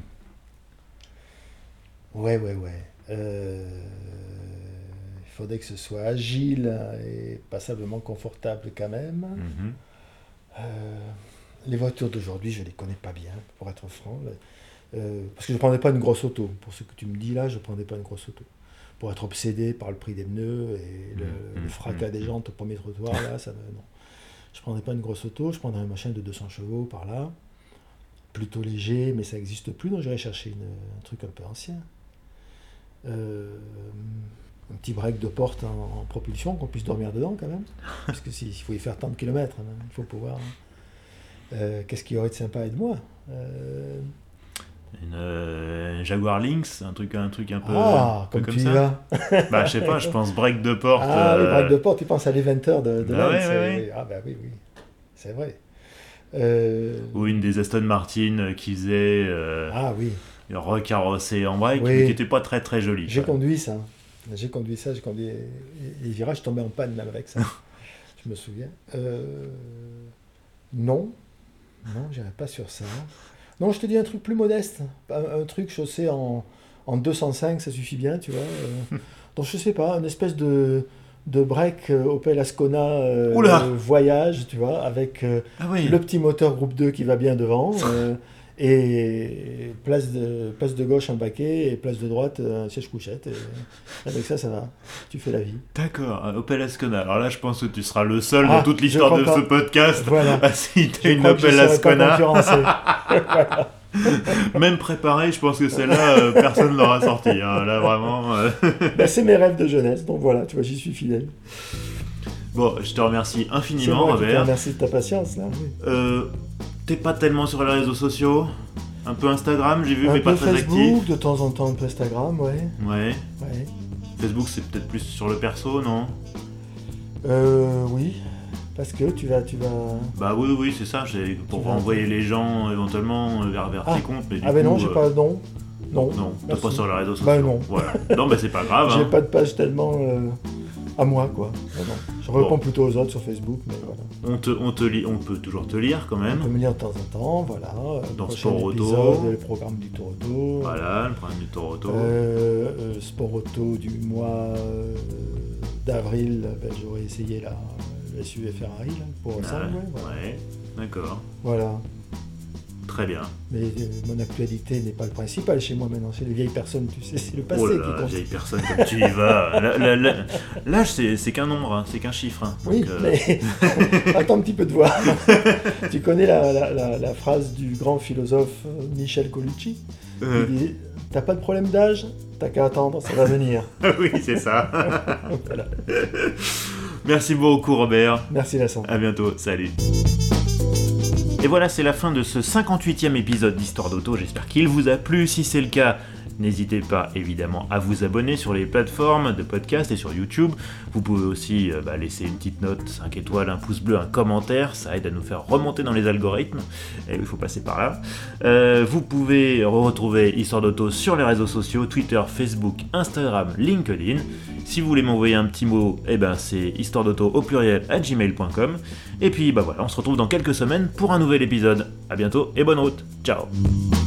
Ouais, ouais, ouais. Euh, Il faudrait que ce soit agile et passablement confortable quand même. Mhm. Euh, les voitures d'aujourd'hui, je ne les connais pas bien, pour être franc. Euh, parce que je ne prendrais pas une grosse auto. Pour ce que tu me dis là, je ne prendrais pas une grosse auto. Pour être obsédé par le prix des pneus et le, Mmh, le mmh, fracas mmh. des jantes au premier trottoir, là, ça me, non. Je ne prendrais pas une grosse auto, je prendrais un machin de deux cents chevaux par là. Plutôt léger, mais ça n'existe plus, donc j'irais chercher une- un truc un peu ancien. Euh, un petit break de porte en, en propulsion, qu'on puisse dormir dedans quand même. Parce que si- il faut y faire tant de kilomètres, hein, il faut pouvoir. Euh, Qu'est-ce qui aurait de sympa avec moi Euh, Une euh, Jaguar Lynx, un truc, un truc un peu, Ah, un peu comme, comme tu y ça. vas. Bah, je sais pas, je pense break de porte. Ah oui, euh, break de porte, tu penses à l'Eventeur de, de Bah Lens, ouais, ouais, euh, ouais. oui. Ah bah oui, oui, c'est vrai. Euh, Ou une des Aston Martin qui faisait euh, Ah oui, recarrossé en break, Oui. mais qui était pas très très jolie. j'ai quoi. conduit ça. J'ai conduit ça, j'ai conduit les virages, je tombais en panne même avec ça. Je me souviens. Euh, Non, non, j'irai pas sur ça. Non, je te dis un truc plus modeste. Un, un truc chaussé en, en deux cent cinq, ça suffit bien, tu vois. euh. Donc je sais pas, une espèce de, de break euh, Opel Ascona euh, Oula euh, voyage, tu vois, avec euh, Ah oui. le petit moteur groupe deux qui va bien devant. euh, Et place de, place de gauche un baquet et place de droite un siège couchette. Et avec ça, ça va. Tu fais la vie. D'accord, un Opel Ascona. Alors là, je pense que tu seras le seul Ah, dans toute je l'histoire crois de pas. ce podcast Voilà. à citer Je une crois que je Opel serai pas Ascona. concurrencé. Voilà. Même préparé, je pense que celle-là, euh, personne ne l'aura sorti. Hein. Là, vraiment... Euh... Ben, c'est mes rêves de jeunesse, donc voilà, tu vois, j'y suis fidèle. Bon, je te remercie infiniment, c'est moi Robert. Je te remercie de ta patience, là. Oui. Euh, t'es pas tellement sur les réseaux sociaux? Un peu Instagram, j'ai vu, un mais peu pas très Facebook, actif. de temps en temps un peu Instagram, ouais. Ouais. Ouais. Facebook, c'est peut-être plus sur le perso, non? Euh, oui. Parce que tu vas... Tu vas... Bah oui, oui, c'est ça, j'ai, pour Tu renvoyer vas... les gens éventuellement vers, vers ah. tes comptes. Mais du ah ben coup, non, j'ai euh... pas... Non. Non, non, t'es merci. pas sur les réseaux sociaux. Bah non. Voilà. Non, mais c'est pas grave. J'ai hein. pas de page tellement euh, à moi, quoi. Non, non. Je réponds Bon. plutôt aux autres sur Facebook, mais voilà. On, te, on, te lit, on peut toujours te lire quand même. On peut me lire de temps en temps, voilà. Dans Prochain Sport Auto. épisode, le programme du Tour Auto. Voilà, le programme du Tour Auto. Euh, euh, Sport Auto du mois euh, d'avril, ben, j'aurais essayé la, la S U V Ferrari là, pour Ah, ça. Ouais, voilà. ouais, d'accord. Voilà. Très bien. Mais euh, mon actualité n'est pas le principal chez moi maintenant, c'est les vieilles personnes, tu sais, c'est le passé Oh là qui là, compte. vieille personne comme tu y vas. Là, là, là, l'âge, c'est, c'est qu'un nombre, hein, c'est qu'un chiffre. Hein. Oui, Donc, euh... mais attends un petit peu de voir. Tu connais la, la, la, la phrase du grand philosophe Michel Colucci? Euh... Il dit « T'as pas de problème d'âge, t'as qu'à attendre, ça va venir. » Oui, c'est ça. Voilà. Merci beaucoup, Robert. Merci, Vincent. À bientôt, salut. Et voilà, c'est la fin de ce cinquante-huitième épisode d'Histoire d'Auto. J'espère qu'il vous a plu. Si c'est le cas, n'hésitez pas évidemment à vous abonner sur les plateformes de podcast et sur YouTube. Vous pouvez aussi euh, bah, laisser une petite note, cinq étoiles, un pouce bleu, un commentaire. Ça aide à nous faire remonter dans les algorithmes. Et il faut passer par là. Euh, vous pouvez retrouver Histoire d'Auto sur les réseaux sociaux, Twitter, Facebook, Instagram, LinkedIn. Si vous voulez m'envoyer un petit mot, eh ben c'est histoire d'auto au pluriel à gmail point com. Et puis bah voilà, on se retrouve dans quelques semaines pour un nouvel épisode. À bientôt et bonne route. Ciao.